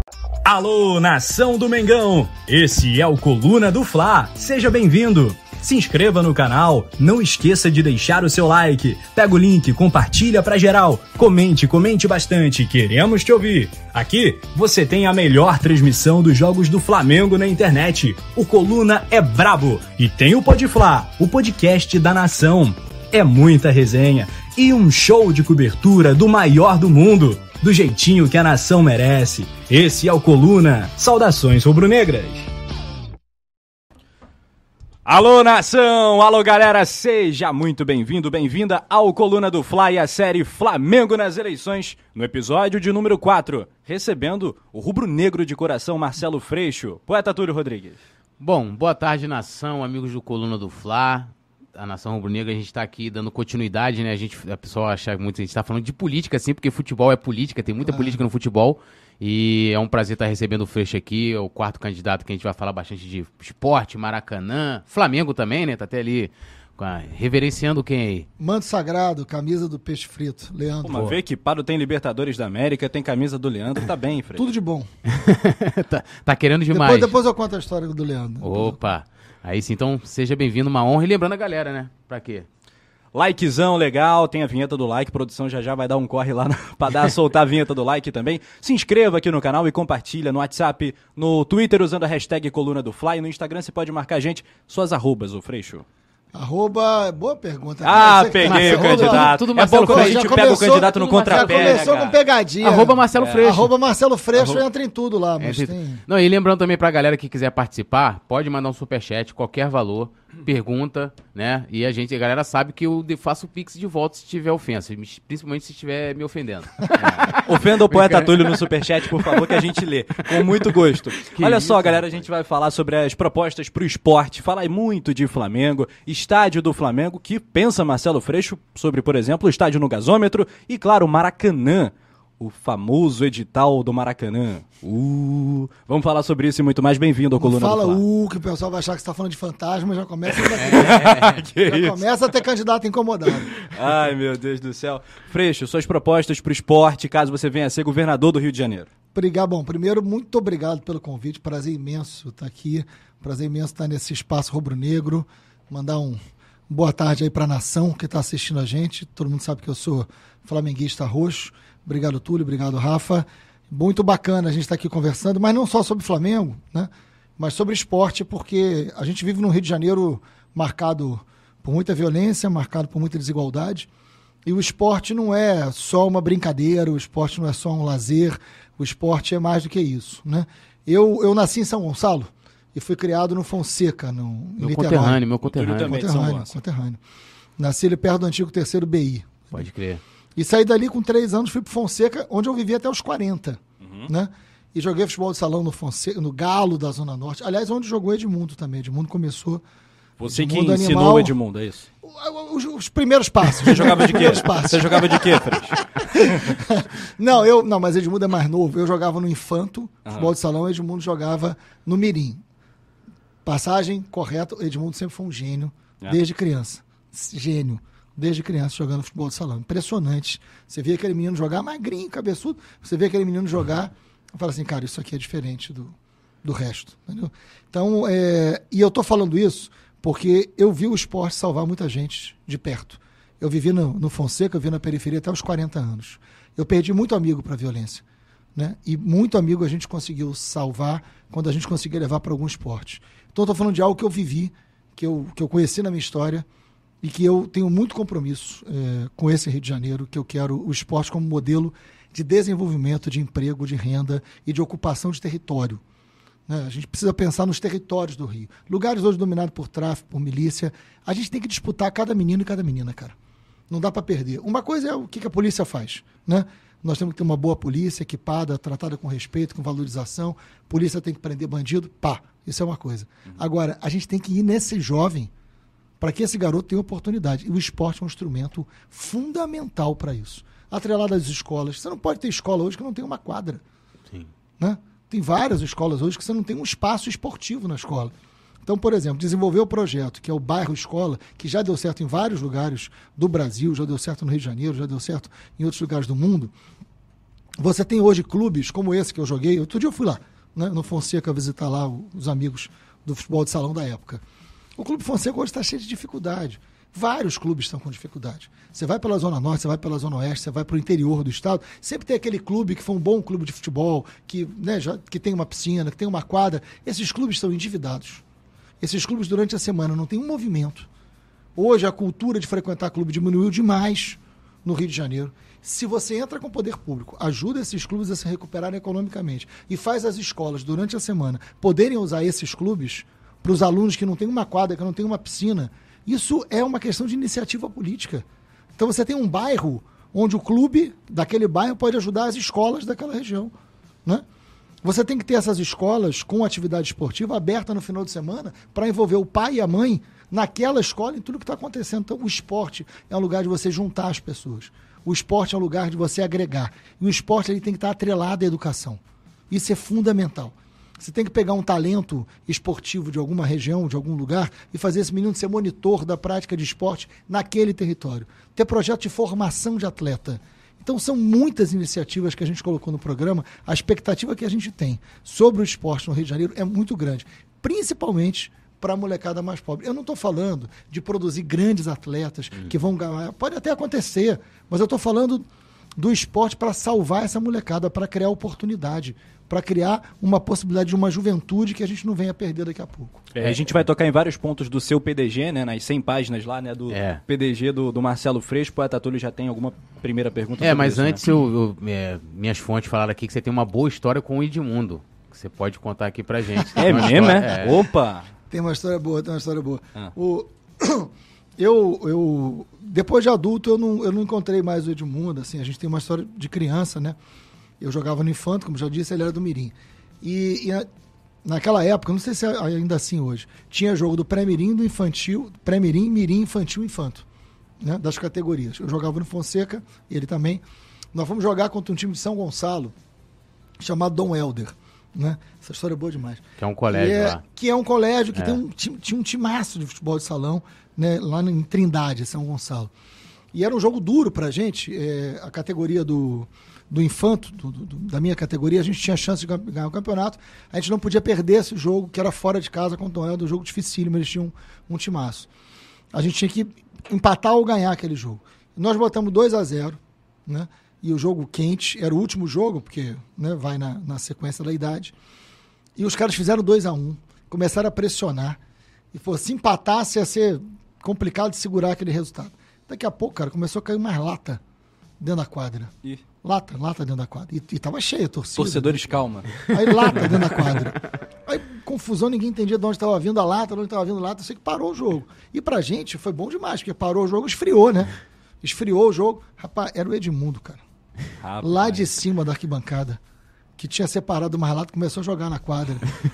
Alô, nação do Mengão! Esse é o Coluna do Fla. Seja bem-vindo! Se inscreva no canal, não esqueça de deixar o seu like, pega o link, compartilha pra geral, comente bastante, queremos te ouvir. Aqui você tem a melhor transmissão dos jogos do Flamengo na internet. O Coluna é brabo e tem o Podfla, o podcast da nação. É muita resenha e um show de cobertura do maior do mundo, do jeitinho que a nação merece. Esse é o Coluna. Saudações rubro-negras. Alô, nação! Alô, galera! Seja muito bem-vindo, bem-vinda ao Coluna do Fla e a série Flamengo nas Eleições, no episódio de número 4, recebendo o rubro-negro de coração Marcelo Freixo. Poeta Túlio Rodrigues. Bom, boa tarde, nação, amigos do Coluna do Fla. A nação rubro-negra, a gente tá aqui dando continuidade, né? A pessoa acha muito, a gente tá falando de política, assim, porque futebol é política, tem muita política no futebol. E é um prazer estar recebendo o Freixo aqui, o quarto candidato que a gente vai falar bastante de esporte, Maracanã, Flamengo também, né? Tá até ali reverenciando quem aí? Manto Sagrado, camisa do Peixe Frito, Leandro. Uma vez equipado, tem Libertadores da América, tem camisa do Leandro, tá bem, Freixo. Tudo de bom. tá querendo demais. Depois eu conto a história do Leandro. Opa, aí sim, então seja bem-vindo, uma honra. E lembrando a galera, né? Pra quê? Likezão legal, tem a vinheta do like, produção já vai dar um corre lá pra soltar a vinheta do like também. Se inscreva aqui no canal e compartilha no WhatsApp, no Twitter usando a hashtag Coluna do Fla e no Instagram você pode marcar a gente, suas arrobas, o Freixo. Arroba, boa pergunta. Peguei o candidato. Tudo é bom quando a gente pega o candidato no contrapé. Começou com pegadinha. Arroba Marcelo Freixo. Arroba Marcelo Freixo, entra em tudo lá. Mas tem... Não, e lembrando também pra galera que quiser participar, pode mandar um superchat, qualquer valor, pergunta, né? E a galera sabe que eu faço o pix de volta se tiver ofensa, principalmente se estiver me ofendendo. Ofenda o Poeta Túlio no superchat, por favor, que a gente lê, com muito gosto. Olha só, galera, a gente vai falar sobre as propostas pro esporte, falar muito de Flamengo, estádio do Flamengo, que pensa Marcelo Freixo sobre, por exemplo, o estádio no gasômetro e, claro, o Maracanã, o famoso edital do Maracanã. Vamos falar sobre isso e muito mais. Bem-vindo ao Coluna do Fla. Fala que o pessoal vai achar que você tá falando de fantasma, já começa começa a ter candidato incomodado. Ai, meu Deus do céu. Freixo, suas propostas pro esporte, caso você venha a ser governador do Rio de Janeiro. Bom, primeiro, muito obrigado pelo convite, prazer imenso estar aqui, prazer imenso estar nesse espaço rubro-negro, mandar boa tarde aí pra nação que tá assistindo a gente, todo mundo sabe que eu sou flamenguista roxo. Obrigado, Túlio. Obrigado, Rafa. Muito bacana a gente estar aqui conversando, mas não só sobre Flamengo, né? Mas sobre esporte, porque a gente vive num Rio de Janeiro marcado por muita violência, marcado por muita desigualdade. E o esporte não é só uma brincadeira, o esporte não é só um lazer, o esporte é mais do que isso, né? Eu nasci em São Gonçalo e fui criado no Fonseca, no Niterói. Meu conterrâneo. Nasci ali perto do antigo 3º BI. Pode crer. E saí dali com 3 anos, fui pro Fonseca, onde eu vivi até os 40, né? E joguei futebol de salão no Fonseca, no Galo da Zona Norte. Aliás, onde jogou Edmundo também. Edmundo começou... Você Edmundo que ensinou o Edmundo, é isso? Os primeiros passos. Você jogava de quê? Você jogava de quê, Freixo? Não, mas Edmundo é mais novo. Eu jogava no Infanto, futebol de salão, Edmundo jogava no Mirim. Passagem correta, Edmundo sempre foi um gênio, desde criança. Gênio. Desde criança jogando futebol de salão. Impressionante. Você vê aquele menino jogar magrinho, cabeçudo. Você vê aquele menino jogar e fala assim, cara, isso aqui é diferente do resto. Entendeu? Então, e eu tô falando isso porque eu vi o esporte salvar muita gente de perto. Eu vivi no Fonseca, eu vivi na periferia até os 40 anos. Eu perdi muito amigo para a violência, né? E muito amigo a gente conseguiu salvar quando a gente conseguiu levar para algum esporte. Então, eu tô falando de algo que eu vivi, que eu conheci na minha história, e que eu tenho muito compromisso com esse Rio de Janeiro, que eu quero o esporte como modelo de desenvolvimento, de emprego, de renda e de ocupação de território. Né? A gente precisa pensar nos territórios do Rio. Lugares hoje dominados por tráfico, por milícia. A gente tem que disputar cada menino e cada menina, cara. Não dá para perder. Uma coisa é o que a polícia faz, né? Nós temos que ter uma boa polícia, equipada, tratada com respeito, com valorização. Polícia tem que prender bandido, isso é uma coisa. Agora, a gente tem que ir nesse jovem para que esse garoto tenha oportunidade. E o esporte é um instrumento fundamental para isso. Atrelado às escolas. Você não pode ter escola hoje que não tem uma quadra. Sim. Né? Tem várias escolas hoje que você não tem um espaço esportivo na escola. Então, por exemplo, desenvolver o projeto, que é o bairro escola, que já deu certo em vários lugares do Brasil, já deu certo no Rio de Janeiro, já deu certo em outros lugares do mundo. Você tem hoje clubes como esse que eu joguei. Outro dia eu fui lá, né, no Fonseca, visitar lá os amigos do futebol de salão da época. O Clube Fonseca hoje está cheio de dificuldade. Vários clubes estão com dificuldade. Você vai pela Zona Norte, você vai pela Zona Oeste, você vai para o interior do estado, sempre tem aquele clube que foi um bom clube de futebol, que, né, que tem uma piscina, que tem uma quadra. Esses clubes estão endividados. Esses clubes durante a semana não tem um movimento. Hoje a cultura de frequentar clube diminuiu demais no Rio de Janeiro. Se você entra com o poder público, ajuda esses clubes a se recuperarem economicamente e faz as escolas durante a semana poderem usar esses clubes para os alunos que não têm uma quadra, que não têm uma piscina, isso é uma questão de iniciativa política. Então você tem um bairro onde o clube daquele bairro pode ajudar as escolas daquela região, né? Você tem que ter essas escolas com atividade esportiva aberta no final de semana para envolver o pai e a mãe naquela escola em tudo que está acontecendo. Então o esporte é um lugar de você juntar as pessoas. O esporte é um lugar de você agregar. E o esporte ele tem que estar atrelado à educação. Isso é fundamental. Você tem que pegar um talento esportivo de alguma região, de algum lugar, e fazer esse menino ser monitor da prática de esporte naquele território. Ter projeto de formação de atleta. Então são muitas iniciativas que a gente colocou no programa. A expectativa que a gente tem sobre o esporte no Rio de Janeiro é muito grande, principalmente para a molecada mais pobre. Eu não estou falando de produzir grandes atletas que vão ganhar. Pode até acontecer, mas eu estou falando do esporte para salvar essa molecada, para criar oportunidade, para criar uma possibilidade de uma juventude que a gente não venha perder daqui a pouco. A gente vai tocar em vários pontos do seu PDG, né, nas 100 páginas lá, né, do PDG do Marcelo Freixo. O Poeta Túlio já tem alguma primeira pergunta sobre mas isso, antes, né? minhas fontes falaram aqui que você tem uma boa história com o Edmundo, que você pode contar aqui pra gente. É mesmo, né? Opa! Tem uma história boa, Eu depois de adulto, eu não encontrei mais o Edmundo, assim, a gente tem uma história de criança, né? Eu jogava no Infanto, como já disse, ele era do Mirim. E naquela época, não sei se é ainda assim hoje, tinha jogo do pré-mirim, do infantil, pré-mirim, mirim, infantil e infanto, né? Das categorias. Eu jogava no Fonseca, ele também. Nós fomos jogar contra um time de São Gonçalo, chamado Dom Helder, né? Essa história é boa demais. Que é um colégio lá. Que é um colégio que tinha um timaço de futebol de salão, né? Lá em Trindade, São Gonçalo. E era um jogo duro pra gente, a categoria do Infanto, da minha categoria, a gente tinha chance de ganhar o campeonato, a gente não podia perder esse jogo, que era fora de casa contra o Dom Helder, um jogo dificílimo, eles tinham um timaço. A gente tinha que empatar ou ganhar aquele jogo. Nós botamos 2-0, né? E o jogo quente, era o último jogo, porque, né, vai na sequência da idade. E os caras fizeram 2-1, começaram a pressionar. E se empatasse, ia ser complicado de segurar aquele resultado. Daqui a pouco, cara, começou a cair mais lata dentro da quadra. Lata dentro da quadra. E tava cheia a torcida. Torcedores, calma. Aí lata dentro da quadra. Aí confusão, ninguém entendia de onde estava vindo a lata, de onde estava vindo a lata. Eu sei que parou o jogo. E pra gente foi bom demais, porque parou o jogo, esfriou, né? Esfriou o jogo. Rapaz, era o Edmundo, cara. Lá de cima da arquibancada, que tinha separado o mais lata, começou a jogar na quadra.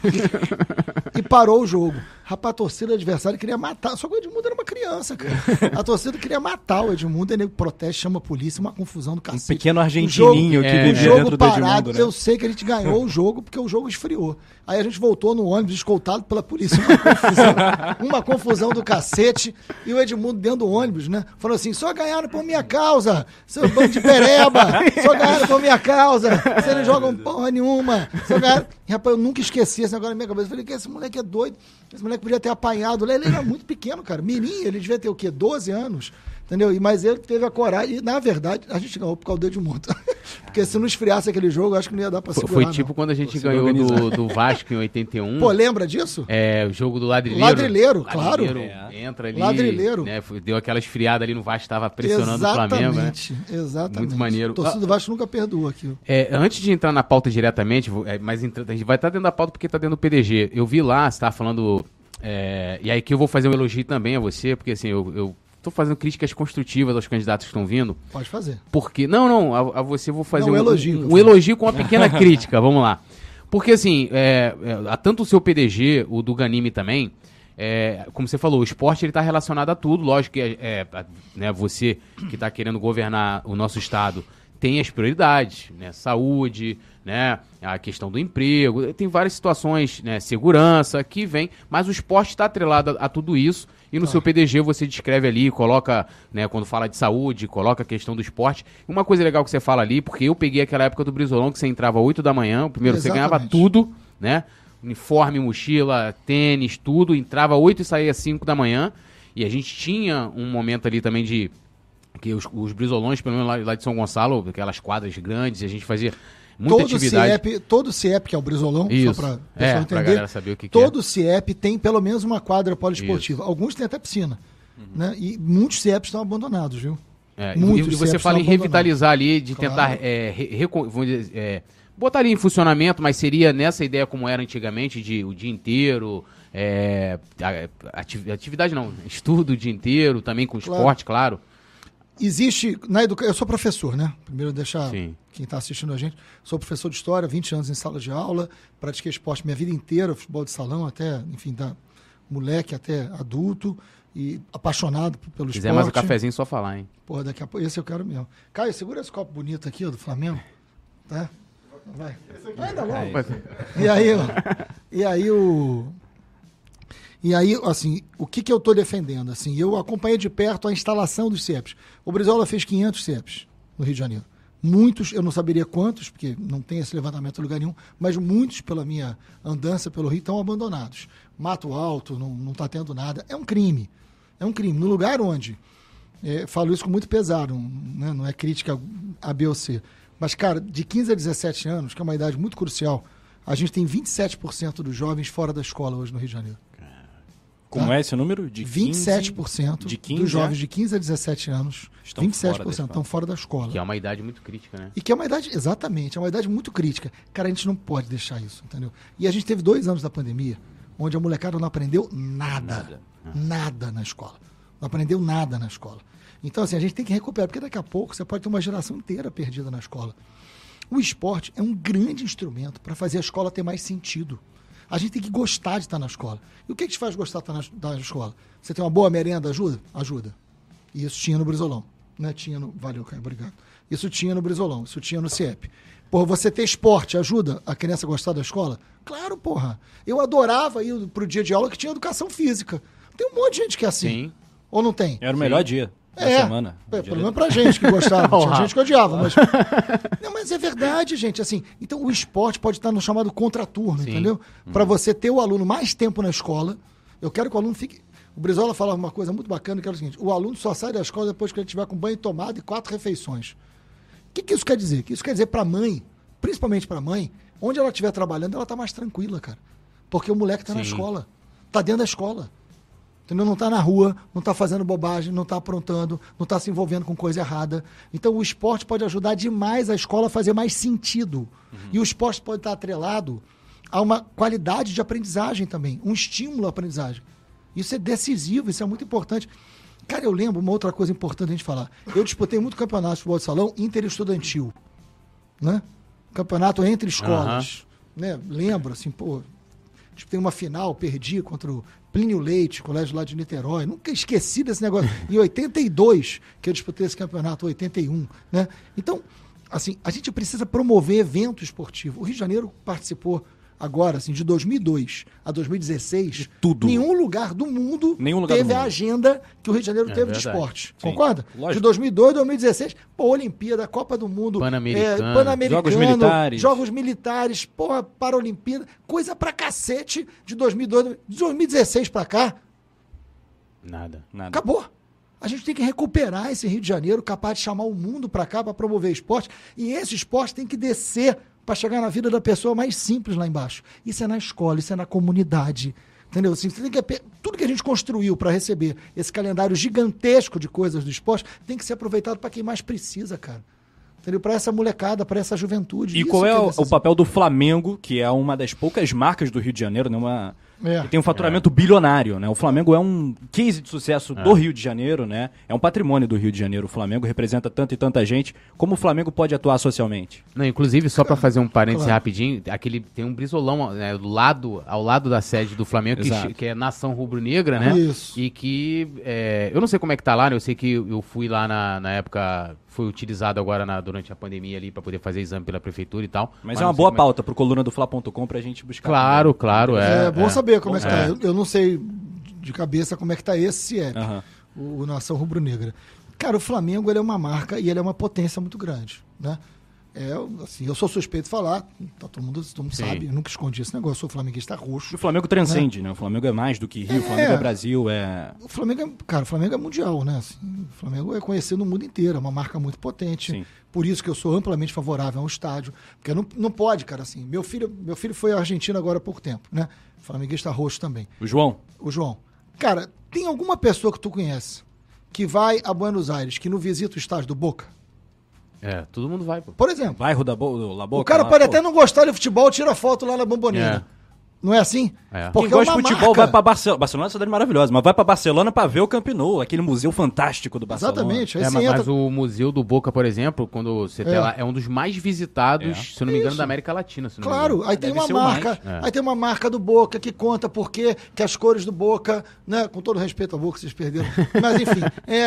E parou o jogo. Rapaz, a torcida adversária queria matar. Só que o Edmundo era uma criança, cara. A torcida queria matar o Edmundo. Ele protesta, chama a polícia, uma confusão do cacete. Um pequeno argentininho que vivia dentro do Edmundo, né? Eu sei que a gente ganhou o jogo porque o jogo esfriou. Aí a gente voltou no ônibus escoltado pela polícia. Uma confusão do cacete. E o Edmundo dentro do ônibus, né? Falou assim, só ganharam por minha causa, seu bando de pereba. Só ganharam por minha causa. Vocês não jogam porra nenhuma. Só ganharam... E, rapaz, eu nunca esqueci esse negócio na minha cabeça. Eu falei, que esse moleque é doido. Esse moleque podia ter apanhado. Ele era muito pequeno, cara. Mirim, ele devia ter o quê? 12 anos. Entendeu? Mas ele teve a coragem. E, na verdade, a gente ganhou por causa do Edmundo. Porque se não esfriasse aquele jogo, eu acho que não ia dar pra segurar. Foi tipo quando a gente ganhou do Vasco em 81. Pô, lembra disso? O jogo do Ladrilheiro. Ladrilheiro, claro. Entra ali. Ladrilheiro. Né, deu aquela esfriada ali no Vasco, tava pressionando o Flamengo, né? Exatamente. Muito maneiro. O torcedor do Vasco nunca perdoa aquilo. Antes de entrar na pauta diretamente, mas a gente vai estar dentro da pauta porque tá dentro do PDG. Eu vi lá, você tava falando... e aí que eu vou fazer um elogio também a você, porque assim, eu tô fazendo críticas construtivas aos candidatos que estão vindo. Pode fazer. Porque... Não, a você eu vou fazer um elogio. Um elogio com uma pequena crítica, vamos lá. Porque assim, tanto o seu PDG, o do Ganime também, como você falou, o esporte ele tá relacionado a tudo, lógico que né, você que está querendo governar o nosso estado tem as prioridades, né, saúde, né, a questão do emprego, tem várias situações, né, segurança que vem, mas o esporte está atrelado a tudo isso E no seu PDG você descreve ali, coloca, né, quando fala de saúde, coloca a questão do esporte. Uma coisa legal que você fala ali, porque eu peguei aquela época do Brizolão que você entrava 8 da manhã, primeiro você ganhava tudo, né? Uniforme, mochila, tênis, tudo, entrava 8 e saía 5 da manhã. E a gente tinha um momento ali também de que os Brizolões, pelo menos lá de São Gonçalo, aquelas quadras grandes, e a gente fazia muita atividade. Todo CIEP, que é o Brizolão, isso. só para pessoal entender, pra galera saber o que todo CIEP tem pelo menos uma quadra poliesportiva. Isso. Alguns têm até piscina. Né? E muitos CIEPs estão abandonados, viu? E você fala em revitalizar ali, de tentar botar ali em funcionamento, mas seria nessa ideia como era antigamente, de o dia inteiro, atividade não, estudo o dia inteiro, também com esporte, claro. Existe, eu sou professor, né? Primeiro deixar quem está assistindo a gente, sou professor de história, 20 anos em sala de aula, pratiquei esporte minha vida inteira, futebol de salão, até, enfim, da moleque até adulto, e apaixonado pelo esporte. Se quiser mais um cafezinho, só falar, hein? Porra, daqui a pouco, esse eu quero mesmo. Caio, segura esse copo bonito aqui, ó, do Flamengo, tá? Vai. Ainda logo. E aí, assim, o que eu estou defendendo? Assim, eu acompanhei de perto a instalação dos CIEPs. O Brizola fez 500 CIEPs no Rio de Janeiro. Muitos, eu não saberia quantos, porque não tem esse levantamento em lugar nenhum, mas muitos, pela minha andança pelo Rio, estão abandonados. Mato Alto, não está tendo nada. É um crime. É um crime. No lugar onde, falo isso com muito pesar, né, não é crítica a B ou C, mas, cara, de 15 a 17 anos, que é uma idade muito crucial, a gente tem 27% dos jovens fora da escola hoje no Rio de Janeiro. Como é esse número? De 27% dos jovens de 15 a 17 anos, 27% estão fora da escola. Que é uma idade muito crítica, né? E que é uma idade, exatamente, é uma idade muito crítica. Cara, a gente não pode deixar isso, entendeu? E a gente teve 2 anos da pandemia, onde a molecada não aprendeu nada na escola. Não aprendeu nada na escola. Então, assim, a gente tem que recuperar, porque daqui a pouco você pode ter uma geração inteira perdida na escola. O esporte é um grande instrumento para fazer a escola ter mais sentido. A gente tem que gostar de estar na escola. E o que te faz gostar de estar na escola? Você tem uma boa merenda, ajuda? Ajuda. E isso tinha no Brizolão. Né? Valeu, Caio, obrigado. Isso tinha no Brizolão, isso tinha no CIEP. Porra, você ter esporte ajuda a criança a gostar da escola? Claro, porra. Eu adorava ir pro dia de aula que tinha educação física. Tem um monte de gente que é assim. Sim. Ou não tem? Era o melhor dia da semana. Pelo menos pra gente que gostava. Tinha gente que odiava, mas... Não, mas é verdade, gente. Assim, então o esporte pode estar no chamado contraturno, entendeu? Para você ter o aluno mais tempo na escola. Eu quero que o aluno fique... O Brizola falava uma coisa muito bacana, que era o seguinte: o aluno só sai da escola depois que ele tiver com banho tomado e 4 refeições. O que isso quer dizer? Que isso quer dizer pra mãe, principalmente pra mãe, onde ela estiver trabalhando, ela tá mais tranquila, cara. Porque o moleque tá na escola. Tá dentro da escola. Entendeu? Não está na rua, não está fazendo bobagem, não está aprontando, não está se envolvendo com coisa errada. Então o esporte pode ajudar demais a escola a fazer mais sentido. E o esporte pode estar atrelado a uma qualidade de aprendizagem também, um estímulo à aprendizagem. Isso é decisivo, isso é muito importante. Cara, eu lembro uma outra coisa importante a gente falar. Eu disputei muito campeonato de futebol de salão interestudantil. Né? Campeonato entre escolas. Né? Lembro, assim, pô, disputei uma final, perdi contra o Plínio Leite, colégio lá de Niterói. Nunca esqueci desse negócio. Em 82, que eu disputei esse campeonato, 81. Né? Então, assim, a gente precisa promover evento esportivo. O Rio de Janeiro participou agora, assim, de 2002 a 2016. Tudo. Nenhum lugar do mundo teve a agenda que o Rio de Janeiro teve de esporte. Sim. Concorda? Lógico. De 2002 a 2016, pô, Olimpíada, Copa do Mundo, Pan-Americano, Jogos Militares, porra, Paralimpíada, coisa pra cacete de 2002, de 2016 pra cá. Nada. Acabou. A gente tem que recuperar esse Rio de Janeiro, capaz de chamar o mundo pra cá pra promover esporte, e esse esporte tem que descer para chegar na vida da pessoa mais simples lá embaixo. Isso é na escola, isso é na comunidade. Entendeu? Assim, tudo que a gente construiu para receber esse calendário gigantesco de coisas do esporte tem que ser aproveitado para quem mais precisa, cara. Entendeu? Para essa molecada, para essa juventude. E qual é o papel do Flamengo, que é uma das poucas marcas do Rio de Janeiro, né? Que tem um faturamento bilionário, né? O Flamengo é um case de sucesso do Rio de Janeiro, né? É um patrimônio do Rio de Janeiro. O Flamengo representa tanta e tanta gente. Como o Flamengo pode atuar socialmente? Não, inclusive, só para fazer um parêntese rapidinho, tem um Brizolão, né, ao lado da sede do Flamengo, que é Nação Rubro-Negra, né? Isso. E que, eu não sei como é que tá lá, né? Eu sei que eu fui lá na época, foi utilizado agora durante a pandemia ali para poder fazer exame pela prefeitura e tal. Mas é uma boa pauta pro colunadofla.com pra gente buscar. Claro. É bom saber como é que tá. Eu não sei de cabeça como é que tá esse CIEP, o Nação Rubro-Negra. Cara, o Flamengo ele é uma marca e ele é uma potência muito grande, né? Assim, eu sou suspeito de falar, todo mundo sabe, eu nunca escondi esse negócio, eu sou flamenguista roxo. O Flamengo transcende, né? O Flamengo é mais do que Rio, o Flamengo é Brasil, O Flamengo o Flamengo é mundial, né? Assim, o Flamengo é conhecido no mundo inteiro, é uma marca muito potente. Sim. Por isso que eu sou amplamente favorável ao estádio. Porque não pode, cara, assim. Meu filho foi à Argentina agora há pouco tempo, né? Flamenguista roxo também. O João. Cara, tem alguma pessoa que tu conhece que vai a Buenos Aires, que não visita o estádio do Boca? Todo mundo vai, pô. Por exemplo. Bairro da La Boca. O cara pode até não gostar de futebol, tira foto lá na Bombonera. Não é assim? Porque quem gosta de futebol vai pra Barcelona. Barcelona é uma cidade maravilhosa, mas vai pra Barcelona pra ver o Camp Nou, aquele museu fantástico do Barcelona. Exatamente. Mas o museu do Boca, por exemplo, quando você tem lá, é um dos mais visitados, se eu não me engano, da América Latina. Claro, aí tem uma marca, aí tem uma marca do Boca que conta por que as cores do Boca, né? Com todo respeito ao Boca, vocês perderam. Mas enfim,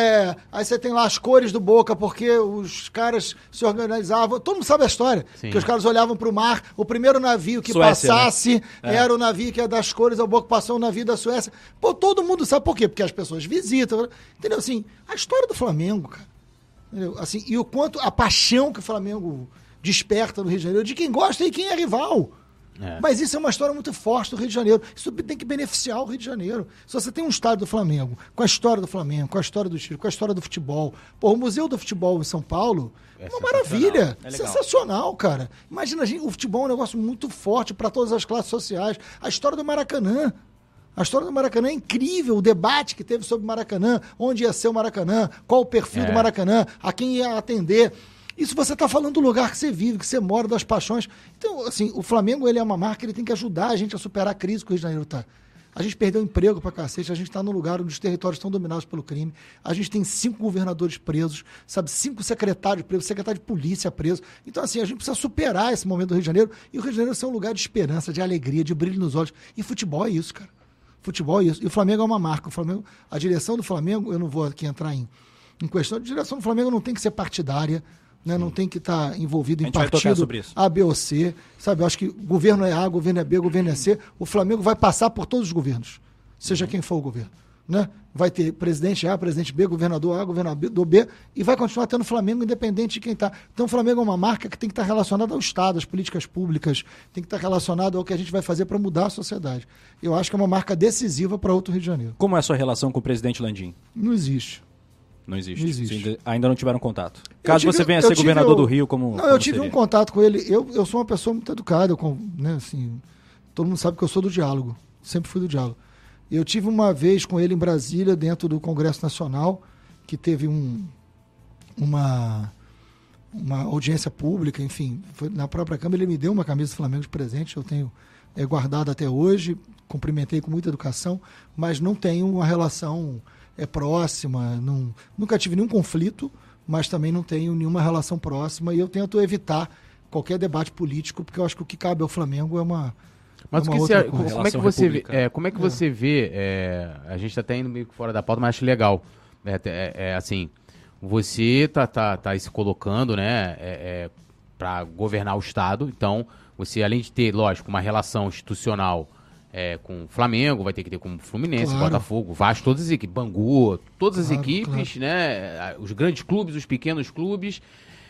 aí você tem lá as cores do Boca, porque os caras se organizavam. Todo mundo sabe a história. Sim. Que os caras olhavam pro mar, o primeiro navio que Suécia, passasse, né? Era o navio que é das cores, o Boca passou o navio da Suécia. Pô, todo mundo sabe por quê? Porque as pessoas visitam, entendeu? Assim, a história do Flamengo, cara, entendeu? Assim, e o quanto a paixão que o Flamengo desperta no Rio de Janeiro, de quem gosta e quem é rival. Mas isso é uma história muito forte do Rio de Janeiro. Isso tem que beneficiar o Rio de Janeiro. Se você tem um estádio do Flamengo, com a história do Flamengo, com a história do Chile, com a história do futebol. Pô, o Museu do Futebol em São Paulo é uma maravilha. Sensacional, cara. Imagina, o futebol é um negócio muito forte para todas as classes sociais. A história do Maracanã. A história do Maracanã é incrível, o debate que teve sobre o Maracanã, onde ia ser o Maracanã, qual o perfil do Maracanã, a quem ia atender. Isso você está falando do lugar que você vive, que você mora, das paixões. Então, assim, o Flamengo ele é uma marca, ele tem que ajudar a gente a superar a crise que o Rio de Janeiro está. A gente perdeu emprego pra cacete, a gente está num lugar onde os territórios estão dominados pelo crime. A gente tem 5 governadores presos, 5 secretários presos, secretário de polícia preso. Então, assim, a gente precisa superar esse momento do Rio de Janeiro. E o Rio de Janeiro é um lugar de esperança, de alegria, de brilho nos olhos. E futebol é isso, cara. Futebol é isso. E o Flamengo é uma marca. A direção do Flamengo, eu não vou aqui entrar em questão, a direção do Flamengo não tem que ser partidária. Né? Não tem que estar envolvido em partido A, B ou C. Sabe? Eu acho que governo é A, governo é B, governo é C. O Flamengo vai passar por todos os governos, seja quem for o governo. Né? Vai ter presidente A, presidente B, governador A, governador B, e vai continuar tendo Flamengo independente de quem está. Então o Flamengo é uma marca que tem que estar relacionada ao Estado, às políticas públicas, tem que estar relacionada ao que a gente vai fazer para mudar a sociedade. Eu acho que é uma marca decisiva para outro Rio de Janeiro. Como é a sua relação com o presidente Landim? Não existe. Não existe. Ainda não tiveram contato. Caso você venha a ser governador do Rio, como. Não, eu tive um contato com ele. Eu sou uma pessoa muito educada, né, assim, todo mundo sabe que eu sou do diálogo. Sempre fui do diálogo. Eu tive uma vez com ele em Brasília, dentro do Congresso Nacional, que teve uma audiência pública, enfim. Foi na própria Câmara, ele me deu uma camisa do Flamengo de presente, eu tenho guardado até hoje, cumprimentei com muita educação, mas não tenho uma relação próxima, nunca tive nenhum conflito, mas também não tenho nenhuma relação próxima e eu tento evitar qualquer debate político, porque eu acho que o que cabe ao Flamengo é uma. Mas como é que você vê? Como é que você vê? A gente está até indo meio fora da pauta, mas acho legal. Assim, você tá se colocando, né, para governar o Estado. Então, você além de ter, lógico, uma relação institucional com o Flamengo, vai ter que ter com o Fluminense, claro. Botafogo, Vasco, todas as equipes, Bangu, todas as equipes, né? Os grandes clubes, os pequenos clubes.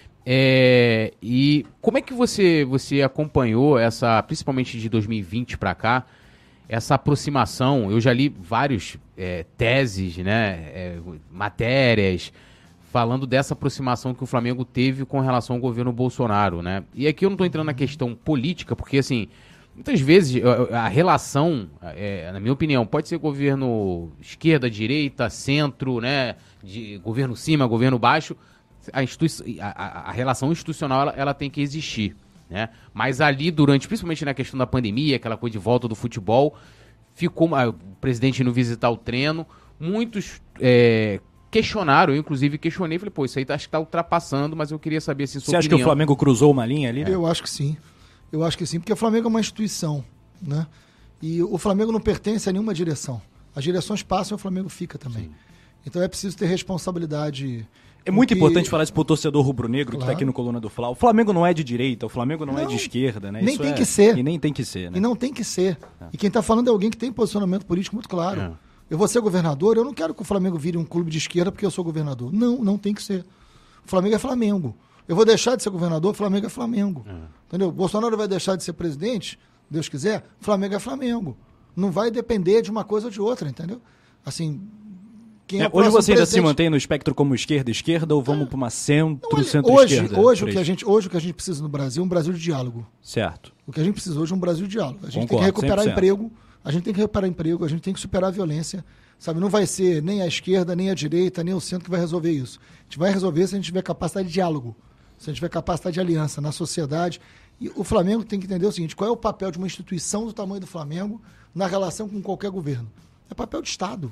E como é que você acompanhou principalmente de 2020 para cá, essa aproximação? Eu já li vários teses, né? Matérias falando dessa aproximação que o Flamengo teve com relação ao governo Bolsonaro, né? E aqui eu não estou entrando na questão política, porque assim, muitas vezes a relação, na minha opinião, pode ser governo esquerda, direita, centro, né? De governo cima, governo baixo. A relação institucional ela tem que existir, né? Mas ali principalmente na questão da pandemia, aquela coisa de volta do futebol, ficou o presidente indo visitar o treino, muitos questionaram, eu inclusive questionei, falei, isso aí acho que está ultrapassando, mas eu queria saber se Você acha que o Flamengo cruzou uma linha ali? Eu acho que sim. Eu acho que sim, porque o Flamengo é uma instituição, né? E o Flamengo não pertence a nenhuma direção. As direções passam e o Flamengo fica também. Sim. Então é preciso ter responsabilidade. É muito importante falar isso pro torcedor rubro-negro, claro, que tá aqui no Coluna do Fla. O Flamengo não é de direita, o Flamengo não é de esquerda, né? Nem tem que ser. E nem tem que ser, né? E não tem que ser. E quem tá falando é alguém que tem posicionamento político muito claro. Eu vou ser governador, eu não quero que o Flamengo vire um clube de esquerda porque eu sou governador. Não tem que ser. O Flamengo é Flamengo. Eu vou deixar de ser governador, o Flamengo é Flamengo. Entendeu? Bolsonaro vai deixar de ser presidente, Deus quiser, o Flamengo é Flamengo. Não vai depender de uma coisa ou de outra, entendeu? Assim, hoje você ainda se mantém no espectro como esquerda ou vamos para uma centro-esquerda? Hoje o que a gente precisa no Brasil é um Brasil de diálogo. Certo. O que a gente precisa hoje é um Brasil de diálogo. A gente tem que recuperar 100%. Emprego, a gente tem que recuperar emprego, a gente tem que superar a violência. Sabe, não vai ser nem a esquerda, nem a direita, nem o centro que vai resolver isso. A gente vai resolver se a gente tiver capacidade de diálogo, se a gente tiver capacidade de aliança na sociedade. E o Flamengo tem que entender o seguinte, qual é o papel de uma instituição do tamanho do Flamengo na relação com qualquer governo? É papel de Estado.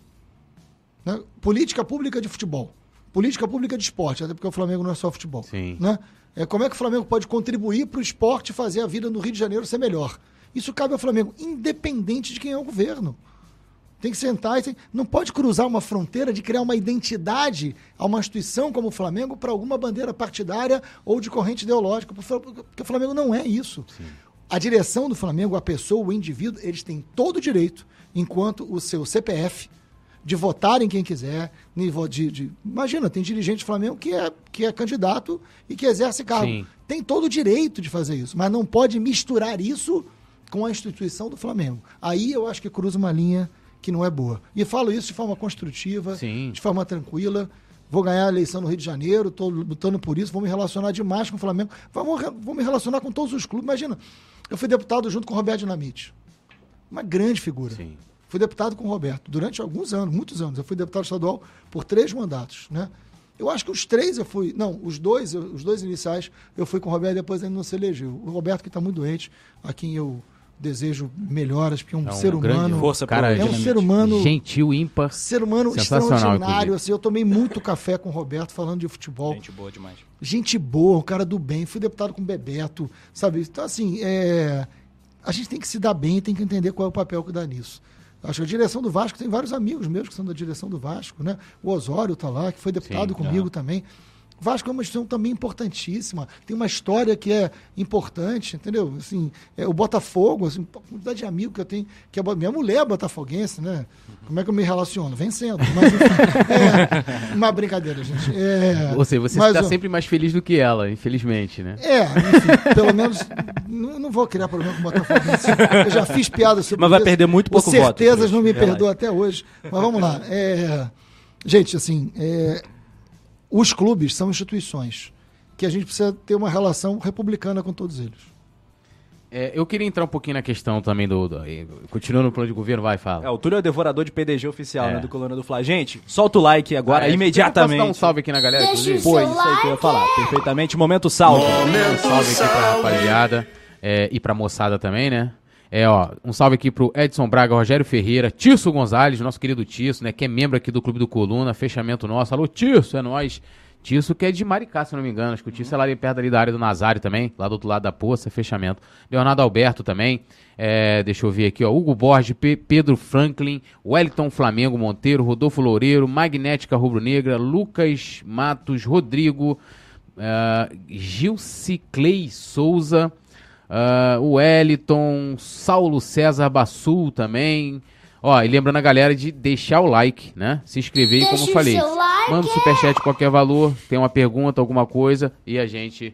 Né? Política pública de futebol, política pública de esporte, até porque o Flamengo não é só futebol. Sim. Né? Como é que o Flamengo pode contribuir para o esporte e fazer a vida no Rio de Janeiro ser melhor? Isso cabe ao Flamengo, independente de quem é o governo. Tem que sentar e não pode cruzar uma fronteira de criar uma identidade a uma instituição como o Flamengo para alguma bandeira partidária ou de corrente ideológica, porque o Flamengo não é isso. Sim. A direção do Flamengo, a pessoa, o indivíduo, eles têm todo o direito, enquanto o seu CPF, de votar em quem quiser. Imagina, tem dirigente do Flamengo que é candidato e que exerce cargo. Sim. Tem todo o direito de fazer isso, mas não pode misturar isso com a instituição do Flamengo. Aí eu acho que cruza uma linha que não é boa. E falo isso de forma construtiva, Sim. de forma tranquila. Vou ganhar a eleição no Rio de Janeiro, estou lutando por isso, vou me relacionar demais com o Flamengo, vou me relacionar com todos os clubes. Imagina, eu fui deputado junto com o Roberto Dinamite. Uma grande figura. Sim. Fui deputado com o Roberto durante alguns anos, muitos anos. Eu fui deputado estadual por 3 mandatos, né? Eu acho que os 3 eu fui... Não, os dois iniciais eu fui com o Roberto e depois ele não se elegeu. O Roberto, que está muito doente, a quem eu desejo melhoras, porque é um ser humano... Cara, é um ser humano... Gentil, ímpar. Ser humano extraordinário. Assim, eu tomei muito café com o Roberto falando de futebol. Gente boa demais. Gente boa, um cara do bem. Fui deputado com o Bebeto, sabe? Então, assim, a gente tem que se dar bem e tem que entender qual é o papel que dá nisso. Acho que a direção do Vasco, tem vários amigos meus que são da direção do Vasco, né? O Osório está lá, que foi deputado comigo também. O Vasco é uma instituição também importantíssima, tem uma história que é importante, entendeu? Assim, o Botafogo, assim, a quantidade de amigos que eu tenho, que minha mulher é botafoguense, né? Como é que eu me relaciono? Vencendo. Mas, enfim, uma brincadeira, gente. Ou seja, você está sempre mais feliz do que ela, infelizmente, né? Enfim, pelo menos não vou criar problema com o Botafoguense. Eu já fiz piada sobre isso. Mas vai perder muito pouco voto. Com certeza não me perdoa até hoje. Mas vamos lá. Gente, assim... Os clubes são instituições que a gente precisa ter uma relação republicana com todos eles. Eu queria entrar um pouquinho na questão também continuando no plano de governo, vai, fala. O Túlio é o devorador de PDG oficial, né, do Coluna do Fla. Gente, solta o like agora, imediatamente. Posso dar um salve aqui na galera, inclusive? Pô, isso aí que eu ia falar, perfeitamente. Momento salve. Um salve aqui pra rapaziada e pra moçada também, né? Um salve aqui pro Edson Braga, Rogério Ferreira, Tirso Gonzalez, nosso querido Tirso, né, que é membro aqui do Clube do Coluna, fechamento nosso. Alô, Tirso, é nóis. Tirso que é de Maricá, se não me engano, acho que o Tirso é lá perto ali da área do Nazário também, lá do outro lado da poça, fechamento. Leonardo Alberto também, deixa eu ver aqui, Hugo Borges, Pedro Franklin, Wellington Flamengo Monteiro, Rodolfo Loureiro, Magnética Rubro-Negra, Lucas Matos, Rodrigo, Gilciclei Souza, o Wellington, Saulo César Bassul também. E lembrando a galera de deixar o like, né? Se inscrever, como eu falei. Manda um superchat, qualquer valor, tem uma pergunta, alguma coisa, e a gente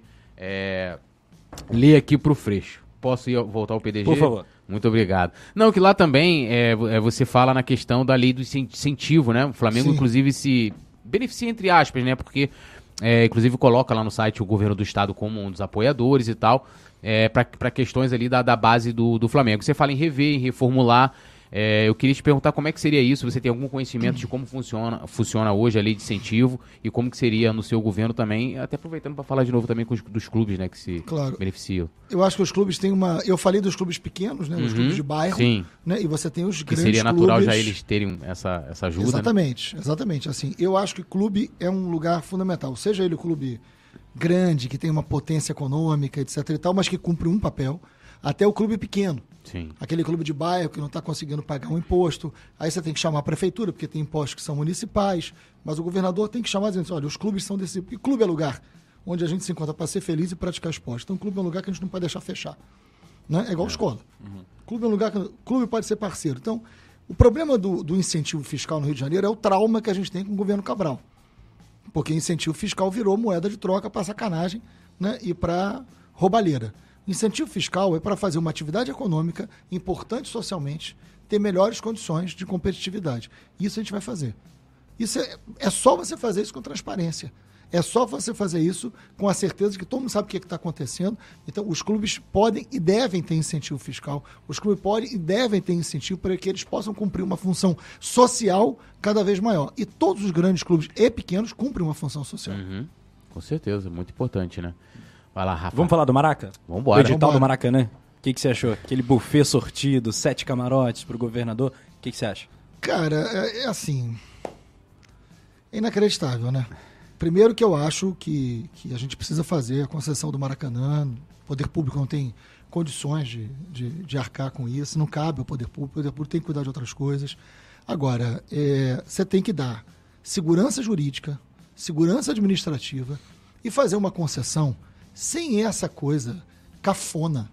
lê aqui pro Freixo. Posso voltar ao PDG? Por favor. Muito obrigado. Não, que lá também você fala na questão da lei do incentivo, né? O Flamengo, Sim. inclusive, se beneficia, entre aspas, né? Porque, inclusive, coloca lá no site o governo do estado como um dos apoiadores e tal. Para questões ali da base do Flamengo. Você fala em rever, em reformular. Eu queria te perguntar como é que seria isso. Você tem algum conhecimento de como funciona hoje a lei de incentivo e como que seria no seu governo também, até aproveitando para falar de novo também dos clubes, né, que se beneficiam. Eu acho que os clubes têm eu falei dos clubes pequenos, né, os clubes de bairro, Sim. Né, e você tem os que grandes seria natural clubes. Já eles terem essa ajuda. Exatamente. Assim, eu acho que clube é um lugar fundamental, seja ele o clube grande, que tem uma potência econômica, etc e tal, mas que cumpre um papel, até o clube pequeno. Sim. Aquele clube de bairro que não está conseguindo pagar um imposto, aí você tem que chamar a prefeitura, porque tem impostos que são municipais, mas o governador tem que chamar dizendo assim, olha, os clubes são desse... E clube é lugar onde a gente se encontra para ser feliz e praticar esporte. Então, o clube é um lugar que a gente não pode deixar fechar. Né? É igual escola. Clube é um lugar que... Clube pode ser parceiro. Então, O problema do incentivo fiscal no Rio de Janeiro é o trauma que a gente tem com o governo Cabral. Porque incentivo fiscal virou moeda de troca para sacanagem, né, e para roubalheira. Incentivo fiscal é para fazer uma atividade econômica importante socialmente, ter melhores condições de competitividade. Isso a gente vai fazer. Isso é só você fazer isso com transparência. É só você fazer isso com a certeza de que todo mundo sabe o que está acontecendo. Então, os clubes podem e devem ter incentivo fiscal. Os clubes podem e devem ter incentivo para que eles possam cumprir uma função social cada vez maior. E todos os grandes clubes e pequenos cumprem uma função social. Uhum. Com certeza, muito importante, né? Vai lá, Rafa. Vamos falar do Maraca? Vamos embora. O edital do Maracanã. O que você achou? Aquele buffet sortido, 7 camarotes pro governador. O que você acha? Cara, é assim... É inacreditável, né? Primeiro que eu acho que a gente precisa fazer a concessão do Maracanã. O poder público não tem condições de arcar com isso. Não cabe ao poder público. O poder público tem que cuidar de outras coisas. Agora, você tem que dar segurança jurídica, segurança administrativa e fazer uma concessão sem essa coisa cafona.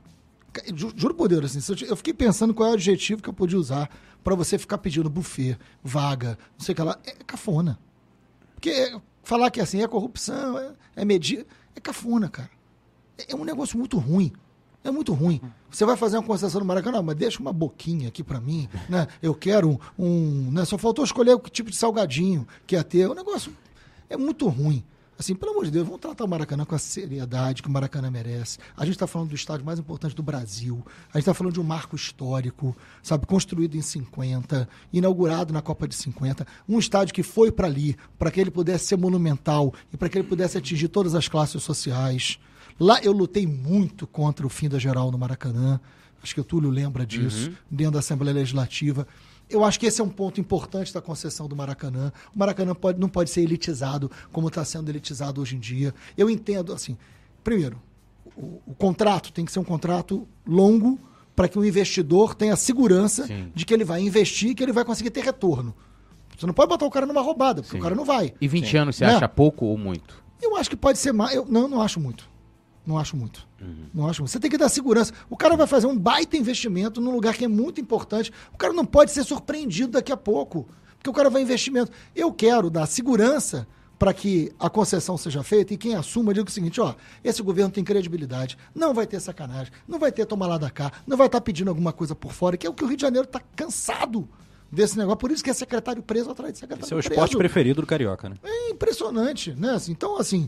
Juro por Deus, assim, eu fiquei pensando qual é o adjetivo que eu podia usar para você ficar pedindo buffet, vaga, não sei o que lá. É cafona. Porque falar que assim é corrupção, é medir, é cafona, cara. É um negócio muito ruim. É muito ruim. Você vai fazer uma concessão no Maracanã, mas deixa uma boquinha aqui pra mim, né? Eu quero né? Só faltou escolher o tipo de salgadinho que ia ter. O negócio é muito ruim. Assim, pelo amor de Deus, vamos tratar o Maracanã com a seriedade que o Maracanã merece. A gente está falando do estádio mais importante do Brasil. A gente está falando de um marco histórico, sabe, construído em 50, inaugurado na Copa de 50. Um estádio que foi para ali, para que ele pudesse ser monumental e para que ele pudesse atingir todas as classes sociais. Lá eu lutei muito contra o fim da geral no Maracanã. Acho que o Túlio lembra disso, dentro da Assembleia Legislativa. Eu acho que esse é um ponto importante da concessão do Maracanã. O Maracanã não pode ser elitizado como está sendo elitizado hoje em dia. Eu entendo, assim, primeiro, o contrato tem que ser um contrato longo para que o investidor tenha segurança de que ele vai investir e que ele vai conseguir ter retorno. Você não pode botar o cara numa roubada, porque o cara não vai. E 20 anos você acha pouco ou muito? Eu acho que pode ser mais. Não acho muito. Não acho muito. Não acho muito. Você tem que dar segurança. O cara vai fazer um baita investimento num lugar que é muito importante. O cara não pode ser surpreendido daqui a pouco, porque o cara vai investimento. Eu quero dar segurança para que a concessão seja feita e quem assuma diga o seguinte, ó, esse governo tem credibilidade, não vai ter sacanagem, não vai ter tomar lá da cá, não vai estar pedindo alguma coisa por fora, que é o que o Rio de Janeiro está cansado desse negócio. Por isso que é secretário preso atrás de secretário preso. Esse é o esporte preferido do Carioca, né? É impressionante, né? Assim, então, assim,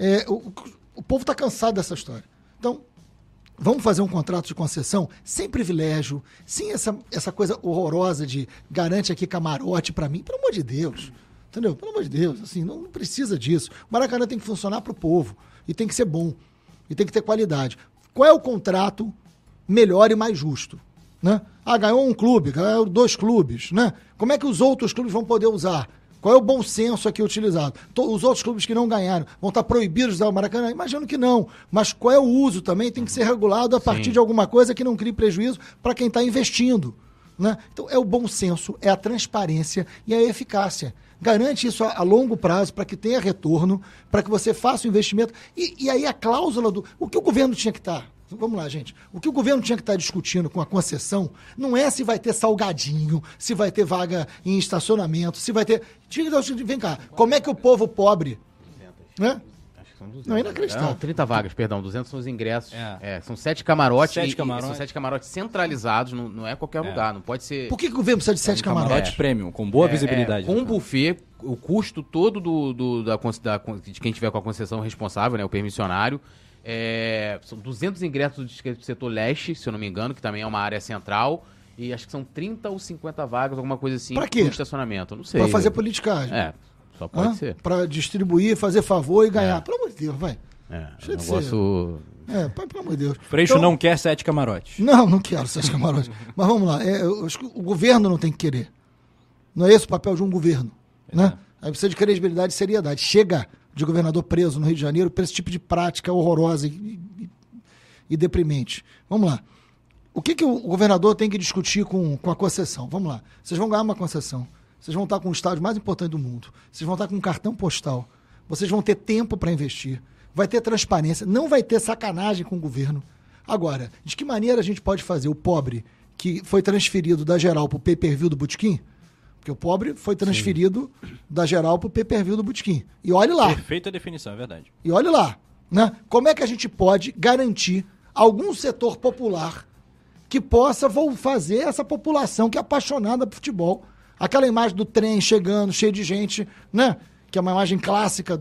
o povo está cansado dessa história. Então, vamos fazer um contrato de concessão sem privilégio, sem essa coisa horrorosa de garante aqui camarote para mim. Pelo amor de Deus. Entendeu? Pelo amor de Deus. Assim, não precisa disso. O Maracanã tem que funcionar para o povo. E tem que ser bom. E tem que ter qualidade. Qual é o contrato melhor e mais justo? Né? Ganhou um clube, ganhou 2 clubes. Né? Como é que os outros clubes vão poder usar? Qual é o bom senso aqui utilizado? Os outros clubes que não ganharam vão estar proibidos de usar o Maracanã? Imagino que não. Mas qual é o uso também? Tem que ser regulado a partir de alguma coisa que não crie prejuízo para quem está investindo. Né? Então, é o bom senso, é a transparência e a eficácia. Garante isso a longo prazo para que tenha retorno, para que você faça o investimento. E aí a cláusula do... O que o governo tinha que estar... Vamos lá, gente. O que o governo tinha que estar discutindo com a concessão não é se vai ter salgadinho, se vai ter vaga em estacionamento, se vai ter... Vem cá, como é que o povo pobre... 200. Né? Acho que são 200. Não, é inacreditável. Não, 30 vagas, perdão. 200 são os ingressos. São 7 camarotes. 7 camarotes. São 7 camarotes centralizados, não é qualquer lugar. Não pode ser... Por que o governo precisa de 7 camarotes? Premium, com boa visibilidade. Com buffet, o custo todo de quem tiver com a concessão responsável, né, o permissionário... são 200 ingressos do setor leste, se eu não me engano, que também é uma área central, e acho que são 30 ou 50 vagas, alguma coisa assim, pra quê? No estacionamento, não sei. Pra fazer politicagem. Só pode ser. Pra distribuir, fazer favor e ganhar. Pelo amor de Deus, vai. Deixa de negócio... Pelo amor de Deus. Freixo então, não quer 7 camarotes. Não quero 7 camarotes. Mas vamos lá, eu acho que o governo não tem que querer. Não é esse o papel de um governo. Né? Aí precisa de credibilidade e seriedade. Chega de governador preso no Rio de Janeiro por esse tipo de prática horrorosa e deprimente. Vamos lá. O que o governador tem que discutir com a concessão? Vamos lá. Vocês vão ganhar uma concessão. Vocês vão estar com o estádio mais importante do mundo. Vocês vão estar com um cartão postal. Vocês vão ter tempo para investir. Vai ter transparência. Não vai ter sacanagem com o governo. Agora, de que maneira a gente pode fazer o pobre que foi transferido da geral pro pay-per-view do Botequim? Porque o pobre foi transferido da geral pro pay-per-view do Botequim. E olhe lá. Perfeita definição, é verdade. E olhe lá, né? Como é que a gente pode garantir algum setor popular que possa fazer essa população que é apaixonada por futebol? Aquela imagem do trem chegando, cheio de gente, né? Que é uma imagem clássica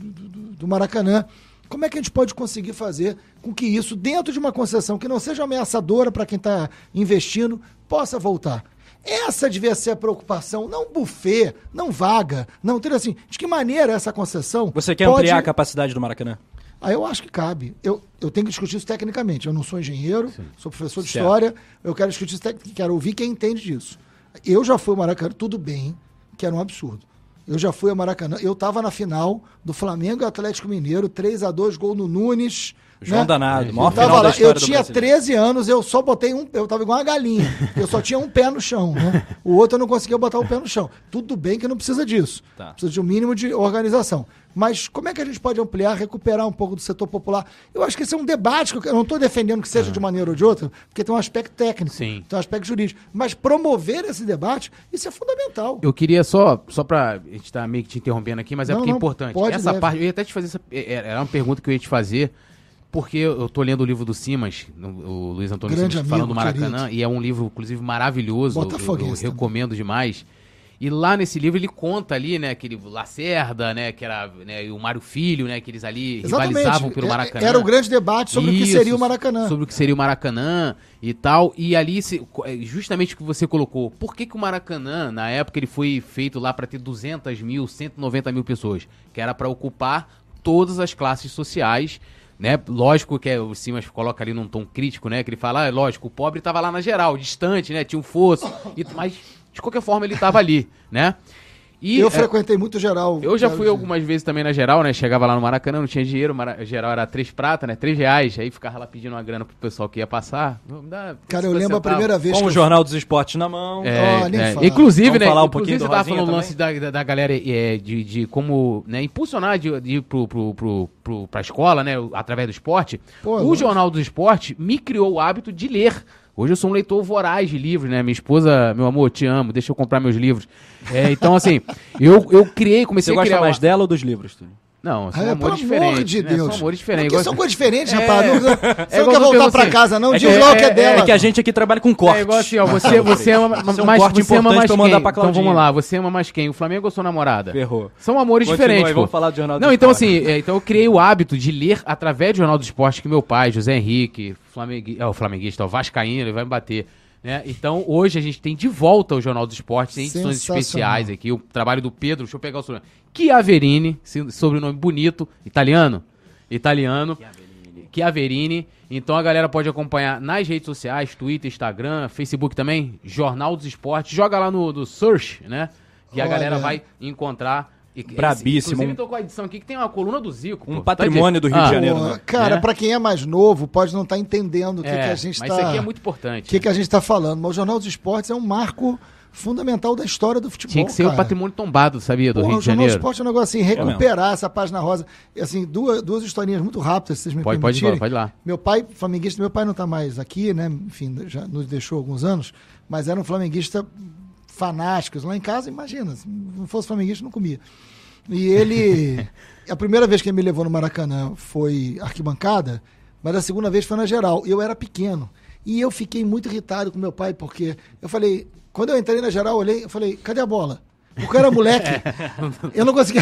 do Maracanã. Como é que a gente pode conseguir fazer com que isso, dentro de uma concessão que não seja ameaçadora para quem está investindo, possa voltar? Essa devia ser a preocupação, não buffet, não vaga, não ter assim. De que maneira essa concessão Você quer ampliar a capacidade do Maracanã? Eu acho que cabe. Eu tenho que discutir isso tecnicamente. Eu não sou engenheiro, sou professor de história, eu quero discutir isso quero ouvir quem entende disso. Eu já fui ao Maracanã, tudo bem, que era um absurdo. Eu já fui ao Maracanã, eu estava na final do Flamengo e Atlético Mineiro, 3-2, gol no Nunes. João né? Danado, maior final da história eu tinha 13 anos, eu só botei eu tava igual uma galinha, eu só tinha um pé no chão, né? O outro eu não conseguia botar o pé no chão. Tudo bem que não precisa disso, precisa de um mínimo de organização. Mas como é que a gente pode ampliar, recuperar um pouco do setor popular? Eu acho que esse é um debate, que eu não estou defendendo que seja de maneira ou de outra, porque tem um aspecto técnico, tem um aspecto jurídico. Mas promover esse debate, isso é fundamental. Eu queria só pra... A gente tá meio que te interrompendo aqui, mas porque é importante. Essa parte, eu ia até te fazer era uma pergunta que eu ia te fazer, porque eu tô lendo o livro do Simas, o Luiz Antônio Grande Simas, amigo, falando do Maracanã, querido. E é um livro, inclusive, maravilhoso. Eu recomendo demais. E lá nesse livro ele conta ali, né, aquele Lacerda, né, que era, né, e o Mário Filho, né, que eles ali rivalizavam pelo Maracanã. Era o grande debate sobre o que seria o Maracanã. Sobre o que seria o Maracanã e tal. E ali, justamente o que você colocou, por que o Maracanã, na época, ele foi feito lá para ter 200 mil, 190 mil pessoas? Que era para ocupar todas as classes sociais, né? Lógico que o Simas coloca ali num tom crítico, né, que ele fala, lógico, o pobre estava lá na geral, distante, né, tinha um fosso, mas... De qualquer forma, ele estava ali, né? E, eu frequentei muito geral. Eu já fui algumas vezes também na geral, né? Chegava lá no Maracanã, não tinha dinheiro, geral era 3 prata, né? R$3, aí ficava lá pedindo uma grana pro pessoal que ia passar. Cara, eu lembro a primeira vez com o Jornal dos Esportes na mão. Inclusive, vamos né? Falar um inclusive, pouquinho você tava falando o lance da galera de como, né, impulsionar de ir pra escola, né? Através do esporte. O Jornal dos Esportes me criou o hábito de ler. Hoje eu sou um leitor voraz de livros, né? Minha esposa, meu amor, te amo, deixa eu comprar meus livros. Então, assim, eu comecei a criar... Você gosta mais dela ou dos livros, Túlio? Não, são amores diferentes. Pelo amor de Deus. São amores diferentes. Porque são coisas diferentes, rapaz. Você não quer voltar pra casa, não? Diz lá o que é dela. É que a gente aqui trabalha com corte. É igual assim, ó, você ama mais quem? Então vamos lá, você ama mais quem? O Flamengo ou sua namorada? Ferrou. São amores diferentes, vamos falar do Jornal do Esporte. Não, então assim, então eu criei o hábito de ler através do Jornal do Esporte que meu pai, José Henrique, o flamenguista, o vascaíno, ele vai me bater. Né? Então, hoje a gente tem de volta o Jornal do Esporte, tem edições especiais aqui, o trabalho do Pedro, deixa eu pegar o sobrenome, Chiaverini, sobrenome bonito, italiano, Chiaverini. Então a galera pode acompanhar nas redes sociais, Twitter, Instagram, Facebook também, Jornal dos Esportes, joga lá no Search, né? Que a galera vai encontrar. Brabíssimo. Inclusive, tô com a edição aqui que tem uma coluna do Zico. Um patrimônio do Rio de Janeiro. Né? Cara, pra quem é mais novo, pode não estar entendendo o que a gente está... Mas isso aqui é muito importante. O que a gente está falando. Mas o Jornal dos Esportes é um marco fundamental da história do futebol, Tinha que ser um patrimônio tombado, sabia, do Rio de Janeiro. O Jornal dos Esportes é um negócio assim, recuperar essa página rosa. Assim, duas historinhas muito rápidas, se vocês me permitirem. Pode ir lá. Meu pai, flamenguista, meu pai não está mais aqui, né? Enfim, já nos deixou há alguns anos, mas era um flamenguista fanático. Lá em casa, imagina, se não fosse flamenguista, não comia. E ele... A primeira vez que ele me levou no Maracanã foi arquibancada, mas a segunda vez foi na geral. Eu era pequeno. E eu fiquei muito irritado com meu pai, porque eu falei... Quando eu entrei na geral, eu olhei, eu falei, cadê a bola? Porque eu era moleque. Eu não conseguia...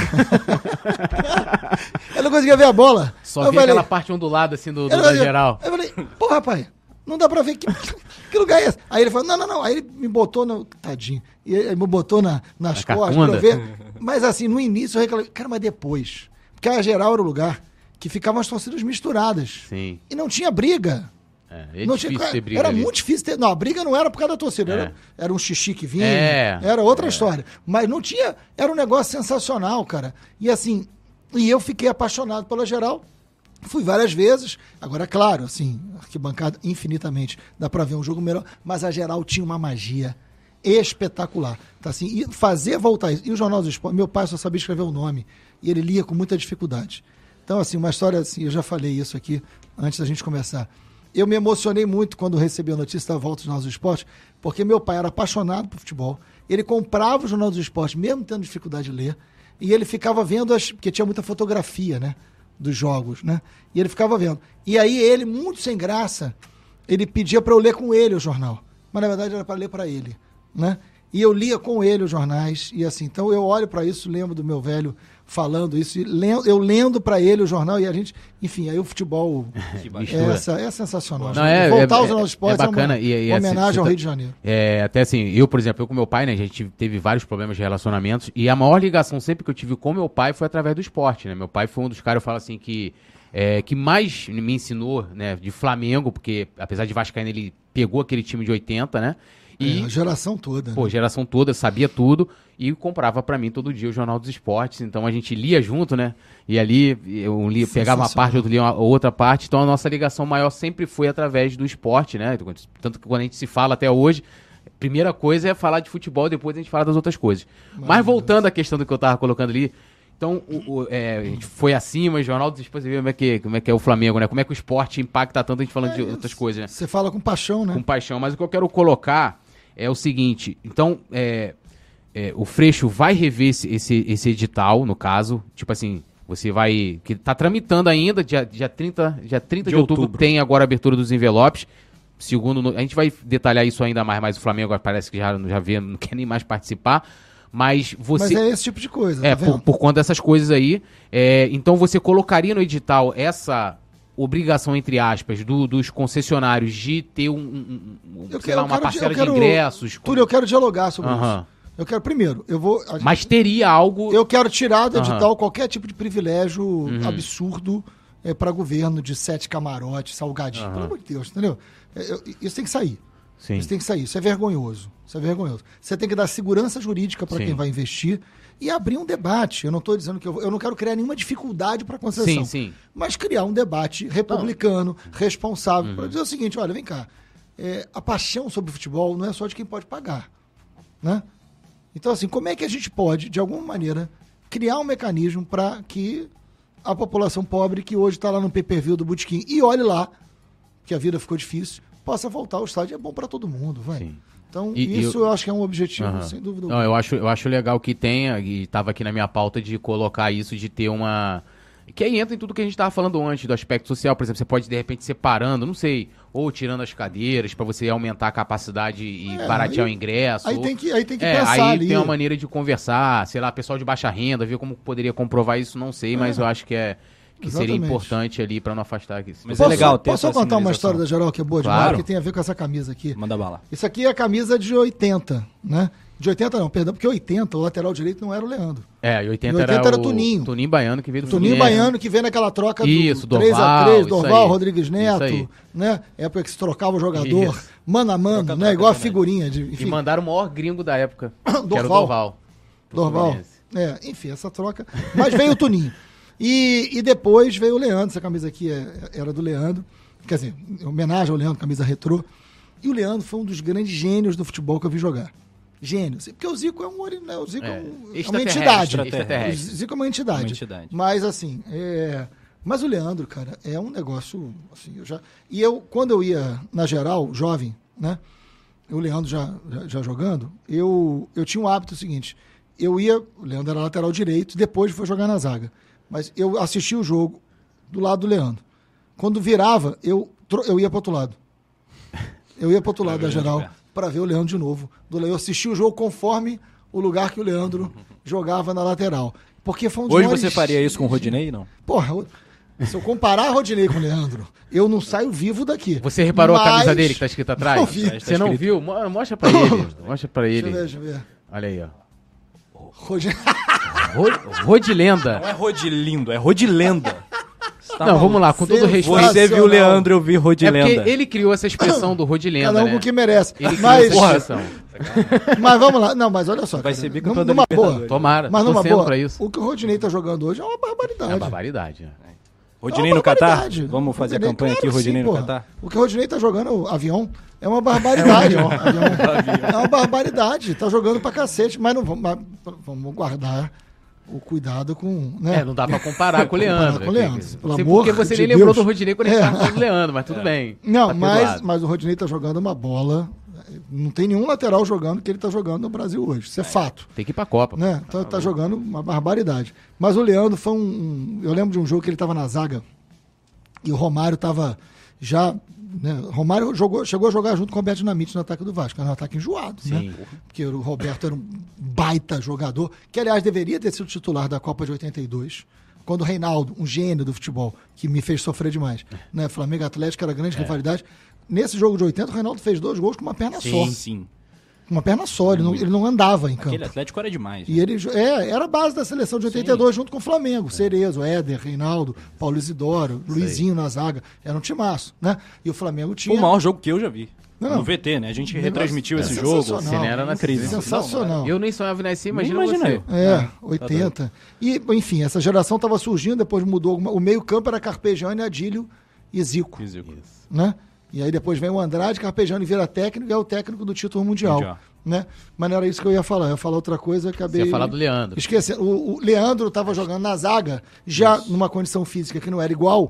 eu não conseguia ver a bola. Só vi aquela parte ondulada, assim, da geral. Eu falei, pô, rapaz, não dá pra ver que lugar é esse? Aí ele falou, não. Aí ele me botou no... Tadinho. E ele me botou nas costas pra eu ver. Mas assim, no início eu reclamei. Cara, mas depois. Porque a geral era o lugar que ficavam as torcidas misturadas. Sim. E não tinha briga. Não difícil ter briga. Era ali. Muito difícil ter. Não, a briga não era por causa da torcida. Era um xixi que vinha. Era outra história. Mas não tinha. Era um negócio sensacional, cara. E assim. E eu fiquei apaixonado pela geral. Fui várias vezes. Agora, claro, assim, arquibancada infinitamente. Dá pra ver um jogo melhor. Mas a geral tinha uma magia espetacular. Tá, assim, e fazer voltar isso. E o Jornal dos Esportes, meu pai só sabia escrever o nome. E ele lia com muita dificuldade. Então, assim, uma história assim, eu já falei isso aqui antes da gente começar. eu me emocionei muito quando recebi a notícia da volta do Jornal do Esporte, porque meu pai era apaixonado por futebol. Ele comprava o Jornal do Esporte, mesmo tendo dificuldade de ler, e ele ficava vendo, porque tinha muita fotografia, né, dos jogos, né? E ele ficava vendo. E aí ele, muito sem graça, ele pedia para eu ler com ele o jornal. Mas na verdade era para ler para ele, né? E eu lia com ele os jornais, e assim, então eu olho para isso, lembro do meu velho falando isso, eu lendo para ele o jornal, e a gente, enfim, aí o futebol é sensacional. Não, voltar aos nossos esportes é bacana, uma homenagem assim, ao Rio de Janeiro. Até assim, eu, por exemplo, eu com meu pai, né, a gente teve vários problemas de relacionamentos, e a maior ligação sempre que eu tive com meu pai foi através do esporte, né? Meu pai foi um dos caras, eu falo assim, que mais me ensinou, né, de Flamengo, porque apesar de vascaíno, ele pegou aquele time de 80, né? E a geração toda. Pô, geração toda, sabia tudo e comprava pra mim todo dia o Jornal dos Esportes. Então a gente lia junto, né? E ali eu pegava uma parte, outro lia outra parte. Então a nossa ligação maior sempre foi através do esporte, né? Tanto que quando a gente se fala até hoje, a primeira coisa é falar de futebol, depois a gente fala das outras coisas. Mas voltando à questão do que eu tava colocando ali, então a gente foi acima, o Jornal dos Esportes, como é que é o Flamengo, né? Como é que o esporte impacta tanto a gente falando de outras coisas, né? Você fala com paixão, né? Com paixão, mas o que eu quero colocar é o seguinte, então, o Freixo vai rever esse edital, no caso, tipo assim, você vai, que tá tramitando ainda, dia 30 de outubro tem agora a abertura dos envelopes, segundo, a gente vai detalhar isso ainda mais, mas o Flamengo parece que já vê, não quer nem mais participar, mas você... Mas é esse tipo de coisa, tá vendo? Por conta dessas coisas aí, então você colocaria no edital essa obrigação, entre aspas, dos concessionários de ter uma parcela de ingressos. Túlio, eu quero dialogar sobre isso. Eu quero, primeiro, Mas teria algo... Eu quero tirar do edital qualquer tipo de privilégio absurdo para governo de 7 camarotes, salgadinho. Pelo amor de Deus, entendeu? Isso tem que sair. Sim. Isso tem que sair. Isso é vergonhoso. Você tem que dar segurança jurídica para quem vai investir e abrir um debate. Eu não estou dizendo que eu não quero criar nenhuma dificuldade para a concessão. Sim. Mas criar um debate republicano, responsável, para dizer o seguinte, olha, vem cá, a paixão sobre o futebol não é só de quem pode pagar, né? Então, assim, como é que a gente pode, de alguma maneira, criar um mecanismo para que a população pobre, que hoje está lá no pay-per-view do Botequim, e olhe lá, que a vida ficou difícil, possa voltar ao estádio? É bom para todo mundo, vai. Sim. Então, eu acho que é um objetivo, sem dúvida. Não, eu acho legal que tenha, e estava aqui na minha pauta, de colocar isso, de ter uma... Que aí entra em tudo que a gente estava falando antes, do aspecto social. Por exemplo, você pode, de repente, separando, não sei, ou tirando as cadeiras para você aumentar a capacidade e baratear o ingresso. Aí tem que pensar ali. Aí tem uma maneira de conversar, sei lá, pessoal de baixa renda, ver como poderia comprovar isso, não sei, mas eu acho que seria importante ali para não afastar aqui. Mas é legal ter Posso contar uma história da Geral que é boa demais, que tem a ver com essa camisa aqui? Manda bala. Isso aqui é a camisa de 80, né? De 80 não, perdão, porque 80, o lateral direito não era o Leandro. E 80 era o Tuninho. Tuninho Baiano que veio do Tuninho Baiano que veio naquela troca do Dorval, 3x3, Dorval, Rodrigues Isso Neto, aí. né? Época que se trocava o jogador, mano a mano, né? Igual a figurinha. Enfim. E mandaram o maior gringo da época, que era o Dorval. Enfim, essa troca. Mas veio o Tuninho. E depois veio o Leandro, essa camisa aqui era do Leandro, quer dizer, em homenagem ao Leandro, camisa retrô. E o Leandro foi um dos grandes gênios do futebol que eu vi jogar. Gênio. Porque o Zico é uma entidade. O Zico é uma entidade. Mas assim, mas o Leandro, cara, é um negócio assim, quando eu ia na Geral, jovem, né? O Leandro já jogando, eu tinha um hábito seguinte, o Leandro era lateral direito, depois foi jogar na zaga. Mas eu assistia o jogo do lado do Leandro. Quando virava, eu ia para outro lado. Eu ia para outro lado da Geral para ver o Leandro de novo. Eu assistia o jogo conforme o lugar que o Leandro jogava na lateral. Porque foi um dos Hoje você faria isso com o Rodinei, não? Porra, se eu comparar Rodinei com o Leandro, eu não saio vivo daqui. Você reparou a camisa dele que tá escrita atrás? Não vi. Você não viu? Mostra pra ele. Mostra pra ele. Deixa eu ver. Olha aí, ó. Rodilenda. Não é Rodilindo, é Rodilenda. Não, vamos lá, com todo respeito. Você viu o Leandro, eu vi Rodilenda. É porque ele criou essa expressão do Rodilenda, cada um com o que merece. Ele criou essa expressão. Mas vamos lá. Não, mas olha só. Vai ser bico toda numa boa. Tomara, mas numa boa, pra isso. O que o Rodinei tá jogando hoje é uma barbaridade. É uma barbaridade. Rodinei no Catar? Vamos fazer a campanha aqui, Rodinei no Catar? O que o Rodinei tá jogando, avião, é uma barbaridade. É uma barbaridade. Tá jogando pra cacete, mas não vamos guardar o cuidado com... Né? Não dá pra comparar com o Leandro. Com o Leandro, pelo amor porque você de nem lembrou Deus. do Rodinei quando a gente tava falando do Leandro, mas tudo bem. Não, Tá mas o Rodinei tá jogando uma bola... Não tem nenhum lateral jogando que ele tá jogando no Brasil hoje. Isso é fato. Tem que ir pra Copa. Né? Tá jogando uma barbaridade. Mas o Leandro foi Eu lembro de um jogo que ele tava na zaga e o Romário tava já... Né? Romário chegou a jogar junto com o Roberto Dinamite no ataque do Vasco. Era um ataque enjoado, né? Porque o Roberto era um baita jogador, que aliás deveria ter sido titular da Copa de 82, quando o Reinaldo, um gênio do futebol, que me fez sofrer demais, né? Flamengo e Atlético era grande rivalidade. Nesse jogo de 80, o Reinaldo fez 2 gols com uma perna só. Sim. Uma perna só, ele não andava em campo. Aquele Atlético era demais. E ele era a base da seleção de 82 junto com o Flamengo. Cerezo, Éder, Reinaldo, Paulo Isidoro, Luizinho na zaga. Era um timaço, né? E o Flamengo tinha... O maior jogo que eu já vi. Não. No VT, né? A gente retransmitiu esse sensacional. jogo. Você era na crise. Sensacional. Eu nem sonhava nascer, imagina Imagina você. 80. E, enfim, essa geração estava surgindo, depois mudou. O meio-campo era Carpegiani, Adílio e Zico. Né? E aí depois vem o Andrade, Carpegiani vira técnico e é o técnico do título mundial. Né? Mas não era isso que eu ia falar. Eu ia falar outra coisa, acabei... Você ia falar do Leandro. Esquecendo. O Leandro estava jogando na zaga, já numa condição física que não era igual.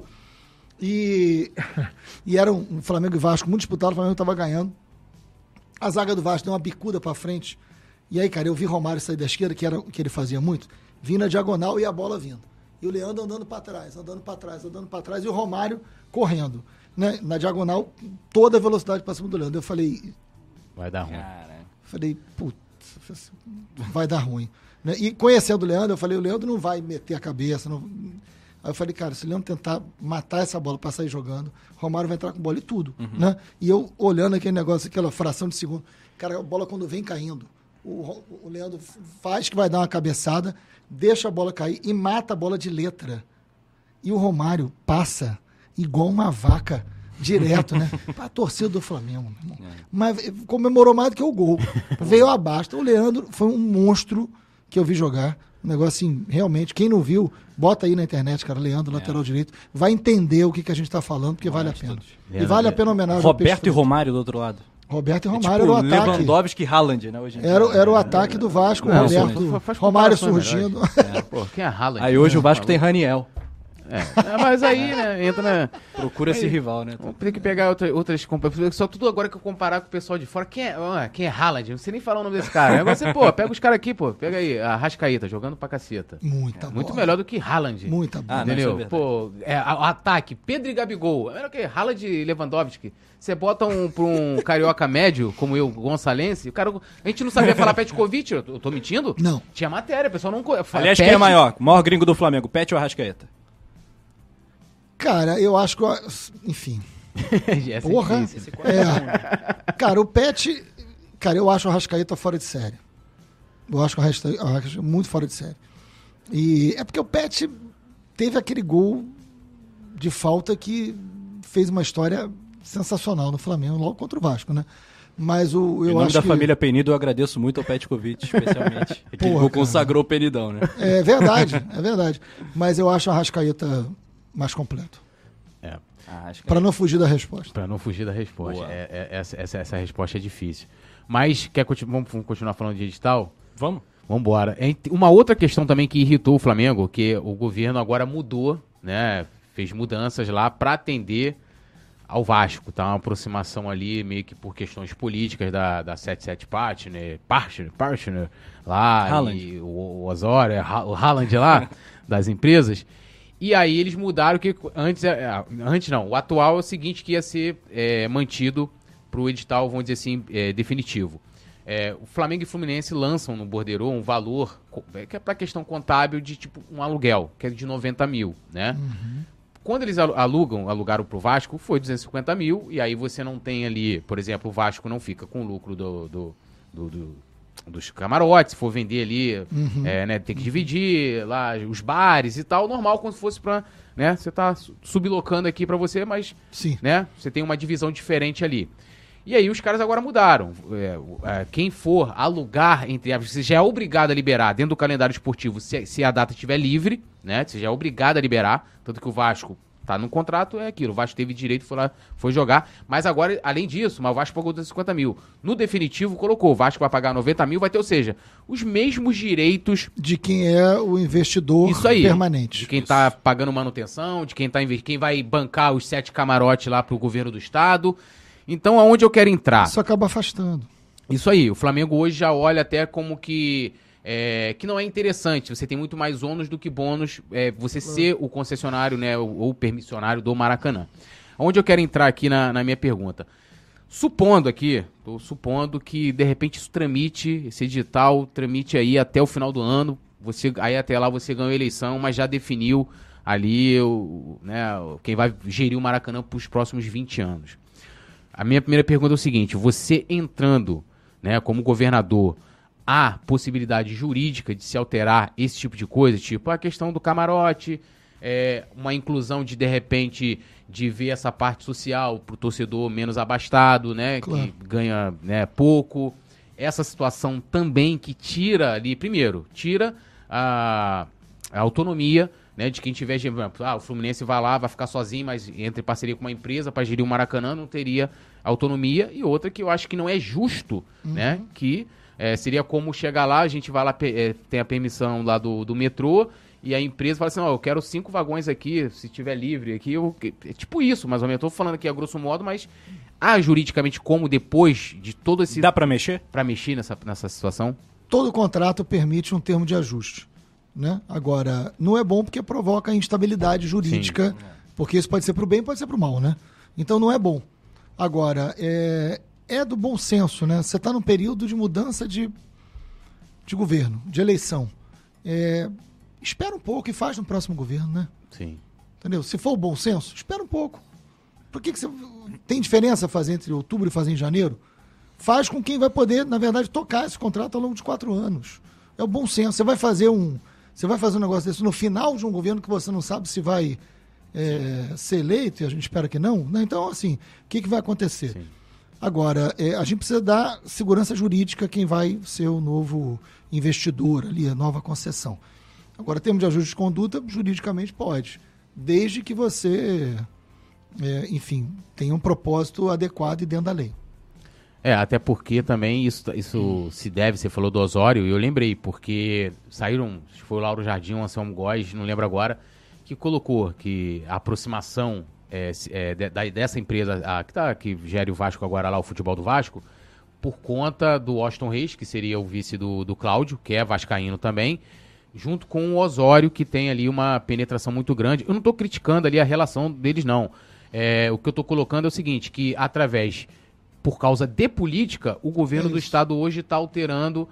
E era um Flamengo e Vasco muito disputado, o Flamengo estava ganhando. A zaga do Vasco deu uma bicuda para frente. E aí, cara, eu vi Romário sair da esquerda, que era o que ele fazia muito, vindo na diagonal e a bola vindo. E o Leandro andando para trás, e o Romário correndo. Né? Na diagonal, toda a velocidade para cima do Leandro. Eu falei... Vai dar ruim. Falei, putz, vai dar ruim. Né? E conhecendo o Leandro, eu falei, o Leandro não vai meter a cabeça. Não... Aí eu falei, cara, se o Leandro tentar matar essa bola para sair jogando, o Romário vai entrar com bola e tudo. Né? E eu olhando aquele negócio, aquela fração de segundo, cara, a bola quando vem caindo, o Leandro faz que vai dar uma cabeçada, deixa a bola cair e mata a bola de letra. E o Romário passa igual uma vaca direto, né? Pra torcida do Flamengo, meu irmão. Mas comemorou mais do que o gol. Veio abaixo. O Leandro foi um monstro que eu vi jogar. Um negócio assim, realmente, quem não viu, bota aí na internet, cara, Leandro, lateral direito, vai entender o que a gente tá falando, porque vale a pena. E vale a pena homenagem ao Roberto e Romário do outro lado. Roberto e Romário era o ataque. Lewandowski e Haaland, né? Hoje era o ataque do Vasco, Não, Roberto, Romário surgindo. Pô, quem é Haaland? Aí hoje o Vasco tem Raniel. Mas aí, né, entra na... Procura esse rival, né? Vamos ter que pegar outras comparações. Só tudo agora que eu comparar com o pessoal de fora. Quem é Haaland? Não sei nem falar o nome desse cara. Agora você, pega os caras aqui, pega aí, a Arrascaeta, jogando pra caceta. Muito melhor do que Haaland. Muita bola. Entendeu? O ataque, Pedro e Gabigol. É o que? Haaland e Lewandowski. Você bota pra um carioca médio, como eu, gonçalense, o cara... A gente não sabia falar Petkovic, eu tô mentindo? Não. Tinha matéria, o pessoal não... Aliás, quem é maior? O maior gringo do Flamengo, Pet ou Arrascaeta? Cara, eu acho que... Enfim. Porra. Cara, o Pet... Cara, eu acho o Arrascaeta fora de série. Eu acho o Arrascaeta muito fora de série. E é porque o Pet teve aquele gol de falta que fez uma história sensacional no Flamengo, logo contra o Vasco, né? Mas eu em nome acho da que... família Penido, eu agradeço muito ao Petkovic, especialmente. Aquele gol consagrou o Penidão, né? É verdade. Mas eu acho a Arrascaeta mais completo. Para não fugir da resposta. Para não fugir da resposta. Essa resposta é difícil. Mas, vamos continuar falando de edital? Vamos embora. Uma outra questão também que irritou o Flamengo, que o governo agora mudou, né? Fez mudanças lá para atender ao Vasco, tá? Uma aproximação ali, meio que por questões políticas da 77 Partner lá, Haaland. E o Osório, o Haaland lá, das empresas. E aí eles mudaram que antes não, o atual é o seguinte, que ia ser mantido para o edital, vamos dizer assim, definitivo. O Flamengo e o Fluminense lançam no borderô um valor, que é para questão contábil, de tipo um aluguel, que é de 90 mil, né? Quando eles alugaram para o Vasco, foi 250 mil, e aí você não tem ali, por exemplo, o Vasco não fica com o lucro dos camarotes, se for vender ali, né, tem que dividir lá os bares e tal, normal, como se fosse para, né, você tá sublocando aqui para você, mas, sim, né, você tem uma divisão diferente ali. E aí os caras agora mudaram. Quem for alugar, você já é obrigado a liberar dentro do calendário esportivo, se a data estiver livre, né? Você já é obrigado a liberar. Tanto que o Vasco Tá no contrato, é aquilo. O Vasco teve direito, foi lá, foi jogar. Mas agora, além disso, o Vasco pagou 250 mil. No definitivo, colocou, o Vasco vai pagar 90 mil, vai ter, ou seja, os mesmos direitos... De quem é o investidor isso aí, permanente. De quem tá pagando manutenção, de quem vai bancar os 7 camarotes lá pro governo do estado. Então, aonde eu quero entrar? Isso acaba afastando. Isso aí, o Flamengo hoje já olha até como que não é interessante, você tem muito mais ônus do que bônus, você ser o concessionário, né, ou o permissionário do Maracanã. Onde eu quero entrar aqui na minha pergunta? Estou supondo que de repente isso tramite, esse edital tramite aí até o final do ano, aí até lá você ganhou a eleição, mas já definiu ali quem vai gerir o Maracanã para os próximos 20 anos. A minha primeira pergunta é o seguinte, você entrando, né, como governador, há possibilidade jurídica de se alterar esse tipo de coisa? Tipo, a questão do camarote, uma inclusão de repente, de ver essa parte social para o torcedor menos abastado, né, claro, que ganha, né, pouco. Essa situação também que tira ali, primeiro, tira a autonomia, né, de quem tiver... o Fluminense vai lá, vai ficar sozinho, mas entra em parceria com uma empresa para gerir o Maracanã, não teria autonomia. E outra que eu acho que não é justo, né, que seria como chegar lá, a gente vai lá, tem a permissão lá do metrô, e a empresa fala assim, eu quero 5 vagões aqui, se tiver livre aqui, é tipo isso, mais ou menos. Eu tô falando aqui a grosso modo, mas juridicamente como depois de todo esse... Dá para mexer? Para mexer nessa situação? Todo contrato permite um termo de ajuste. Né? Agora, não é bom porque provoca instabilidade jurídica, sim, porque isso pode ser para o bem, pode ser para o mal, né? Então não é bom. Agora, é do bom senso, né? Você está num período de mudança de governo, de eleição. Espera um pouco e faz no próximo governo, né? Sim. Entendeu? Se for o bom senso, espera um pouco. Por que você... Tem diferença fazer entre outubro e fazer em janeiro? Faz com quem vai poder, na verdade, tocar esse contrato ao longo de 4 anos. É o bom senso. Você vai fazer um negócio desse no final de um governo que você não sabe se vai ser eleito, e a gente espera que não, né? Então, assim, o que vai acontecer? Sim. Agora, a gente precisa dar segurança jurídica a quem vai ser o novo investidor ali, a nova concessão. Agora, termos de ajuste de conduta, juridicamente pode, desde que você, enfim, tenha um propósito adequado e dentro da lei. Até porque também isso se deve, você falou do Osório, e eu lembrei, porque saíram, acho que foi o Lauro Jardim, o Anselmo Góes, não lembro agora, que colocou que a aproximação dessa empresa que gere o Vasco agora lá, o futebol do Vasco, por conta do Washington Reis, que seria o vice do Cláudio, que é vascaíno também, junto com o Osório, que tem ali uma penetração muito grande. Eu não estou criticando ali a relação deles, não. O que eu estou colocando é o seguinte, que por causa de política, o governo do estado hoje está alterando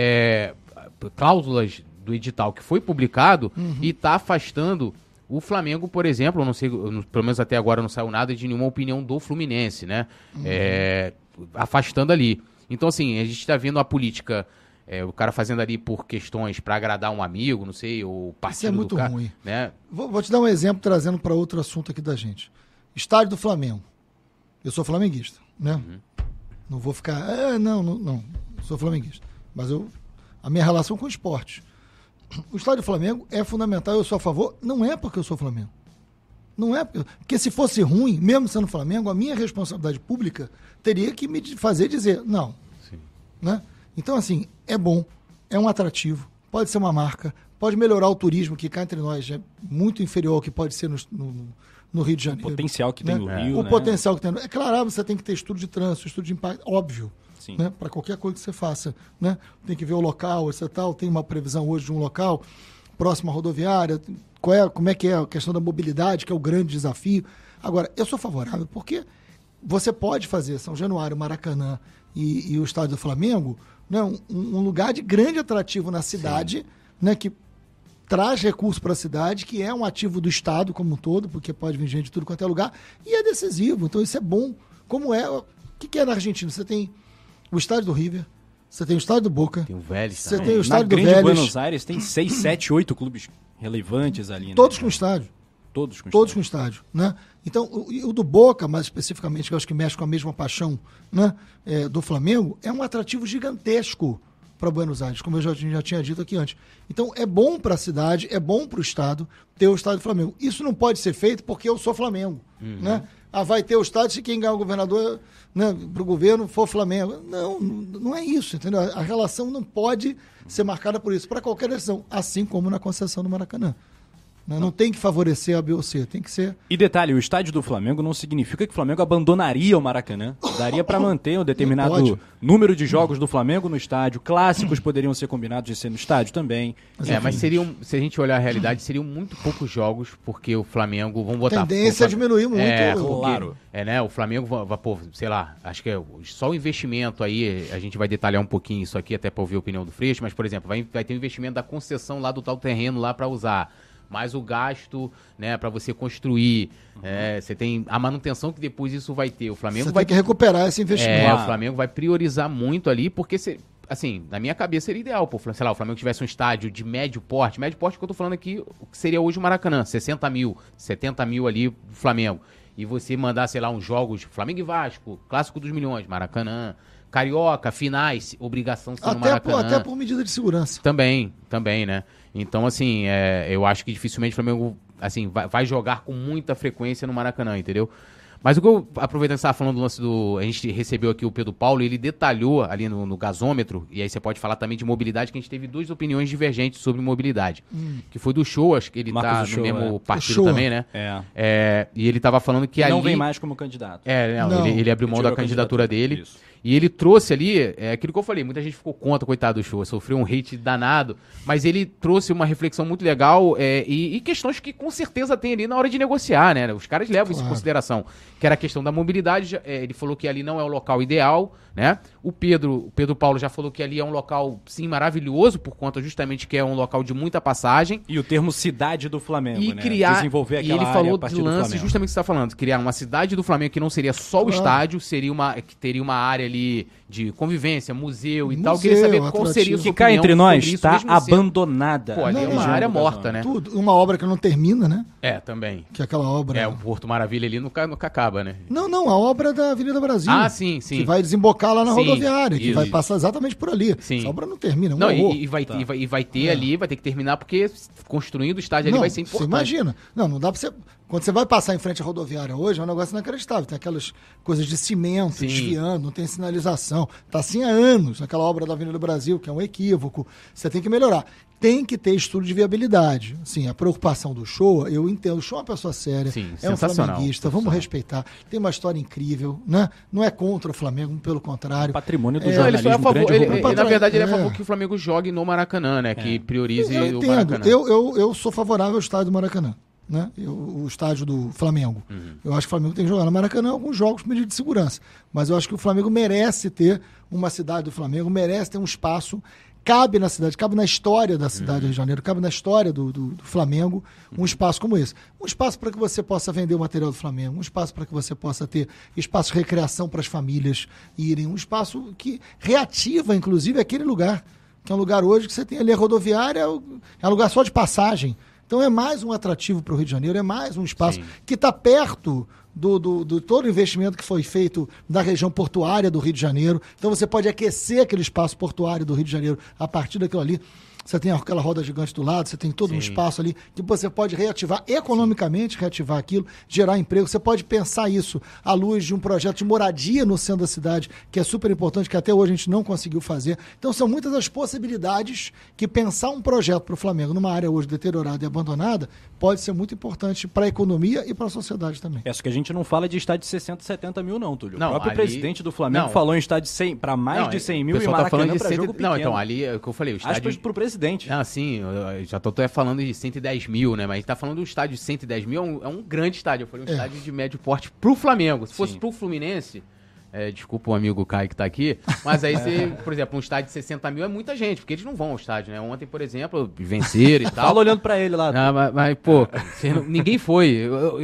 cláusulas do edital que foi publicado e está afastando o Flamengo, por exemplo. Eu não sei, pelo menos até agora não saiu nada de nenhuma opinião do Fluminense, né? Afastando ali. Então, assim, a gente está vendo a política, o cara fazendo ali por questões para agradar um amigo, não sei, ou partido do cara. Isso é muito ruim. Né? Vou te dar um exemplo trazendo para outro assunto aqui da gente. Estádio do Flamengo. Eu sou flamenguista, né? Não vou ficar... Não. Sou flamenguista. Mas a minha relação com o esporte. O estádio do Flamengo é fundamental, eu sou a favor. Não é porque eu sou Flamengo. Não é porque se fosse ruim, mesmo sendo Flamengo, a minha responsabilidade pública teria que me fazer dizer não. Sim. Né? Então, assim, é bom, é um atrativo, pode ser uma marca, pode melhorar o turismo, que cá entre nós é muito inferior ao que pode ser no Rio de Janeiro. O potencial que tem no Rio, O potencial que tem no... É claro, você tem que ter estudo de trânsito, estudo de impacto, óbvio. Né? Para qualquer coisa que você faça. Né? Tem que ver o local, etc. Tem uma previsão hoje de um local próximo à rodoviária, como é que é a questão da mobilidade, que é o grande desafio. Agora, eu sou favorável porque você pode fazer São Januário, Maracanã e o estádio do Flamengo, né? um lugar de grande atrativo na cidade, né? Que traz recurso para a cidade, que é um ativo do Estado como um todo, porque pode vir gente de tudo quanto é lugar, e é decisivo. Então isso é bom. Como é? O que é na Argentina? Você tem o estádio do River, você tem o estádio do Boca, tem o Vélez, você tem o estádio do Vélez. Na Buenos Aires tem 6, 7, 8 clubes relevantes ali. Todos com estádio. Todos com estádio. Né? Então, o do Boca, mais especificamente, que eu acho que mexe com a mesma paixão, né, do Flamengo, é um atrativo gigantesco para Buenos Aires, como eu já tinha dito aqui antes. Então, é bom para a cidade, é bom para o estado ter o estádio do Flamengo. Isso não pode ser feito porque eu sou Flamengo, né? Vai ter o estádio se quem ganhar o governador, né, para o governo for Flamengo. Não é isso, entendeu? A relação não pode ser marcada por isso, para qualquer eleição, assim como na concessão do Maracanã. Não tem que favorecer a B ou C, tem que ser... E detalhe, o estádio do Flamengo não significa que o Flamengo abandonaria o Maracanã. Daria para manter um determinado número de jogos do Flamengo no estádio. Clássicos poderiam ser combinados de ser no estádio também. Mas se a gente olhar a realidade, seriam muito poucos jogos, porque o Flamengo... Vamos botar... A tendência é diminuir muito. Claro. Né, o Flamengo vai, sei lá, acho que só o investimento aí, a gente vai detalhar um pouquinho isso aqui, até para ouvir a opinião do Freixo, mas, por exemplo, vai ter um investimento da concessão lá do tal terreno lá para usar. Mais o gasto, né, para você construir, você tem a manutenção que depois isso vai ter. O Flamengo tem que recuperar esse investimento. O Flamengo vai priorizar muito ali, porque, assim, na minha cabeça seria ideal, sei lá, o Flamengo tivesse um estádio de médio porte que eu tô falando aqui, o que seria hoje o Maracanã, 60 mil, 70 mil ali do Flamengo, e você mandar, sei lá, uns jogos, Flamengo e Vasco, Clássico dos Milhões, Maracanã, Carioca, finais, obrigação de ser no Maracanã. Até por medida de segurança. Também, né? Então, assim, eu acho que dificilmente o Flamengo assim, vai jogar com muita frequência no Maracanã, entendeu? Mas o que eu, aproveitando que você estava falando do lance do... A gente recebeu aqui o Pedro Paulo, e ele detalhou ali no gasômetro, e aí você pode falar também de mobilidade, que a gente teve 2 opiniões divergentes sobre mobilidade. Que foi do Show, acho que ele Marcos tá no mesmo partido também, né? E ele estava falando que ele ali... não vem mais como candidato. Ele abriu mão da candidatura dele. Isso. E ele trouxe ali, aquilo que eu falei, muita gente ficou contra, coitado do Show, sofreu um hate danado, mas ele trouxe uma reflexão muito legal e questões que com certeza tem ali na hora de negociar, né? Os caras levam isso em consideração, que era a questão da mobilidade, ele falou que ali não é o local ideal, né? O Pedro Paulo já falou que ali é um local, sim, maravilhoso, por conta justamente que é um local de muita passagem. E o termo cidade do Flamengo, e né? Criar, desenvolver aquela e ele falou área a partir de lance, do justamente o que você está falando, criar uma cidade do Flamengo que não seria só o estádio, que teria uma área ali de convivência, museu e tal. Eu queria saber qual seria a sua Ficar opinião entre nós, isso, está sendo... abandonada. Pô, ali é uma área morta, né? Tudo. Uma obra que não termina, né? Também. Que é aquela obra... o Porto Maravilha ali nunca acaba, né? Não, a obra da Avenida Brasil. Ah, sim. Que vai desembocar lá na rodoviária, que vai passar exatamente por ali. Sim. Essa obra não termina, e vai ter ali, vai ter que terminar, porque construindo o estádio ali vai ser importante. Você imagina. Não dá pra você... Quando você vai passar em frente à rodoviária hoje, é um negócio inacreditável. Tem aquelas coisas de cimento, desviando, não tem sinalização. Está assim há anos, aquela obra da Avenida do Brasil, que é um equívoco. Você tem que melhorar. Tem que ter estudo de viabilidade. Assim, a preocupação do Show, eu entendo. O Show é uma pessoa séria, é um flamenguista, vamos respeitar. Tem uma história incrível, né? Não é contra o Flamengo, pelo contrário. Patrimônio do jornalismo na verdade, ele é a favor que o Flamengo jogue no Maracanã, né? Que priorize o Maracanã. Eu sou favorável ao estádio do Maracanã. Né? O estádio do Flamengo. Eu acho que o Flamengo tem que jogar no Maracanã alguns jogos por medida de segurança. Mas eu acho que o Flamengo merece ter uma cidade do Flamengo, merece ter um espaço, cabe na cidade, cabe na história da cidade do Rio de Janeiro, cabe na história do Flamengo, um espaço como esse. Um espaço para que você possa vender o material do Flamengo, um espaço para que você possa ter espaço de recreação para as famílias irem, um espaço que reativa, inclusive, aquele lugar, que é um lugar hoje que você tem ali a rodoviária, é um lugar só de passagem. Então é mais um atrativo para o Rio de Janeiro, é mais um espaço que está perto do todo o investimento que foi feito da região portuária do Rio de Janeiro. Então você pode aquecer aquele espaço portuário do Rio de Janeiro a partir daquilo ali. Você tem aquela roda gigante do lado, você tem todo um espaço ali que você pode reativar economicamente, reativar aquilo, gerar emprego. Você pode pensar isso à luz de um projeto de moradia no centro da cidade, que é super importante, que até hoje a gente não conseguiu fazer. Então são muitas as possibilidades que pensar um projeto para o Flamengo numa área hoje deteriorada e abandonada pode ser muito importante para a economia e para a sociedade também. Isso que a gente não fala de estádio de 60, 70 mil não, Túlio. Não, o próprio presidente do Flamengo falou em estádio para mais de 100 mil e Maracanã para jogo pequeno. Não, então ali é o que eu falei, o estádio... Aspas pro presidente. Sim, eu já tô falando de 110 mil, né? Mas a gente tá falando do estádio de 110 mil, é um grande estádio. Eu falei estádio de médio porte pro Flamengo. Se fosse pro Fluminense, desculpa o amigo Caio que tá aqui, mas aí você, por exemplo, um estádio de 60 mil é muita gente, porque eles não vão ao estádio, né? Ontem, por exemplo, venceram e tal. Fala olhando pra ele lá. Mas pô, ninguém foi.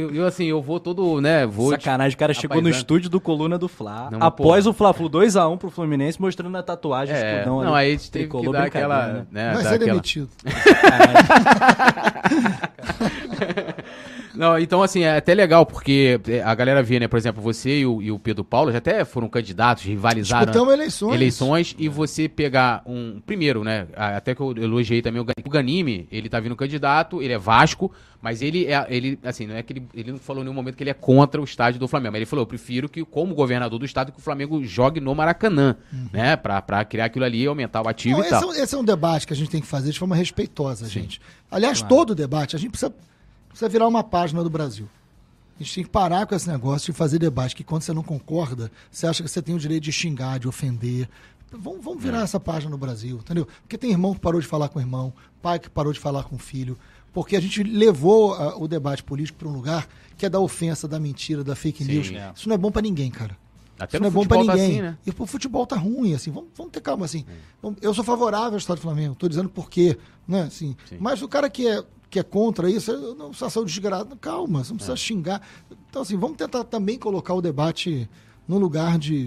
Eu vou todo, né? Sacanagem, o cara chegou no estúdio do Coluna do Fla, após o Fla-Flu 2-1 pro Fluminense, mostrando a tatuagem. Não, aí a gente teve que dar aquela... Né? Vai ser demitido. Não, então, assim, é até legal, porque a galera vê, né, por exemplo, você e o Pedro Paulo já até foram candidatos, rivalizaram eleições, e você pegar primeiro, né, até que eu elogiei também o Ganime, ele tá vindo candidato, ele é Vasco, mas ele assim, não é que ele não falou em nenhum momento que ele é contra o estádio do Flamengo, mas ele falou, eu prefiro que, como governador do estado, que o Flamengo jogue no Maracanã, né, pra criar aquilo ali, aumentar o ativo e tal. Esse é um debate que a gente tem que fazer de forma respeitosa, gente. Aliás, todo debate, a gente precisa virar uma página do Brasil. A gente tem que parar com esse negócio de fazer debate, que quando você não concorda, você acha que você tem o direito de xingar, de ofender. Vamos virar essa página no Brasil, entendeu? Porque tem irmão que parou de falar com o irmão, pai que parou de falar com o filho, porque a gente levou o debate político para um lugar que é da ofensa, da mentira, da fake news. Isso não é bom para ninguém, cara. Até isso não é bom para ninguém. Tá assim, né? E o futebol tá ruim, assim. Vamos ter calma, assim. Eu sou favorável ao Estado do Flamengo, tô dizendo por quê, né? Assim, mas o cara que é contra isso, não precisa ser desgraçado. Calma, você não precisa xingar. Então, assim, vamos tentar também colocar o debate num lugar de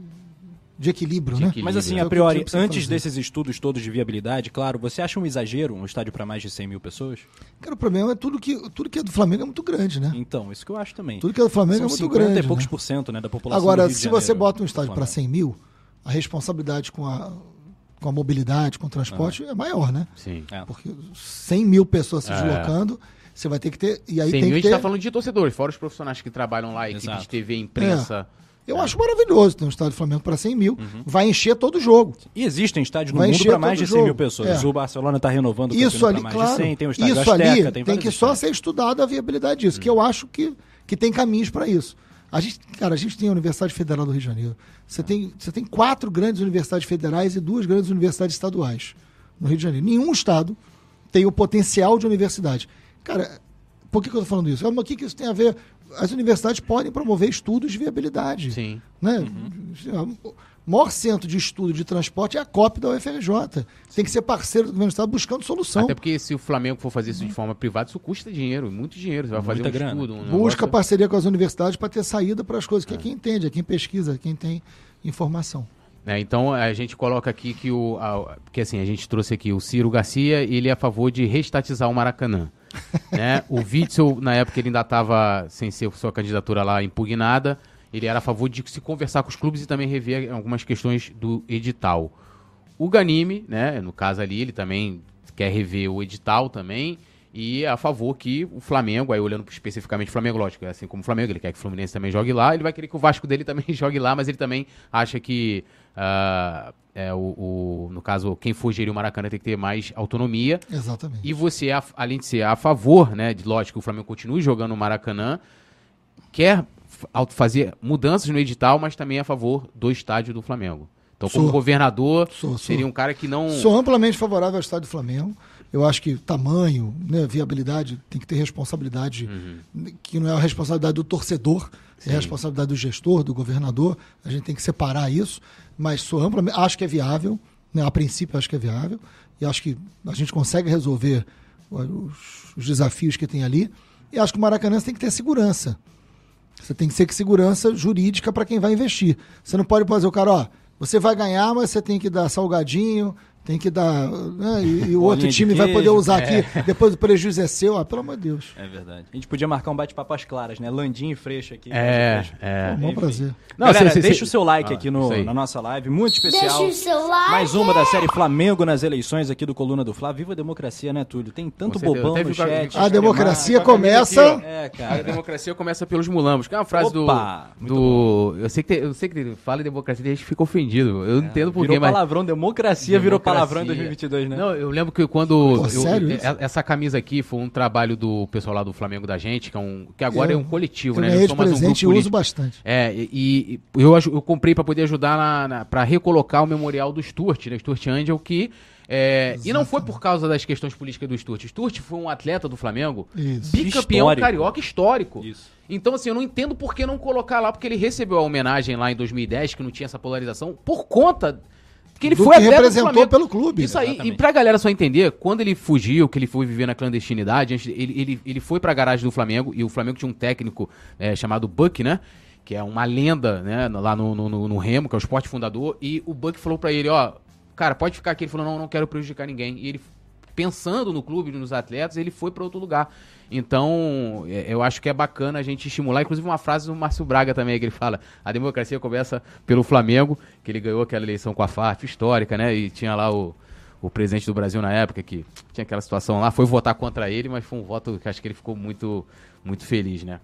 equilíbrio, né? Mas assim, a priori, antes desses estudos todos de viabilidade, claro, você acha um exagero um estádio para mais de 100 mil pessoas? Cara, o problema é tudo que é do Flamengo é muito grande, né? Então, isso que eu acho também. Tudo que é do Flamengo é muito grande. E poucos por cento, né, da população. Agora, do Rio de se Janeiro, você bota um estádio para 100 mil, a responsabilidade com a mobilidade, com o transporte é maior, né? Sim. Porque 100 mil pessoas se deslocando, você vai ter que ter... E aí 100 tem mil que a gente ter... tá falando de torcedores, fora os profissionais que trabalham lá, equipe de TV, imprensa... Eu acho maravilhoso ter um estádio do Flamengo para 100 mil. Vai encher todo o jogo. E existem estádios no mundo para mais de 100 mil pessoas. O Barcelona está renovando o isso ali, para mais claro, de 100, tem o estádio isso Azteca, ali tem que só ser estudado a viabilidade disso, que eu acho que tem caminhos para isso. A gente tem a Universidade Federal do Rio de Janeiro. Você tem 4 grandes universidades federais e 2 grandes universidades estaduais no Rio de Janeiro. Nenhum estado tem o potencial de universidade. Cara, por que eu estou falando isso? O que isso tem a ver? As universidades podem promover estudos de viabilidade. Sim. Né? O maior centro de estudo de transporte é a COP da UFRJ. Tem que ser parceiro do governo do estado buscando solução. Até porque se o Flamengo for fazer isso de forma privada, isso custa dinheiro, muito dinheiro. Você vai fazer estudo. Busca parceria com as universidades para ter saída para as coisas, que é quem entende, é quem pesquisa, é quem tem informação. Então a gente coloca aqui que assim, a gente trouxe aqui o Ciro Garcia, ele é a favor de reestatizar o Maracanã. Né? O Witzel, na época, ele ainda estava sem ser sua candidatura lá impugnada, ele era a favor de se conversar com os clubes e também rever algumas questões do edital. O Ganime, né, no caso ali, ele também quer rever o edital também, e é a favor que o Flamengo, aí olhando especificamente o Flamengo, lógico, assim como o Flamengo, ele quer que o Fluminense também jogue lá, ele vai querer que o Vasco dele também jogue lá, mas ele também acha que no caso, quem for gerir o Maracanã tem que ter mais autonomia. Exatamente. E você, além de ser a favor, né, de lógico que o Flamengo continue jogando no Maracanã, quer fazer mudanças no edital, mas também é a favor do estádio do Flamengo. Então, como governador, seria um cara que não... Sou amplamente favorável ao estádio do Flamengo. Eu acho que tamanho, né, viabilidade, tem que ter responsabilidade, que não é a responsabilidade do torcedor, é a responsabilidade do gestor, do governador. A gente tem que separar isso, mas sou amplamente, acho que é viável, né, a princípio acho que é viável, e acho que a gente consegue resolver os desafios que tem ali, e acho que o Maracanã tem que ter segurança. Você tem que ter segurança jurídica para quem vai investir. Você não pode fazer o cara, você vai ganhar, mas você tem que dar salgadinho, tem que dar... Né, e o outro time vai poder usar aqui, depois o prejuízo é seu. Pelo amor de Deus. É verdade. A gente podia marcar um bate-papo às claras, né? Landim e Freixo aqui. Bom prazer. Não, galera, deixa o seu like aqui na nossa live, muito especial. Deixa o seu like. Mais uma da série Flamengo nas eleições aqui do Coluna do Fla. Viva a democracia, né, Túlio? Tem tanto bobão no chat. A democracia começa... A democracia começa pelos mulambos. Que é uma frase do... Eu sei que fala em democracia e a gente fica ofendido. Eu não entendo por quê, mas... Palavrão, democracia virou palavrão em 2022, né? Não, eu lembro que quando... sério essa camisa aqui foi um trabalho do pessoal lá do Flamengo da gente, que agora é um coletivo, né? Eu ganhei de presente e uso bastante. E eu comprei para poder ajudar para recolocar o memorial do Sturt, né? Sturt Angel, que... e não foi por causa das questões políticas do Sturt. Sturt foi um atleta do Flamengo, bicampeão carioca histórico. Isso. Então, assim, eu não entendo por que não colocar lá, porque ele recebeu a homenagem lá em 2010, que não tinha essa polarização, por conta... que ele foi atleta do Flamengo pelo clube. Isso aí, exatamente. E pra galera só entender, quando ele fugiu, que ele foi viver na clandestinidade, ele foi pra garagem do Flamengo, e o Flamengo tinha um técnico chamado Buck, né? Que é uma lenda, né? Lá no Remo, que é o esporte fundador, e o Buck falou pra ele, cara, pode ficar aqui. Ele falou, não quero prejudicar ninguém. E ele pensando no clube, nos atletas, ele foi para outro lugar. Então, eu acho que é bacana a gente estimular. Inclusive, uma frase do Márcio Braga também, que ele fala: a democracia começa pelo Flamengo, que ele ganhou aquela eleição com a FARF, histórica, né? E tinha lá o presidente do Brasil na época, que tinha aquela situação lá, foi votar contra ele, mas foi um voto que acho que ele ficou muito, muito feliz, né?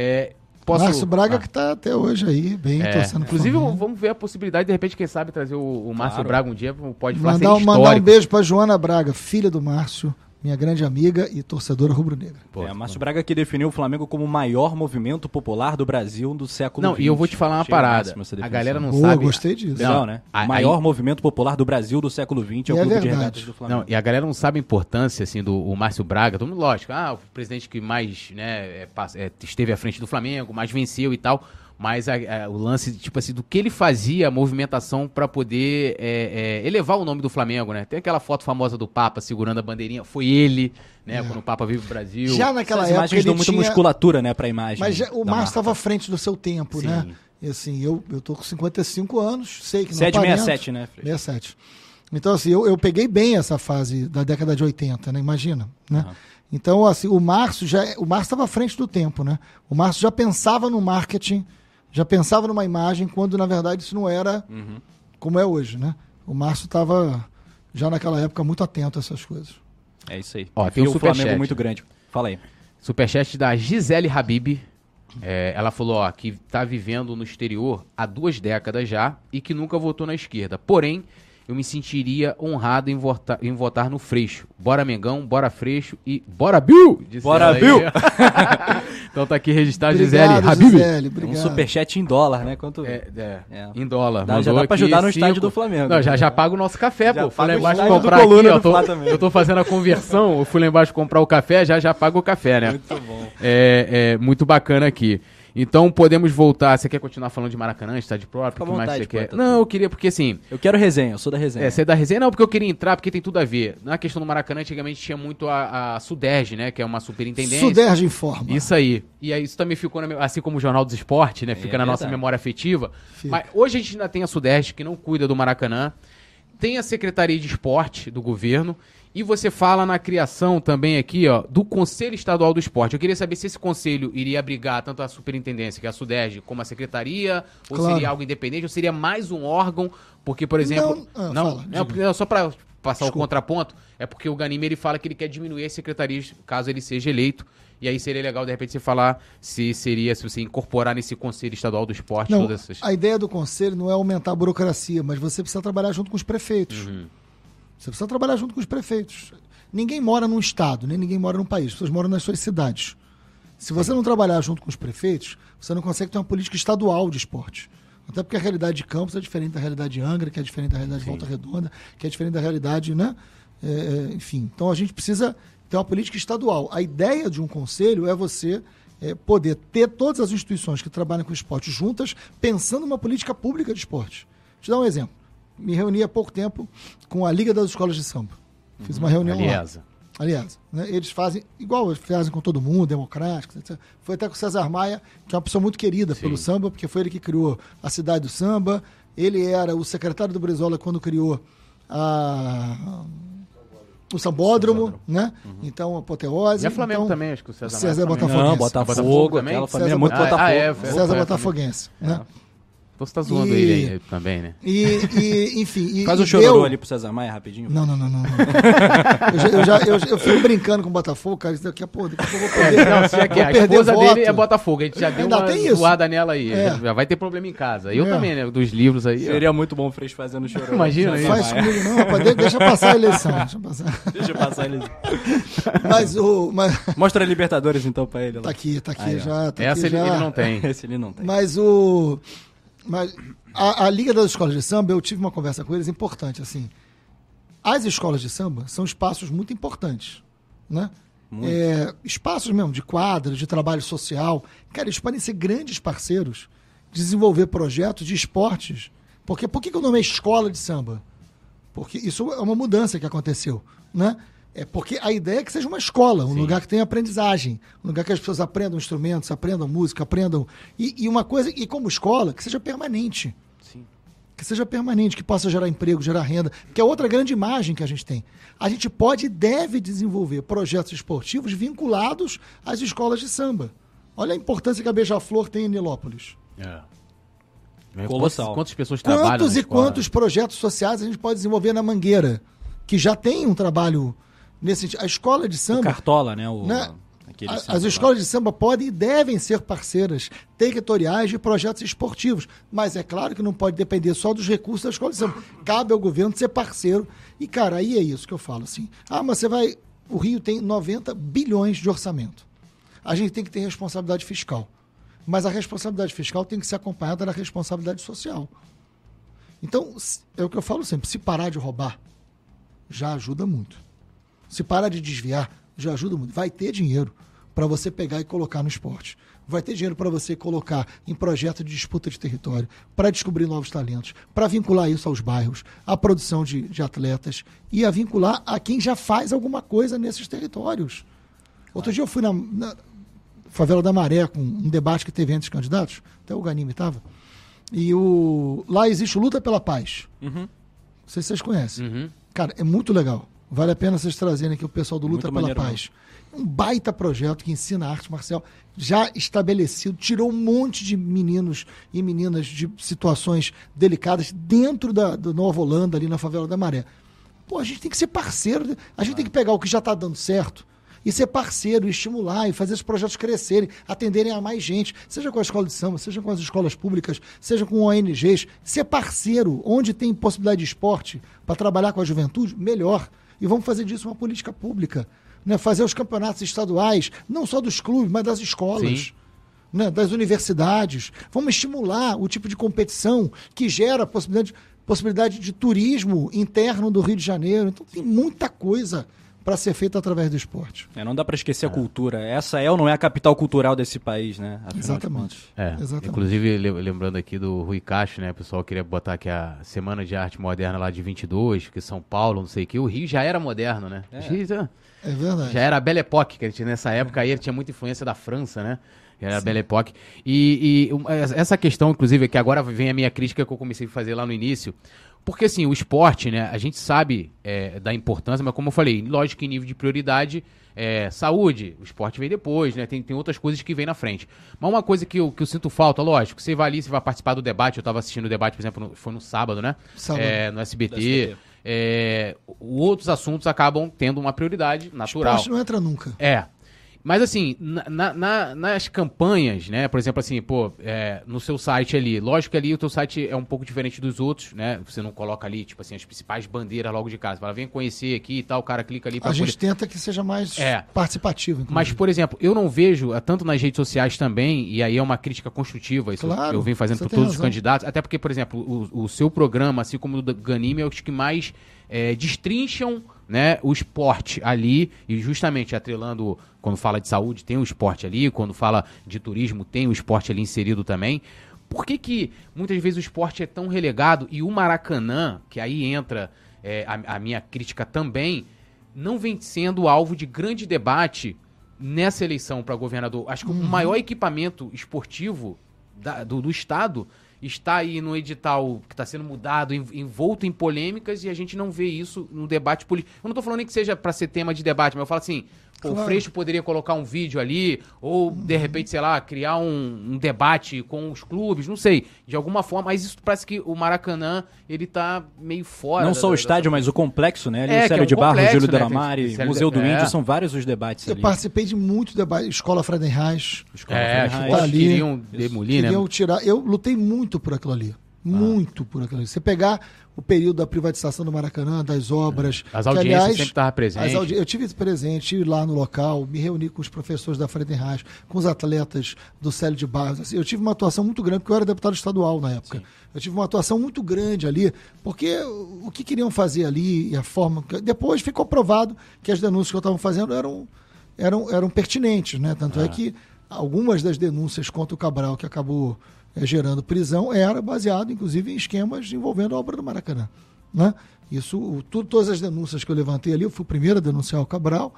Márcio Braga que está até hoje aí, bem torcendo. Inclusive, vamos ver a possibilidade, de repente, quem sabe, trazer o Márcio Braga um dia, pode falar mandar um beijo para Joana Braga, filha do Márcio, minha grande amiga e torcedora rubro-negra. Márcio Braga que definiu o Flamengo como o maior movimento popular do Brasil do século XX. E eu vou te falar uma parada. A galera não sabe. Gostei disso. Legal, né? O maior movimento popular do Brasil do século XX é o Clube de Regatas do Flamengo. E a galera não sabe a importância, assim, do Márcio Braga. Todo mundo, lógico, o presidente que mais, né, esteve à frente do Flamengo, mais venceu e tal. Mas o lance, tipo assim, do que ele fazia, a movimentação para poder elevar o nome do Flamengo, né? Tem aquela foto famosa do Papa segurando a bandeirinha, foi ele, né? Quando o Papa veio pro Brasil. Já naquela época imagens dão muita musculatura, né, pra imagem. Mas o Márcio estava à frente do seu tempo, né? E assim, eu tô com 55 anos, sei que não é 67, né, Frei? 67. Então, assim, eu peguei bem essa fase da década de 80, né? Imagina, né? Então, assim, o Márcio estava à frente do tempo, né? O Márcio já pensava no marketing, já pensava numa imagem, quando na verdade isso não era como é hoje, né? O Márcio estava já naquela época muito atento a essas coisas. É isso aí. Tem um Flamengo muito grande. Fala aí. Superchat da Gisele Habib. Ela falou que está vivendo no exterior há 2 décadas já e que nunca votou na esquerda. Porém, eu me sentiria honrado em votar no Freixo. Bora Mengão, bora Freixo e bora Bill! Bora Bill! Então tá aqui registrado, Gisele Habib. Um superchat em dólar, né? Quanto... em dólar. Já dá pra ajudar no estádio do Flamengo. Não, já paga o nosso café, pô. Fui lá embaixo comprar aqui, eu tô fazendo a conversão, eu fui lá embaixo comprar o café, já paga o café, né? Muito bom. Muito bacana aqui. Então podemos voltar. Você quer continuar falando de Maracanã, estádio próprio? O que mais você quer? Não, eu queria, porque assim... Eu quero resenha, eu sou da resenha. Você é da resenha? Não, porque eu queria entrar, porque tem tudo a ver. Na questão do Maracanã, antigamente tinha muito a Suderge, né? Que é uma superintendência. Suderge informa. Isso aí. E aí isso também ficou, assim como o Jornal dos Esportes, né? Fica na nossa memória afetiva. Mas hoje a gente ainda tem a Suderge, que não cuida do Maracanã. Tem a Secretaria de Esporte do governo. E você fala na criação também aqui, do Conselho Estadual do Esporte. Eu queria saber se esse conselho iria abrigar tanto a superintendência, que é a Suderge, como a secretaria, ou seria algo independente, ou seria mais um órgão, porque, por exemplo... Não, só para passar o contraponto, é porque o Ganime, ele fala que ele quer diminuir as secretarias, caso ele seja eleito, e aí seria legal, de repente, você falar se você incorporar nesse Conselho Estadual do Esporte todas essas... A ideia do conselho não é aumentar a burocracia, mas você precisa trabalhar junto com os prefeitos. Você precisa trabalhar junto com os prefeitos. Ninguém mora num estado, nem ninguém mora num país. As pessoas moram nas suas cidades. Se você não trabalhar junto com os prefeitos, você não consegue ter uma política estadual de esporte. Até porque a realidade de Campos é diferente da realidade de Angra, que é diferente da realidade de Volta Redonda, que é diferente da realidade, né? Enfim, então a gente precisa ter uma política estadual. A ideia de um conselho é você poder ter todas as instituições que trabalham com esporte juntas, pensando numa política pública de esporte. Vou te dar um exemplo. Me reuni há pouco tempo com a Liga das Escolas de Samba. Fiz uma reunião lá. Aliás, né, eles fazem igual fazem com todo mundo, democráticos, etc. Foi até com o César Maia, que é uma pessoa muito querida pelo samba, porque foi ele que criou a Cidade do Samba. Ele era o secretário do Brizola quando criou o Sambódromo, né? Então, a apoteose. E a Flamengo também, acho que o César Maia. César Botafoguense. Não, Botafogo também. Aquela família é muito Botafogo. César Botafoguense, né? Então você tá zoando ele aí também, né? Enfim... Faz um chororô ali pro César Maia rapidinho. Não. eu fico brincando com o Botafogo, cara. Daqui a pouco eu vou perder. Não, se é que a esposa dele é Botafogo. A gente já deu uma zoada nela aí. Já vai ter problema em casa. Eu também, né? Dos livros aí. Seria muito bom o Freixo fazendo chororô. Imagina aí. Faz comigo não, rapaz. Deixa passar a eleição. Deixa passar a eleição. Mostra a Libertadores então pra ele lá. Tá aqui aí, já. Essa ele não tem. Esse ele não tem. Mas a Liga das Escolas de Samba, eu tive uma conversa com eles importante, assim. As escolas de samba são espaços muito importantes, né? Espaços mesmo de quadra, de trabalho social. Cara, eles podem ser grandes parceiros, desenvolver projetos de esportes. Por que o nome é escola de samba? Porque isso é uma mudança que aconteceu, né? É porque a ideia é que seja uma escola, um lugar que tenha aprendizagem, um lugar que as pessoas aprendam instrumentos, aprendam música, aprendam... E uma coisa, e como escola, que seja permanente. Sim. que seja permanente, que possa gerar emprego, gerar renda, que é outra grande imagem que a gente tem. A gente pode e deve desenvolver projetos esportivos vinculados às escolas de samba. Olha a importância que a Beija-Flor tem em Nilópolis. Colossal. Quantas pessoas trabalham Quantos e quantos projetos sociais a gente pode desenvolver na Mangueira, que já tem um trabalho nesse sentido. A escola de samba... O Cartola, né? As escolas de samba podem e devem ser parceiras territoriais de projetos esportivos, mas é claro que não pode depender só dos recursos da escola de samba. Cabe ao governo ser parceiro. E, cara, aí é isso que eu falo assim. Mas você vai... O Rio tem 90 bilhões de orçamento. A gente tem que ter responsabilidade fiscal. Mas a responsabilidade fiscal tem que ser acompanhada da responsabilidade social. Então, é o que eu falo sempre. Se parar de roubar, já ajuda muito. Se parar de desviar, já ajuda muito. Vai ter dinheiro para você pegar e colocar no esporte. Vai ter dinheiro para você colocar em projeto de disputa de território, para descobrir novos talentos, para vincular isso aos bairros, à produção de atletas e a vincular a quem já faz alguma coisa nesses territórios. Outro dia eu fui na Favela da Maré com um debate que teve entre os candidatos, até o Ganime estava, e lá existe o Luta pela Paz. Não sei se vocês conhecem. Cara, é muito legal. Vale a pena vocês trazerem aqui o pessoal do Luta pela Paz. Um baita projeto que ensina arte marcial, já estabelecido, tirou um monte de meninos e meninas de situações delicadas dentro da Nova Holanda, ali na Favela da Maré. Pô, a gente tem que ser parceiro, a gente tem que pegar o que já está dando certo e ser parceiro, e estimular, e fazer esses projetos crescerem, atenderem a mais gente, seja com a escola de samba, seja com as escolas públicas, seja com ONGs, ser parceiro, onde tem possibilidade de esporte para trabalhar com a juventude, melhor. E vamos fazer disso uma política pública. Né? Fazer os campeonatos estaduais, não só dos clubes, mas das escolas, né? Das universidades. Vamos estimular o tipo de competição que gera possibilidade de turismo interno do Rio de Janeiro. Então tem muita coisa para ser feita através do esporte. Não dá para esquecer a cultura. Essa é ou não é a capital cultural desse país, né? Exatamente. Exatamente. Inclusive, lembrando aqui do Rui Castro, né? O pessoal queria botar aqui a Semana de Arte Moderna lá de 22, que São Paulo, não sei o que. O Rio já era moderno, né? É verdade. Já era a Belle Époque, que a gente, nessa época aí ele tinha muita influência da França, né? Era a Belle Époque. E essa questão, inclusive, que agora vem a minha crítica que eu comecei a fazer lá no início. Porque, assim, o esporte, né, a gente sabe da importância, mas como eu falei, lógico que em nível de prioridade, saúde, o esporte vem depois, né, tem outras coisas que vem na frente. Mas uma coisa que eu sinto falta, lógico, você vai ali, você vai participar do debate, eu estava assistindo o debate, por exemplo, foi no sábado, né, no SBT, outros assuntos acabam tendo uma prioridade natural. O esporte não entra nunca. Mas assim, nas campanhas, né, por exemplo assim, no seu site ali, lógico que ali o teu site é um pouco diferente dos outros, né, você não coloca ali, tipo assim, as principais bandeiras logo de casa, você fala, vem conhecer aqui e tal, o cara clica ali. A gente tenta que seja mais participativo. Inclusive. Mas, por exemplo, eu não vejo, tanto nas redes sociais também, e aí é uma crítica construtiva, isso eu venho fazendo para todos os candidatos, até porque, por exemplo, o seu programa, assim como o do Ganime, é os que mais destrincham, né, o esporte ali, e justamente atrelando, quando fala de saúde tem o esporte ali, quando fala de turismo tem o esporte ali inserido também. Por que muitas vezes o esporte é tão relegado e o Maracanã, que aí entra a minha crítica também, não vem sendo alvo de grande debate nessa eleição para governador? Acho que o maior equipamento esportivo do Estado está aí no edital que está sendo mudado, envolto em polêmicas, e a gente não vê isso no debate político. Eu não estou falando nem que seja para ser tema de debate, mas eu falo assim, o Freixo poderia colocar um vídeo ali, ou de repente, sei lá, criar um debate com os clubes, não sei, de alguma forma, mas isso parece que o Maracanã, ele tá meio fora. Não só o estádio, mas o complexo, né? Ali o Célio de Barros, Júlio Delamare, Museu do Índio, são vários os debates ali. Eu participei de muito debate, Escola Friedenreich. Queriam demolir, né? Tirar. Eu lutei muito por aquilo ali. Muito por aquilo ali. Você pegar o período da privatização do Maracanã, das obras... As audiências sempre estavam presentes. Eu tive presente, estive lá no local, me reuni com os professores da Friedenreich, com os atletas do Célio de Barros. Assim, eu tive uma atuação muito grande, porque eu era deputado estadual na época. Sim. Eu tive uma atuação muito grande ali, porque o que queriam fazer ali e a forma... Depois ficou provado que as denúncias que eu estava fazendo eram pertinentes, né? Tanto é que algumas das denúncias contra o Cabral, que acabou gerando prisão, era baseado, inclusive, em esquemas envolvendo a obra do Maracanã. Né? Todas as denúncias que eu levantei ali, eu fui o primeiro a denunciar o Cabral,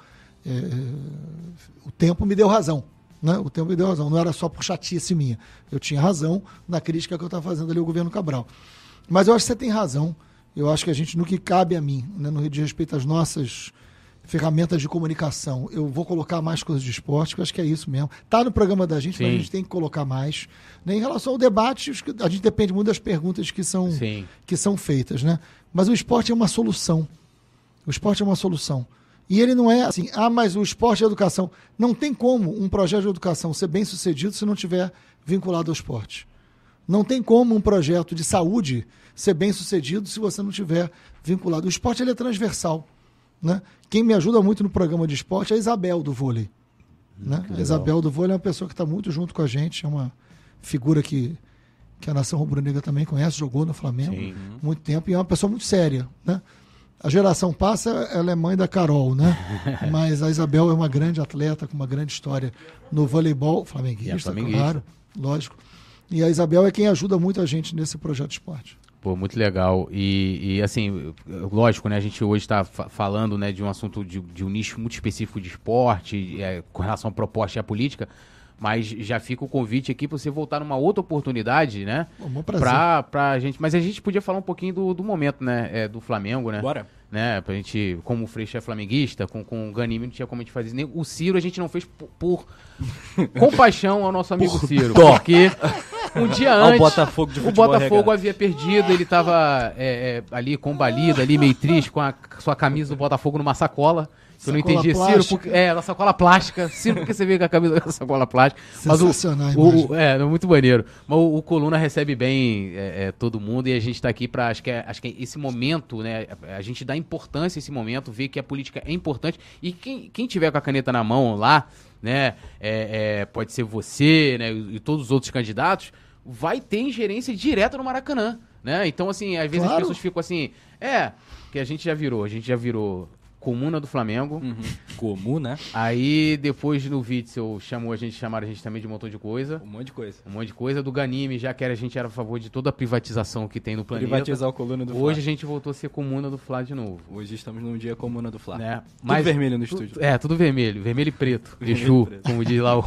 o tempo me deu razão. Né? O tempo me deu razão, não era só por chatice minha. Eu tinha razão na crítica que eu estava fazendo ali ao governo Cabral. Mas eu acho que você tem razão. Eu acho que a gente, no que cabe a mim, né, no que diz respeito às nossas ferramentas de comunicação, eu vou colocar mais coisas de esporte, que eu acho que é isso mesmo. Está no programa da gente, mas a gente tem que colocar mais. Né? Em relação ao debate, a gente depende muito das perguntas que são feitas. Né? Mas o esporte é uma solução. O esporte é uma solução. E ele não é assim, mas o esporte é educação. Não tem como um projeto de educação ser bem sucedido se não tiver vinculado ao esporte. Não tem como um projeto de saúde ser bem sucedido se você não tiver vinculado. O esporte ele é transversal. Né? Quem me ajuda muito no programa de esporte é a Isabel do vôlei. Né? A Isabel do vôlei é uma pessoa que está muito junto com a gente, é uma figura que a nação rubro-negra também conhece, jogou no Flamengo muito tempo e é uma pessoa muito séria. Né? A geração passa, ela é mãe da Carol, né? Mas a Isabel é uma grande atleta, com uma grande história no voleibol, flamenguista, claro, lógico. E a Isabel é quem ajuda muito a gente nesse projeto de esporte. Pô, muito legal. E assim, lógico, né? A gente hoje está falando, né, de um assunto de um nicho muito específico de esporte, com relação à proposta e à política, mas já fica o convite aqui para você voltar numa outra oportunidade, né? Bom prazer. Pra gente. Mas a gente podia falar um pouquinho do momento, né? Do Flamengo, né? Bora. Né, pra gente, como o Freixo é flamenguista, com o Ganime não tinha como a gente fazer. Nem o Ciro a gente não fez por compaixão ao nosso amigo Ciro. Porque um dia antes, o Botafogo havia perdido, ele tava ali combalido, ali meio triste, com a sua camisa do Botafogo numa sacola. Eu não entendi, Ciro, porque, na sacola plástica. Ciro, porque você veio com a camisa da sacola plástica. Sensacional, mas muito maneiro. Mas o Coluna recebe bem todo mundo e a gente está aqui para, acho que esse momento, né, a gente dá importância a esse momento, ver que a política é importante e quem tiver com a caneta na mão lá, né, pode ser você, né, e todos os outros candidatos, vai ter ingerência direta no Maracanã, né? Então, assim, às vezes as pessoas ficam assim, que a gente já virou Comuna do Flamengo. Comuna. Aí, depois no Witzel, chamaram a gente também de um montão de coisa. Um monte de coisa. Um monte de coisa. Do Ganime, já que a gente era a favor de toda a privatização que tem no planeta. Privatizar o Coluna do Fla. Hoje a gente voltou a ser Comuna do Fla de novo. Hoje estamos num dia Comuna do Fla. Né? Tudo vermelho no estúdio. Tudo vermelho. Vermelho e preto. Exu, como diz lá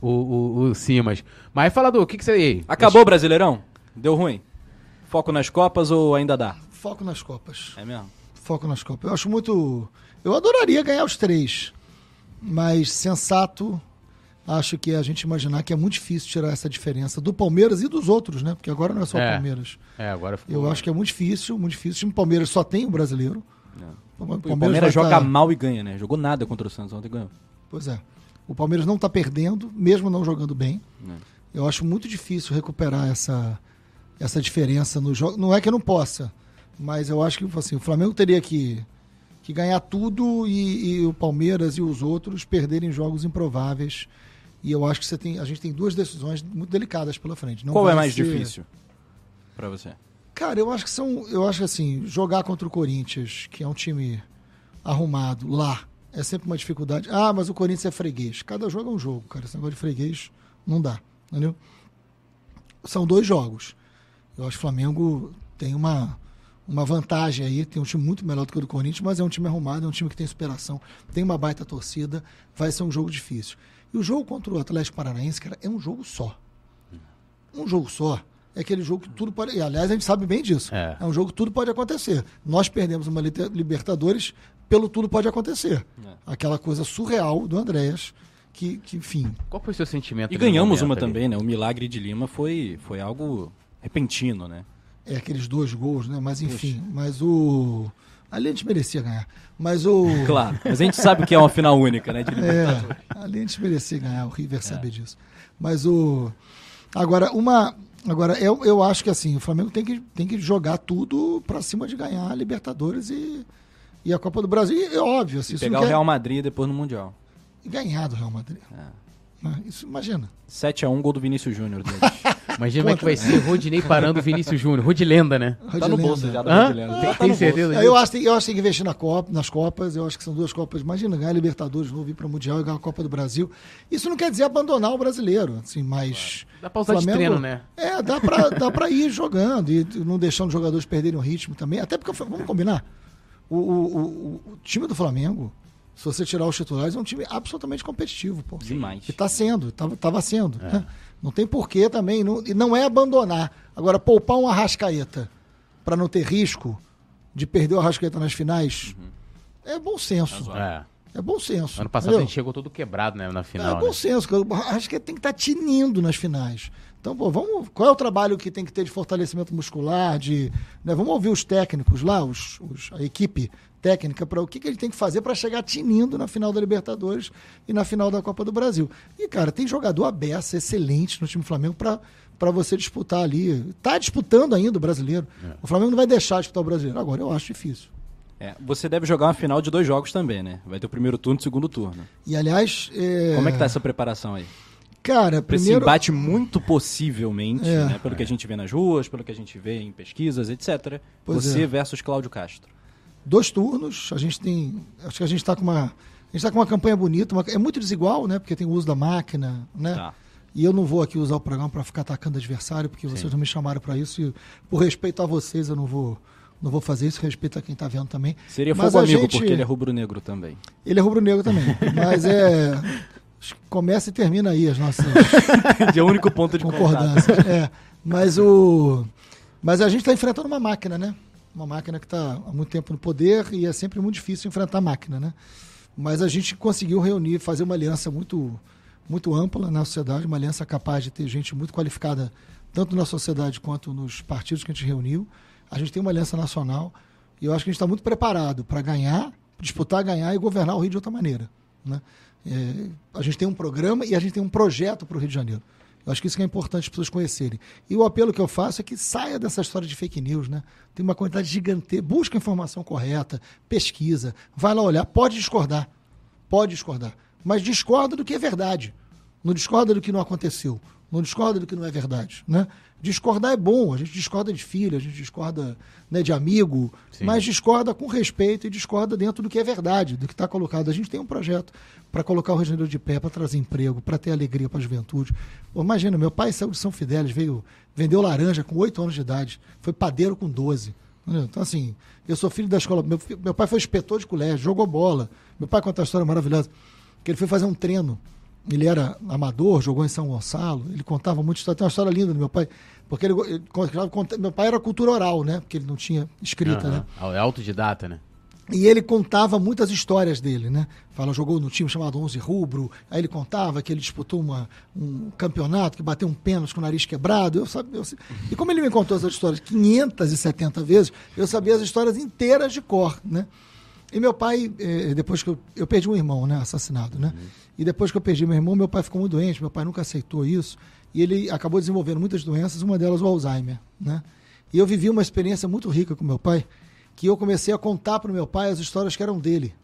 o Simas. Mas, Falador, o que você... Acabou o Brasileirão? Deu ruim? Foco nas Copas ou ainda dá? Foco nas Copas. É mesmo? Foco nas Copas. Eu acho muito... Eu adoraria ganhar os 3, mas sensato, acho que a gente imaginar que é muito difícil tirar essa diferença do Palmeiras e dos outros, né? Porque agora não é só o Palmeiras. Agora ficou... Eu acho que é muito difícil, muito difícil. O time do Palmeiras só tem o brasileiro. O Palmeiras joga mal e ganha, né? Jogou nada contra o Santos ontem e ganhou. Pois é. O Palmeiras não está perdendo, mesmo não jogando bem. Eu acho muito difícil recuperar essa diferença no jogo. Não é que eu não possa, mas eu acho que assim, o Flamengo teria que ganhar tudo e o Palmeiras e os outros perderem jogos improváveis. E eu acho que a gente tem 2 decisões muito delicadas pela frente. Qual é mais difícil para você? Cara, eu acho que assim, jogar contra o Corinthians, que é um time arrumado lá, é sempre uma dificuldade. Mas o Corinthians é freguês. Cada jogo é um jogo, cara. Esse negócio de freguês não dá, entendeu? São 2 jogos. Eu acho que o Flamengo tem uma vantagem aí, tem um time muito melhor do que o do Corinthians, mas é um time arrumado, é um time que tem superação, tem uma baita torcida, vai ser um jogo difícil. E o jogo contra o Atlético Paranaense, cara, é um jogo só. Um jogo só. É aquele jogo que tudo pode... E, aliás, a gente sabe bem disso. É um jogo que tudo pode acontecer. Nós perdemos uma Libertadores pelo tudo pode acontecer. Aquela coisa surreal do Andréas, que enfim... Qual foi o seu sentimento? E ganhamos uma também, né? O milagre de Lima foi algo repentino, né? Aqueles 2 gols, né? Mas enfim, ali a gente merecia ganhar. Claro, mas a gente sabe que é uma final única, né? De Libertadores. Ali a gente merecia ganhar, o River sabe disso. Mas Agora, eu acho que assim, o Flamengo tem que jogar tudo pra cima de ganhar a Libertadores e a Copa do Brasil. E é óbvio. Assim, pegar o Real Madrid depois no Mundial. E ganhar do Real Madrid. Isso, imagina. 7-1, gol do Vinícius Júnior. Imagina como é que vai ser Rodinei parando o Vinícius Júnior. Rodilenda, né? Tá no bolso já da Rodilenda. Tem certeza disso? Eu acho que tem que investir nas Copas. Eu acho que são 2 Copas. Imagina, ganhar a Libertadores de novo, ir para o Mundial e ganhar a Copa do Brasil. Isso não quer dizer abandonar o brasileiro, assim, mas... Dá pra usar de treino, né? Dá pra ir jogando e não deixando os jogadores perderem o ritmo também. Até porque, vamos combinar, o time do Flamengo, se você tirar os titulares, é um time absolutamente competitivo, pô. Demais. E tá sendo, tava sendo. Né? Não tem porquê também, não é abandonar. Agora, poupar um Arrascaeta para não ter risco de perder o Arrascaeta nas finais, é bom senso. É bom senso. Ano passado a gente chegou todo quebrado, né, na final. É bom senso. O Arrascaeta tem que estar tinindo nas finais. Então, pô, qual é o trabalho que tem que ter de fortalecimento muscular, né, vamos ouvir os técnicos lá, a equipe técnica, para o que ele tem que fazer para chegar tinindo na final da Libertadores e na final da Copa do Brasil. E, cara, tem jogador aberto, excelente no time do Flamengo para você disputar ali. Tá disputando ainda o brasileiro. O Flamengo não vai deixar de disputar o brasileiro. Agora, eu acho difícil. Você deve jogar uma final de 2 jogos também, né? Vai ter o primeiro turno e o segundo turno. E, aliás... Como é que tá essa preparação aí? Cara, primeiro... Esse embate muito possivelmente, né, pelo que a gente vê nas ruas, pelo que a gente vê em pesquisas, etc. Você versus Cláudio Castro. 2 turnos, a gente tem... Acho que a gente está com uma campanha bonita, é muito desigual, né? Porque tem o uso da máquina, né? Tá. E eu não vou aqui usar o programa para ficar atacando o adversário, porque vocês não me chamaram para isso. E por respeito a vocês, eu não vou fazer isso, respeito a quem está vendo também. Seria fogo amigo, porque ele é rubro-negro também. Ele é rubro-negro também, mas começa e termina aí as nossas... É o único ponto de concordância. Mas a gente está enfrentando uma máquina, né? Uma máquina que está há muito tempo no poder e é sempre muito difícil enfrentar a máquina, né? Mas a gente conseguiu reunir, fazer uma aliança muito, muito ampla na sociedade, uma aliança capaz de ter gente muito qualificada, tanto na sociedade quanto nos partidos que a gente reuniu. A gente tem uma aliança nacional e eu acho que a gente está muito preparado para disputar, ganhar e governar o Rio de outra maneira, né? A gente tem um programa e a gente tem um projeto para o Rio de Janeiro. Eu acho que isso que é importante as pessoas conhecerem. E o apelo que eu faço é que saia dessa história de fake news, né? Tem uma quantidade gigantesca. Busca a informação correta, pesquisa, vai lá olhar. Pode discordar, mas discorda do que é verdade. Não discorda do que não aconteceu. Não discorda do que não é verdade, né? Discordar é bom, a gente discorda de filho, a gente discorda, né, de amigo, mas discorda com respeito e discorda dentro do que é verdade, do que está colocado. A gente tem um projeto para colocar o Rio de Janeiro de pé, para trazer emprego, para ter alegria para a juventude. Pô, imagina, meu pai saiu de São Fidélis, vendeu laranja com 8 anos de idade, foi padeiro com 12. Entendeu? Então, assim, eu sou filho da escola, meu pai foi inspetor de colégio, jogou bola. Meu pai conta uma história maravilhosa, que ele foi fazer um treino. Ele era amador, jogou em São Gonçalo, ele contava muita história. Tem uma história linda do meu pai, porque meu pai era cultura oral, né? Porque ele não tinha escrita, né? É autodidata, né? E ele contava muitas histórias dele, né? Jogou no time chamado 11 Rubro, aí ele contava que ele disputou um campeonato, que bateu um pênalti com o nariz quebrado. E como ele me contou essas histórias 570 vezes, eu sabia as histórias inteiras de cor, né? E meu pai, depois que eu perdi um irmão, né, assassinado, né? E depois que eu perdi meu irmão, meu pai ficou muito doente, meu pai nunca aceitou isso, e ele acabou desenvolvendo muitas doenças, uma delas o Alzheimer, né? E eu vivi uma experiência muito rica com meu pai, que eu comecei a contar para o meu pai as histórias que eram dele,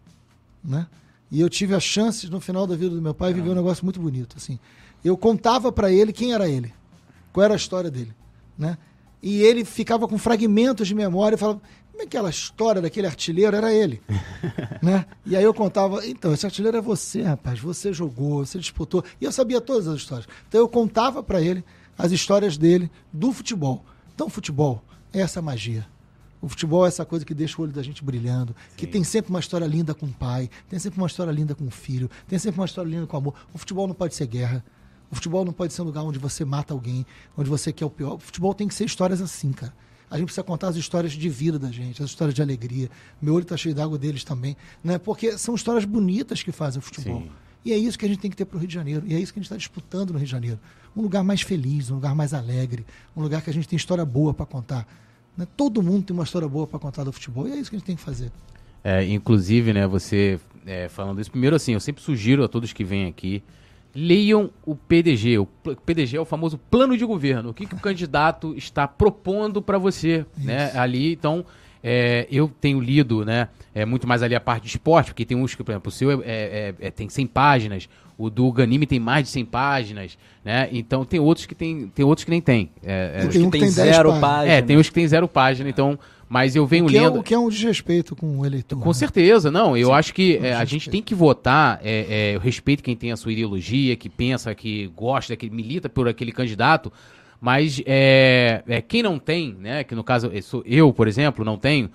né? E eu tive a chance, no final da vida do meu pai, viver um negócio muito bonito, assim. Eu contava para ele quem era ele, qual era a história dele, né? E ele ficava com fragmentos de memória e falava... Como é que aquela história daquele artilheiro era ele? Né? E aí eu contava, então, esse artilheiro é você, rapaz, você jogou, você disputou. E eu sabia todas as histórias. Então eu contava para ele as histórias dele do futebol. Então o futebol é essa magia. O futebol é essa coisa que deixa o olho da gente brilhando, que tem sempre uma história linda com o pai, tem sempre uma história linda com o filho, tem sempre uma história linda com o amor. O futebol não pode ser guerra. O futebol não pode ser um lugar onde você mata alguém, onde você quer o pior. O futebol tem que ser histórias assim, cara. A gente precisa contar as histórias de vida da gente, as histórias de alegria. Meu olho está cheio d'água deles também, né? Porque são histórias bonitas que fazem o futebol. Sim. E é isso que a gente tem que ter para o Rio de Janeiro. E é isso que a gente está disputando no Rio de Janeiro. Um lugar mais feliz, um lugar mais alegre, um lugar que a gente tem história boa para contar. Né? Todo mundo tem uma história boa para contar do futebol. E é isso que a gente tem que fazer. Inclusive, né, você falando isso, primeiro assim, eu sempre sugiro a todos que vêm aqui, leiam o PDG. O PDG é o famoso plano de governo. O que o candidato está propondo para você, né? Ali, então, eu tenho lido, né? Muito mais ali a parte de esporte, porque tem uns que, por exemplo, o seu tem 100 páginas, o do Ganime tem mais de 100 páginas, né? Então, tem outros que nem tem. Tem um que tem 0 páginas. Tem uns que tem 0 páginas, então... Mas eu venho lendo... O que é um desrespeito com o eleitor. Com certeza, não. Eu acho que a gente tem que votar, eu respeito quem tem a sua ideologia, que pensa, que gosta, que milita por aquele candidato, mas quem não tem, né, que no caso sou eu, por exemplo, não tenho,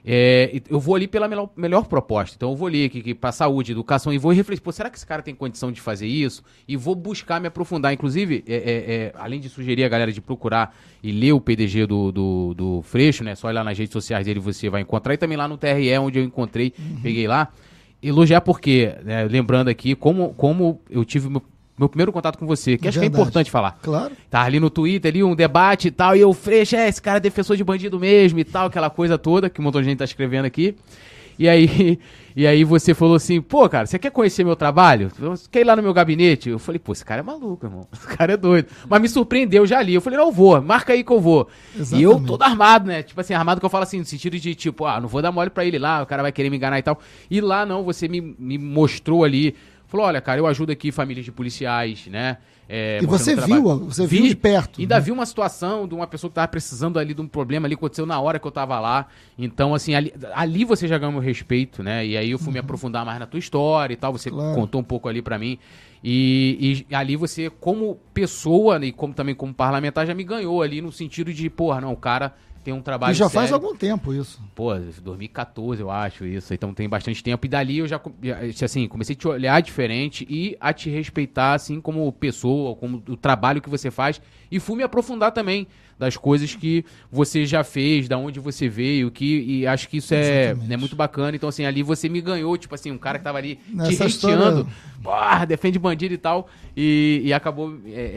eu vou ali pela melhor proposta. Então eu vou ali aqui para saúde, educação, e vou refletir, pô, será que esse cara tem condição de fazer isso? E vou buscar me aprofundar. Inclusive, além de sugerir a galera de procurar e ler o PDG do Freixo, né? Só ir lá nas redes sociais dele você vai encontrar. E também lá no TRE, onde eu encontrei, peguei lá. Elogiar porque, né, lembrando aqui, como eu tive meu primeiro contato com você, que acho que é importante falar. Claro. Tá ali no Twitter, ali um debate e tal, e eu, Freixo, esse cara é defensor de bandido mesmo e tal, aquela coisa toda, que um montão de gente tá escrevendo aqui. E aí você falou assim, pô, cara, você quer conhecer meu trabalho? Você quer ir lá no meu gabinete? Eu falei, pô, esse cara é maluco, irmão. Esse cara é doido. Mas me surpreendeu já ali. Eu falei, não, eu vou, marca aí que eu vou. Exatamente. E eu todo armado, né? Tipo assim, armado que eu falo assim, no sentido de, tipo, não vou dar mole pra ele lá, o cara vai querer me enganar e tal. E lá não, você me mostrou ali, falou, olha, cara, eu ajudo aqui famílias de policiais, né? E você viu de perto. Ainda vi uma situação de uma pessoa que tava precisando ali de um problema ali, aconteceu na hora que eu tava lá. Então, assim, ali você já ganhou meu respeito, né? E aí eu fui me aprofundar mais na tua história e tal, você contou um pouco ali pra mim. E ali você, como pessoa, né, e também como parlamentar, já me ganhou ali no sentido de, porra, não, o cara tem um trabalho sério. E já sério. faz algum tempo isso. Pô, 2014 eu acho isso, então tem bastante tempo. E dali eu já, assim, comecei a te olhar diferente e a te respeitar, assim, como pessoa, como o trabalho que você faz. E fui me aprofundar também das coisas que você já fez, da onde você veio, e acho que isso é muito bacana. Então, assim, ali você me ganhou, tipo assim, um cara que tava ali te hateando, defende bandido e tal, e acabou...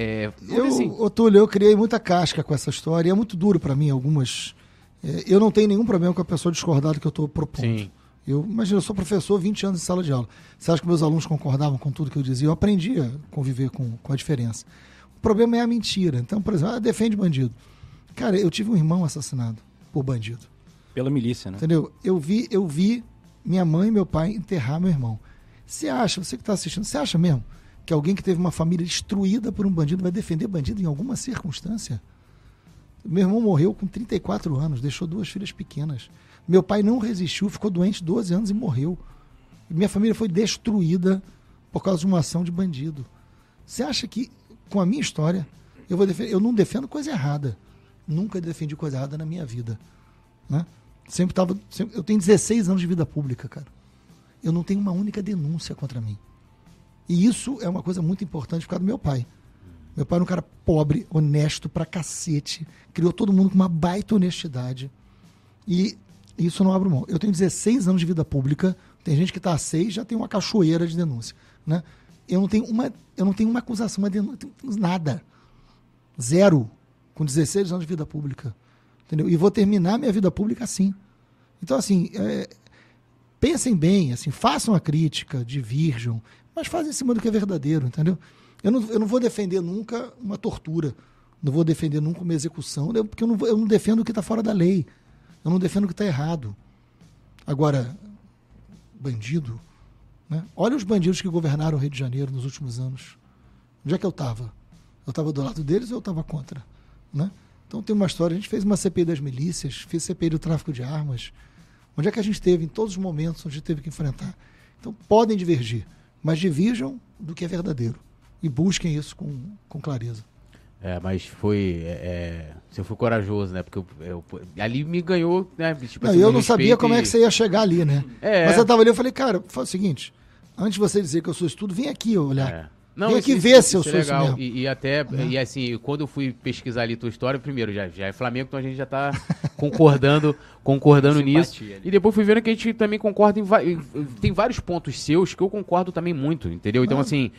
Ô, Túlio, eu criei muita casca com essa história, e é muito duro pra mim, algumas... eu não tenho nenhum problema com a pessoa discordar do que eu tô propondo. Sim. Imagina, eu sou professor 20 anos em sala de aula. Você acha que meus alunos concordavam com tudo que eu dizia? Eu aprendi a conviver com a diferença. O problema é a mentira. Então, por exemplo, defende bandido. Cara, eu tive um irmão assassinado por bandido. Pela milícia, né? Entendeu? Eu vi minha mãe e meu pai enterrar meu irmão. Você que está assistindo, você acha mesmo que alguém que teve uma família destruída por um bandido vai defender bandido em alguma circunstância? Meu irmão morreu com 34 anos, deixou 2 filhas pequenas. Meu pai não resistiu, ficou doente 12 anos e morreu. Minha família foi destruída por causa de uma ação de bandido. Você acha que, com a minha história, eu não defendo coisa errada. Nunca defendi coisa errada na minha vida. Né? Eu tenho 16 anos de vida pública, cara. Eu não tenho uma única denúncia contra mim. E isso é uma coisa muito importante por causa do meu pai. Meu pai era um cara pobre, honesto pra cacete. Criou todo mundo com uma baita honestidade. E isso eu não abro mão. Eu tenho 16 anos de vida pública. Tem gente que está há 6, já tem uma cachoeira de denúncia. Né? Eu não tenho uma acusação, uma denúncia, nada. 0. Com 16 anos de vida pública. Entendeu? E vou terminar minha vida pública assim. Então, assim, pensem bem, assim, façam a crítica, divirjam, mas fazem em cima do que é verdadeiro, entendeu? Eu não vou defender nunca uma tortura, não vou defender nunca uma execução, porque eu não defendo o que está fora da lei, eu não defendo o que está errado. Agora, bandido, né? Olha os bandidos que governaram o Rio de Janeiro nos últimos anos. Onde é que eu estava? Eu estava do lado deles ou eu estava contra? Né? Então tem uma história, a gente fez uma CPI das milícias, fez CPI do tráfico de armas. Onde é que a gente teve, em todos os momentos, onde a gente teve que enfrentar? Então podem divergir, mas divirjam do que é verdadeiro. E busquem isso com clareza. Mas você foi corajoso, né? Porque ali me ganhou, né? Tipo, não, eu não sabia como é que você ia chegar ali, né? Mas eu estava ali, eu falei, cara, faz o seguinte, antes de você dizer que eu sou isso tudo, vem aqui olhar. Não, vem aqui ver se eu sou legal. Isso mesmo. E assim, quando eu fui pesquisar ali tua história, primeiro, já é Flamengo, então a gente já tá concordando nisso. Ali. E depois fui vendo que a gente também concorda tem vários pontos seus que eu concordo também muito, entendeu? Então, assim,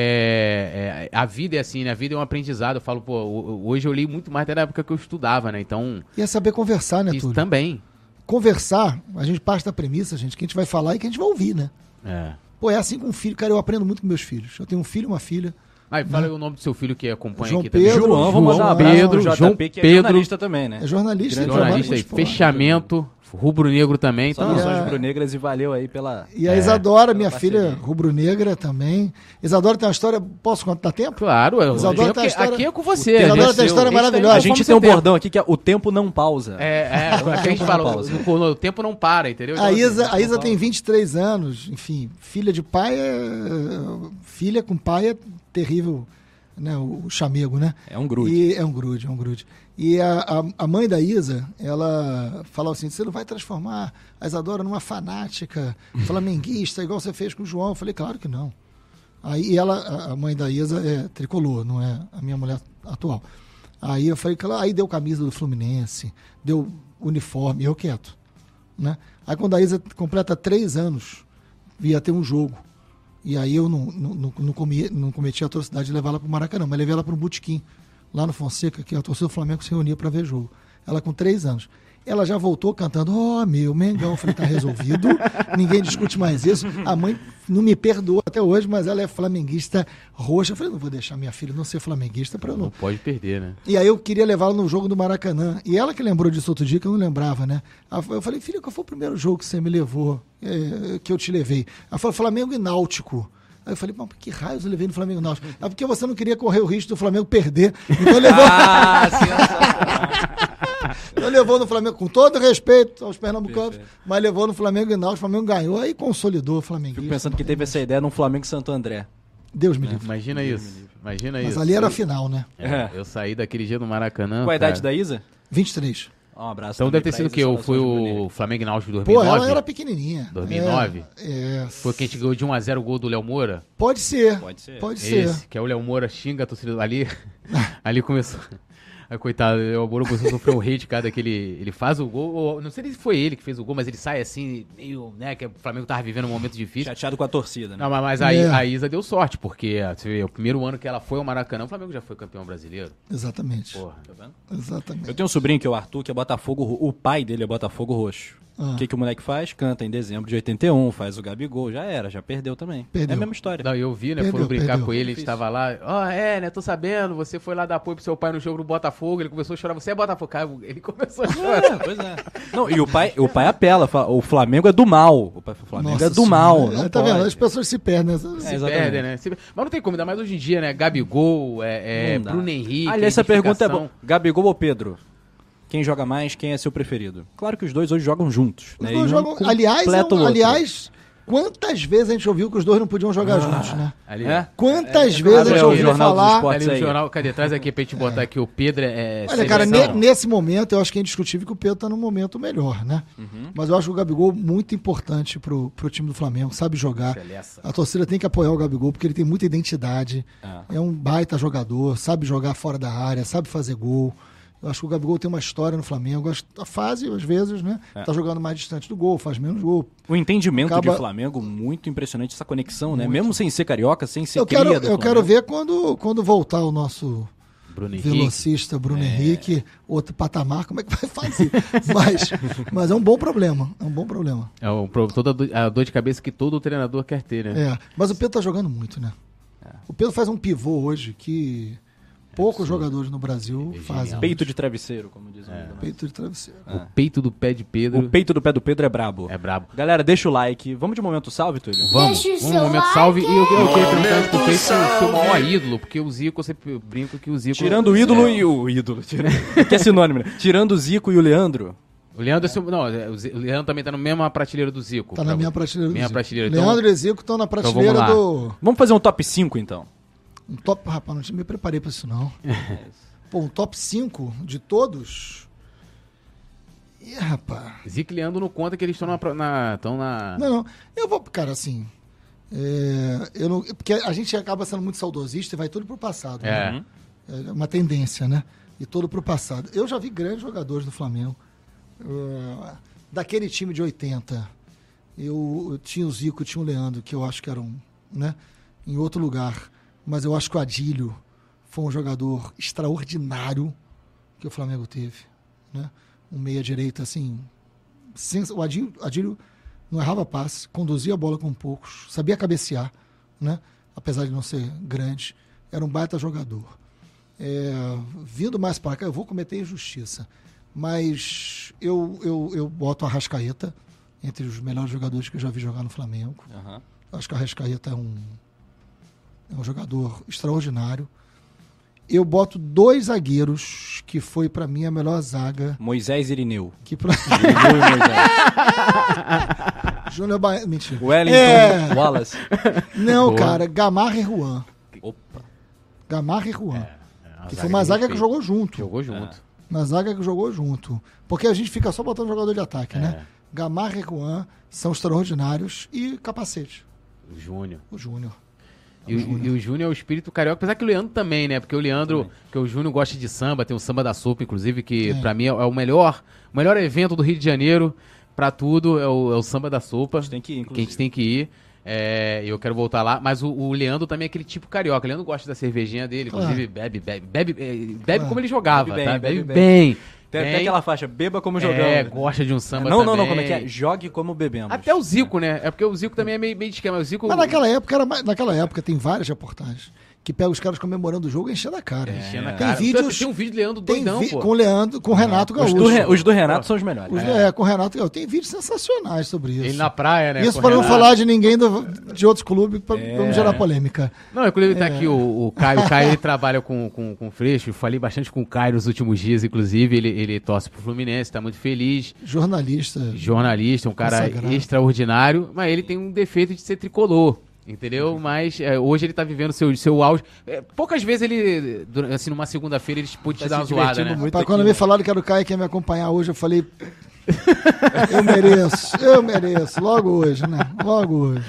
a vida é assim, né? A vida é um aprendizado. Eu falo, pô, hoje eu li muito mais até na época que eu estudava, né? Então... E é saber conversar, né, Túlio? Também. Conversar, a gente parte da premissa, gente, que a gente vai falar e que a gente vai ouvir, né? Pô, é assim com um filho. Cara, eu aprendo muito com meus filhos. Eu tenho um filho e uma filha. Fala aí o nome do seu filho que acompanha João aqui Pedro, também. João Pedro, que é jornalista também, né? É jornalista. Jornalista aí, fechamento, rubro-negro também. Só nações rubro-negras e valeu aí pela... E a Isadora, minha filha rubro-negra também. Isadora tem uma história... Posso contar tempo? Claro, Isadora tem uma história... aqui é com você. Isadora tem uma história maravilhosa. A gente tem um bordão aqui que é o tempo não pausa. A gente fala, o tempo não para, entendeu? A Isa tem 23 anos, enfim, filha de pai filha com pai é terrível né? O chamego, né? É um grude. E é um grude. E a mãe da Isa, ela falou assim, você não vai transformar a Isadora numa fanática flamenguista, igual você fez com o João? Eu falei, claro que não. Aí a mãe da Isa é tricolor, não é a minha mulher atual. Aí eu falei, aí deu camisa do Fluminense, deu uniforme, eu quieto, né? Aí quando a Isa completa 3 anos, ia ter um jogo. E aí eu não cometi a atrocidade de levar ela para o Maracanã, mas levei ela para um botequim, lá no Fonseca, que a torcida do Flamengo se reunia para ver jogo. Ela com 3 anos. Ela já voltou cantando, meu Mengão. Eu falei, tá resolvido, ninguém discute mais isso. A mãe não me perdoa até hoje, mas ela é flamenguista roxa. Eu falei, não vou deixar minha filha não ser flamenguista para eu não... Não pode perder, né? E aí eu queria levá-la no jogo do Maracanã. E ela que lembrou disso outro dia, que eu não lembrava, né? Eu falei, filha, qual foi o primeiro jogo que você me levou, que eu te levei? Ela falou, Flamengo e Náutico. Aí eu falei, mas que raios eu levei no Flamengo e Náutico? É porque você não queria correr o risco do Flamengo perder. Então levou... Então levou no Flamengo, com todo respeito aos pernambucanos, mas levou no Flamengo e Náutico, o Flamengo ganhou, aí consolidou o Flamengo. Fico pensando que teve essa ideia num Flamengo e Santo André. Deus me livre. Imagina isso. Mas isso. ali era a final, né? Eu saí daquele dia do Maracanã. Qual a idade da Isa? 23. Um abraço. Então deve ter sido o quê? Foi o Flamengo e Náutico de 2009? Pô, ela era pequenininha. 2009? É. Foi quem a gente ganhou de 1-0 o gol do Léo Moura? Pode ser. Esse, que é o Léo Moura xinga a torcida ali. Ali começou... Aí, coitado, o Moura começou a sofrer um hate, cara, que ele faz o gol, ou, não sei se foi ele que fez o gol, mas ele sai assim, meio, né, que o Flamengo tava vivendo um momento difícil. Chateado com a torcida, né? Não, mas aí a Isa deu sorte, porque você vê, o primeiro ano que ela foi ao Maracanã, o Flamengo já foi campeão brasileiro. Exatamente. Porra, tá vendo? Exatamente. Eu tenho um sobrinho que é o Arthur, que é Botafogo, o pai dele é Botafogo Roxo. O que o moleque faz? Canta em dezembro de 81, faz o Gabigol, já perdeu também. Perdeu. É a mesma história. Não, eu vi, né, foram brincar com ele, a gente tava lá, né, tô sabendo, você foi lá dar apoio pro seu pai no jogo do Botafogo, ele começou a chorar, você é Botafogo, cara, ele começou a chorar. Pois é. Não, e o pai apela, fala, o Flamengo é do mal, o Flamengo Nossa é do mal, não tá pode. vendo? As pessoas se perdem. Se perdem, né? Mas não tem como, ainda mais hoje em dia, né, Gabigol, Bruno Henrique. Aliás, essa pergunta é boa. Gabigol ou Pedro? Quem joga mais, quem é seu preferido? Claro que os dois hoje jogam juntos. Os né? dois jogam, aliás, quantas vezes a gente ouviu que os dois não podiam jogar juntos, né? Quantas vezes a gente ouviu falar... Ali no jornal, cadê? Traz aqui pra gente botar aqui, o Pedro é Olha, cara, nesse momento, eu acho que é indiscutível que o Pedro tá num momento melhor, né? Mas eu acho o Gabigol muito importante pro time do Flamengo, sabe jogar. A torcida tem que apoiar o Gabigol, porque ele tem muita identidade, é um baita jogador, sabe jogar fora da área, sabe fazer gol. Eu acho que o Gabigol tem uma história no Flamengo. A fase, às vezes, né? Tá jogando mais distante do gol, faz menos gol. O entendimento de Flamengo, muito impressionante, essa conexão, né? Mesmo sem ser carioca, sem ser cria do Flamengo. Eu quero ver quando voltar o nosso Bruno velocista Bruno Henrique, outro patamar, como é que vai fazer? mas é um bom problema. É um bom problema. Toda a dor de cabeça que todo treinador quer ter, né? Mas o Pedro tá jogando muito, né? O Pedro faz um pivô hoje que... Poucos jogadores no Brasil fazem. Peito de travesseiro, como dizem. Peito de travesseiro. O peito do pé de Pedro. O peito do pé do Pedro é brabo. É brabo. Galera, deixa o like. Vamos de momento salve, Túlio? Vamos um momento salve. E eu queria perguntar antes pro Feito seu maior ídolo, porque o Zico, eu sempre brinco que o Zico... Tirando o ídolo e o ídolo. Que é sinônimo, né? Tirando o Zico e o Leandro. O Leandro o Leandro também tá na mesma prateleira do Zico. Tá na minha prateleira do Zico. Prateleira. Leandro e Zico estão na prateleira do... Vamos fazer um top 5, então. Um top... Rapaz, não me preparei pra isso, não. Pô, um top 5 de todos... Ih, rapaz... Zico e Leandro não conta que eles estão na... Não. Eu vou... Cara, assim... eu não, porque a gente acaba sendo muito saudosista e vai tudo pro passado. Né? É uma tendência, né? E tudo pro passado. Eu já vi grandes jogadores do Flamengo. Daquele time de 80. Eu tinha o Zico, tinha o Leandro, que eu acho que eram, né, em outro lugar. Mas eu acho que o Adílio foi um jogador extraordinário que o Flamengo teve, né? Um meia-direita, assim... O Adílio não errava passe, conduzia a bola com poucos, sabia cabecear, né? Apesar de não ser grande. Era um baita jogador. Vindo mais para cá, eu vou cometer injustiça. Mas eu boto a Arrascaeta entre os melhores jogadores que eu já vi jogar no Flamengo. Acho que a Arrascaeta é um jogador extraordinário. Eu boto 2 zagueiros, que foi pra mim a melhor zaga. Moisés e Irineu. Irineu e Moisés. Júnior Baiano. Mentira. Wellington, Wallace. Não, cara, Gamarra e Juan. Opa. Gamarra e Juan. Que foi uma zaga que jogou junto. Jogou junto. Uma zaga que jogou junto. Porque a gente fica só botando jogador de ataque, né? Gamarra e Juan são extraordinários e capacete. O Júnior. E o Júnior é o espírito carioca, apesar que o Leandro também, né? Porque o Leandro, que o Júnior gosta de samba, tem o Samba da Sopa, inclusive, que pra mim é o melhor evento do Rio de Janeiro, pra tudo, é o Samba da Sopa. A gente tem que ir, inclusive. Que a gente tem que ir. Eu quero voltar lá, mas o Leandro também é aquele tipo carioca. O Leandro gosta da cervejinha dele, inclusive bebe como ele jogava, bebe bem. Tem até aquela faixa, beba como jogamos. Gosta de um samba também. Não, como é que é? Jogue como bebemos. Até o Zico, né? É porque o Zico também é meio de esquema. O Zico... Mas naquela época tem várias reportagens que pega os caras comemorando o jogo e enchendo a cara. Tem vídeos... Tem um vídeo do Leandro doidão, pô. Com o Leandro, com o Renato Gaúcho. Os do Renato são os melhores. Com o Renato Gaúcho. Tem vídeos sensacionais sobre isso. Ele na praia, né? Isso para não falar de ninguém de outros clubes, para não gerar polêmica. Não, inclusive tá aqui o Caio. O Caio, ele trabalha com o Freixo. Eu falei bastante com o Caio nos últimos dias, inclusive. Ele torce pro Fluminense, tá muito feliz. Jornalista, um cara extraordinário. Mas ele tem um defeito de ser tricolor. Entendeu? Mas hoje ele tá vivendo seu auge. Poucas vezes ele, assim, numa segunda-feira, ele pôde te dar uma zoada, né? Quando me falaram que era o Caio que ia me acompanhar hoje, eu falei... eu mereço. Logo hoje, né? Logo hoje.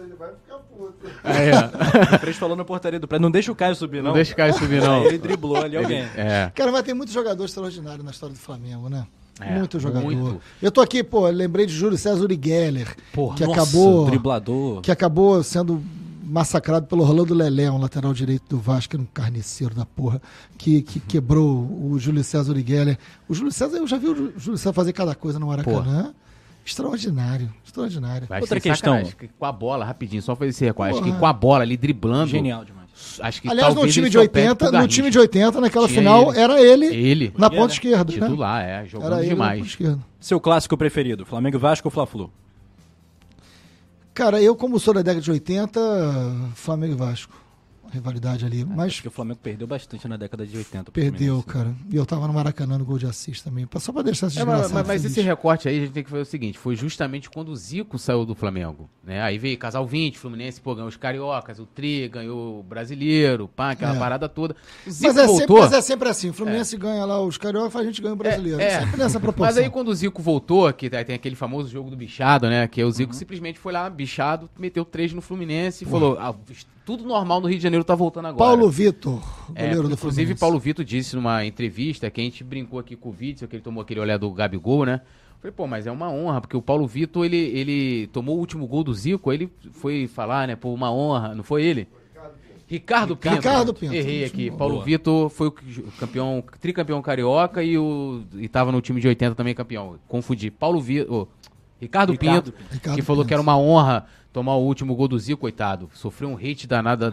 O Freixo falou na portaria do prédio, não deixa o Caio subir, não. Não deixa o Caio subir, não. Ele driblou ali alguém. Cara, mas tem muito jogador extraordinário na história do Flamengo, né? Muito jogador. Muito. Eu tô aqui, lembrei de Júlio César Urigeller, driblador. Que acabou sendo massacrado pelo Rolando Lelé, um lateral direito do Vasco, era um carniceiro da porra, que quebrou o Júlio César Urigeller. O Júlio César, eu já vi o Júlio César fazer cada coisa no Maracanã. Extraordinário. Outra questão, com a bola, rapidinho, só fazer esse recuo. Acho que com a bola ali driblando. Genial demais. Acho que aliás, no time de 80, naquela final, era ele na ponta esquerda. Titular, jogando demais. Seu clássico preferido, Flamengo e Vasco ou Fla-Flu? Cara, eu como sou da década de 80, Flamengo e Vasco. Rivalidade ali, mas... Porque o Flamengo perdeu bastante na década de 80. Perdeu, cara. E eu tava no Maracanã no gol de Assis também. Só pra deixar esse desgraçado mas esse recorte aí, a gente tem que fazer o seguinte, foi justamente quando o Zico saiu do Flamengo, né? Aí veio Casal 20, Fluminense, ganhou os cariocas, o Tri, ganhou o brasileiro, aquela parada toda. O Zico voltou... Mas é sempre assim, o Fluminense ganha lá os cariocas, a gente ganha o brasileiro. Sempre nessa proporção. Mas aí quando o Zico voltou, que tem aquele famoso jogo do bichado, né? Que o Zico simplesmente foi lá, bichado, meteu 3 no Fluminense e falou... tudo normal no Rio de Janeiro tá voltando agora. Paulo Vitor, goleiro do Fluminense. Inclusive, Paulo Vitor disse numa entrevista que a gente brincou aqui com o Vítor, que ele tomou aquele olhar do Gabigol, né? Falei, mas é uma honra, porque o Paulo Vitor, ele tomou o último gol do Zico, aí ele foi falar, né? Uma honra, não foi ele? Ricardo Pinto. Errei aqui. Paulo Vitor foi o tricampeão carioca e tava no time de 80 também campeão. Confundi. Paulo Vitor... Ricardo Pinto, que falou que era uma honra tomar o último gol do Zico, coitado. Sofreu um hate danado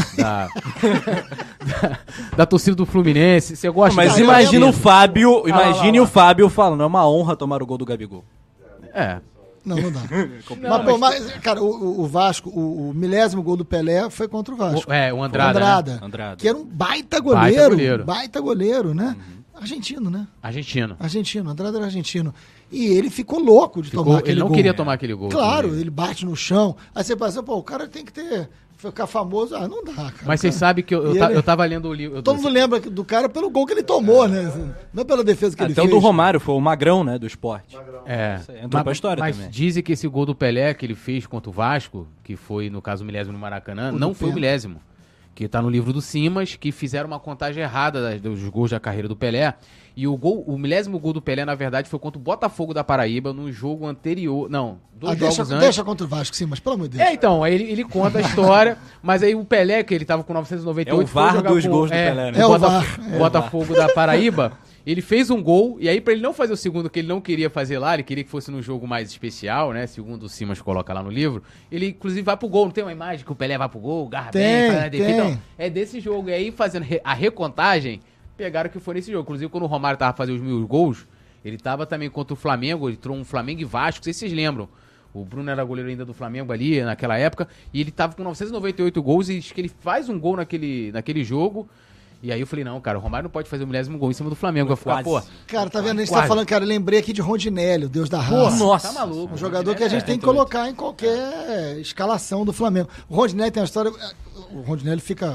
da torcida do Fluminense. Você gosta? Mas imagina o Fábio, o Fábio falando, é uma honra tomar o gol do Gabigol. Não dá. Mas, cara, o Vasco, o milésimo gol do Pelé foi contra o Vasco. O Andrada. Né? Que era um baita goleiro, né? Argentino, né? Argentino. Andrada era argentino. E ele ficou louco de tomar aquele gol. Ele não queria tomar aquele gol. Claro, ele bate no chão. Aí você pensa, o cara tem que ficar famoso. Não dá, cara. Mas vocês sabem que eu tava lendo o livro... Todo mundo lembra do cara pelo gol que ele tomou, né? Não pela defesa que ele fez. Até o do Romário, foi o Magrão, né, do esporte. Entrou pra história também. Mas dizem que esse gol do Pelé que ele fez contra o Vasco, que foi, no caso, o milésimo no Maracanã, não foi o milésimo. Que tá no livro do Simas, que fizeram uma contagem errada dos gols da carreira do Pelé. E o milésimo gol do Pelé, na verdade, foi contra o Botafogo da Paraíba, num jogo anterior... Não, jogos antes. Deixa contra o Vasco, sim, mas pelo amor de Deus. Então, aí ele conta a história, mas aí o Pelé, que ele tava com 998... É o VAR dos gols do Pelé, né? Botafogo da Paraíba... Ele fez um gol, e aí pra ele não fazer o segundo que ele não queria fazer lá, ele queria que fosse num jogo mais especial, né? Segundo o Simas coloca lá no livro, ele inclusive vai pro gol. Não tem uma imagem que o Pelé vai pro gol, garra bem, faz a defesa. Então, é desse jogo. E aí, fazendo a recontagem, pegaram que foi nesse jogo. Inclusive, quando o Romário tava fazendo os 1000 gols, ele tava também contra o Flamengo, ele trouxe um Flamengo e Vasco, não sei se vocês lembram. O Bruno era goleiro ainda do Flamengo ali, naquela época, e ele tava com 998 gols, e diz que ele faz um gol naquele jogo. E aí eu falei, não, cara, o Romário não pode fazer o milésimo gol em cima do Flamengo. Eu falei, cara, tá vendo? A gente tá falando, cara, eu lembrei aqui de Rondinelli, o Deus da raça. Nossa, tá maluco. Um jogador que a gente tem que colocar em qualquer escalação do Flamengo. O Rondinelli tem uma história... O Rondinelli fica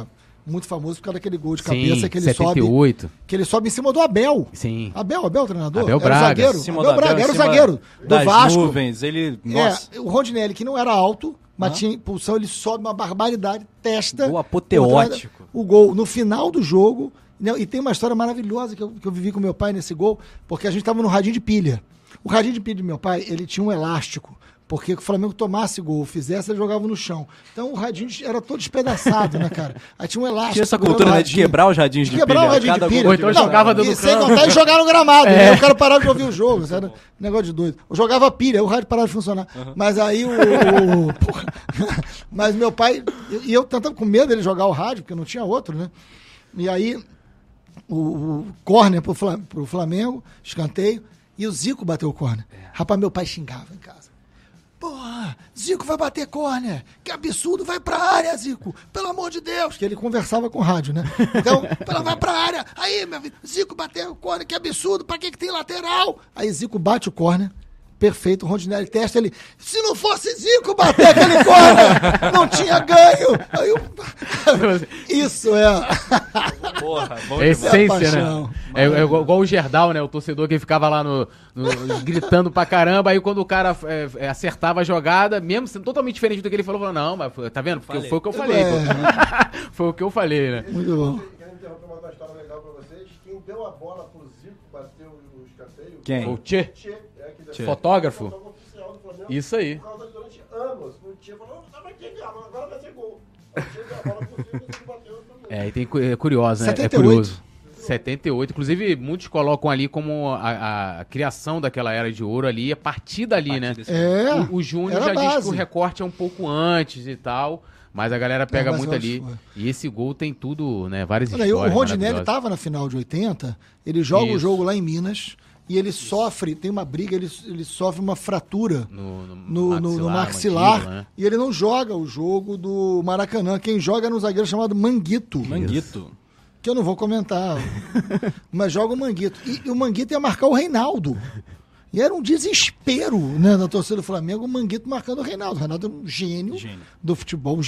muito famoso por causa daquele gol de cabeça. Sim, que ele 78. sobe. Que ele sobe em cima do Abel. Sim. Abel, o treinador? Abel era Braga. o zagueiro. Abel Braga, era o zagueiro do Vasco. Nuvens, ele... Nossa. O Rondinelli, que não era alto, mas tinha impulsão, ele sobe uma barbaridade, testa. Gol apoteótico. O gol no final do jogo. E tem uma história maravilhosa que eu vivi com meu pai nesse gol, porque a gente estava no radinho de pilha. O radinho de pilha do meu pai, ele tinha um elástico. Porque o Flamengo tomasse gol, fizesse, ele jogava no chão. Então o radinho era todo despedaçado, né, cara? Aí tinha um elástico. Tinha essa cultura, né, de quebrar os radinhos de pilha. Quebrar o radinho de pilha. Ou então jogava dentro do sem campo. contar e jogar no gramado. Né? O cara parava de ouvir o jogo. Isso era um negócio de doido. Eu jogava pilha, o rádio parava de funcionar. Mas aí porra. Mas meu pai... E eu tentava com medo dele jogar o rádio, porque não tinha outro, né? E aí o córner pro Flamengo, escanteio, e o Zico bateu o córner. Rapaz, meu pai xingava em casa. Porra, Zico vai bater córner. Que absurdo, vai pra área, Zico. Pelo amor de Deus. Que ele conversava com o rádio, né? Então, vai pra área. Aí, meu filho, Zico bateu o córner, que absurdo. Pra que tem lateral? Aí Zico bate o córner. Perfeito, o Rondinelli testa ele. Se não fosse Zico bater aquele córner, não tinha ganho. Aí isso é. Porra, bom Essência, né? É igual o Gerdau, né? O torcedor que ficava lá gritando pra caramba. Aí quando o cara acertava a jogada, mesmo sendo totalmente diferente do que ele falou, não, mas tá vendo? Foi o que eu falei. Foi o que eu falei, né? Muito bom. Quero interromper uma história legal pra vocês. Quem deu a bola pro Zico, bateu o escanteio. Quem? O Tchê. Fotógrafo? Isso aí. Durante anos, o Tchê falou, agora vai ser gol. O Tchê deu a bola pro Zico, o Zico bateu. E tem curioso, né? 78. É curioso. 78. Inclusive, muitos colocam ali como a criação daquela era de ouro ali, a partir dali, né? O Júnior já diz que o recorte é um pouco antes e tal, mas a galera pega muito ali. E esse gol tem tudo, né? Várias histórias. O Rondinelli estava na final de 80, ele joga o jogo lá em Minas. E ele sofre, tem uma briga, ele sofre uma fratura no maxilar mandíbula, né? E ele não joga o jogo do Maracanã. Quem joga é um zagueiro chamado Manguito. Manguito. Que eu não vou comentar. Mas joga o Manguito. E o Manguito ia marcar o Reinaldo. E era um desespero, né, da torcida do Flamengo, o Manguito marcando o Reinaldo. O Reinaldo é um gênio do futebol,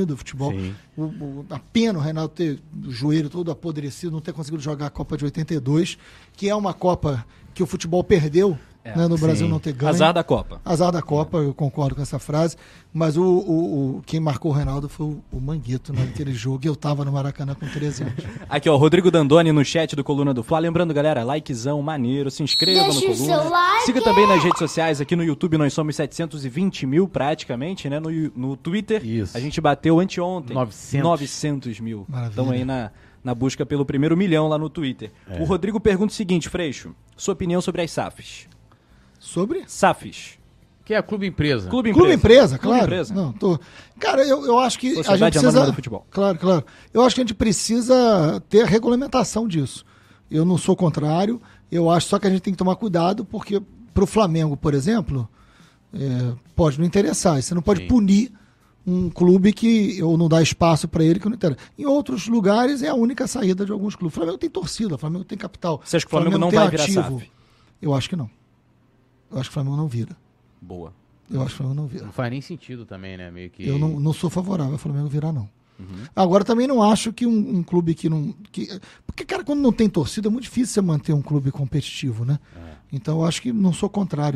A pena o Reinaldo ter o joelho todo apodrecido, não ter conseguido jogar a Copa de 82, que é uma Copa que o futebol perdeu, né, no Brasil não ter ganho. Azar da Copa. Azar da Copa, eu concordo com essa frase. Mas quem marcou o Reinaldo foi o Manguito naquele jogo. E eu tava no Maracanã com 13 anos. Aqui, ó, Rodrigo Dandoni no chat do Coluna do Fla. Lembrando, galera, likezão, maneiro. Se inscreva no Coluna. Siga também nas redes sociais. Aqui no YouTube nós somos 720 mil praticamente, né? No Twitter, a gente bateu anteontem 900 mil. Estamos aí na busca pelo primeiro 1 milhão lá no Twitter. O Rodrigo pergunta o seguinte, Freixo. Sua opinião sobre as SAFs. Sobre? SAFs. Que é a Clube Empresa. Clube Empresa, claro. Clube Empresa. Não, Cara, eu acho que Sociedade a gente precisa... do futebol. Claro. Eu acho que a gente precisa ter a regulamentação disso. Eu não sou contrário. Eu acho só que a gente tem que tomar cuidado, porque pro Flamengo, por exemplo, pode não interessar. Você não pode punir um clube ou não dá espaço para ele que não interessa. Em outros lugares é a única saída de alguns clubes. O Flamengo tem torcida, o Flamengo tem capital. Você acha que o Flamengo não vai virar SAF? Eu acho que não. Eu acho que o Flamengo não vira. Boa. Eu acho que o Flamengo não vira. Não faz nem sentido também, né? Meio que... Eu não sou favorável ao Flamengo virar, não. Agora, também não acho que um clube que não... Porque, cara, quando não tem torcida, é muito difícil você manter um clube competitivo, né? Então, eu acho que não sou contrário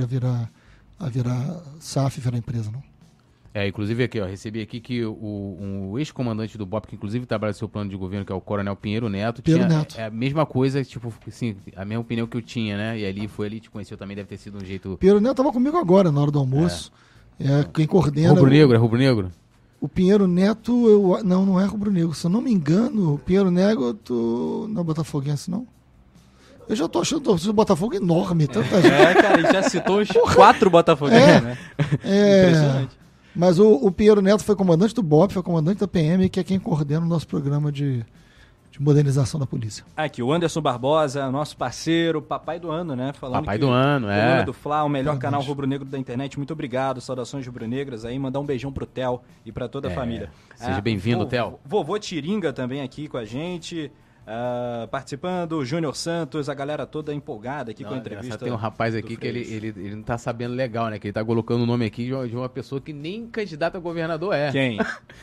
a virar SAF, virar empresa, não. Inclusive aqui, ó, recebi aqui que o ex-comandante do BOP, que inclusive trabalha no seu plano de governo, que é o Coronel Pinheiro Neto, Neto. É a mesma coisa, tipo, assim, a mesma opinião que eu tinha, né? E ali te conheceu também, deve ter sido um jeito... Pinheiro Neto estava comigo agora, na hora do almoço. Quem coordena... Rubro-negro, é rubro-negro? O Pinheiro Neto, não é rubro-negro. Se eu não me engano, o Pinheiro Neto não é botafoguense, não? Eu já tô achando o torcida do Botafogo enorme. Tanta gente. Cara, ele já citou os 4 botafoguenses, né? Impressionante. Mas o Pinheiro Neto foi comandante do BOP, foi comandante da PM, que é quem coordena o nosso programa de modernização da polícia. Aqui, o Anderson Barbosa, nosso parceiro, papai do ano, né? Falando papai do ano, Coluna do Fla, o melhor canal rubro-negro da internet. Muito obrigado, saudações rubro-negras aí. Mandar um beijão pro Theo e pra toda a família. Seja bem-vindo, Theo. Vovô Tiringa também aqui com a gente. Participando, Júnior Santos, a galera toda empolgada aqui com a entrevista. Tem um rapaz aqui que ele não tá sabendo legal, né? Que ele tá colocando o nome aqui de uma pessoa que nem candidato a governador é. Quem?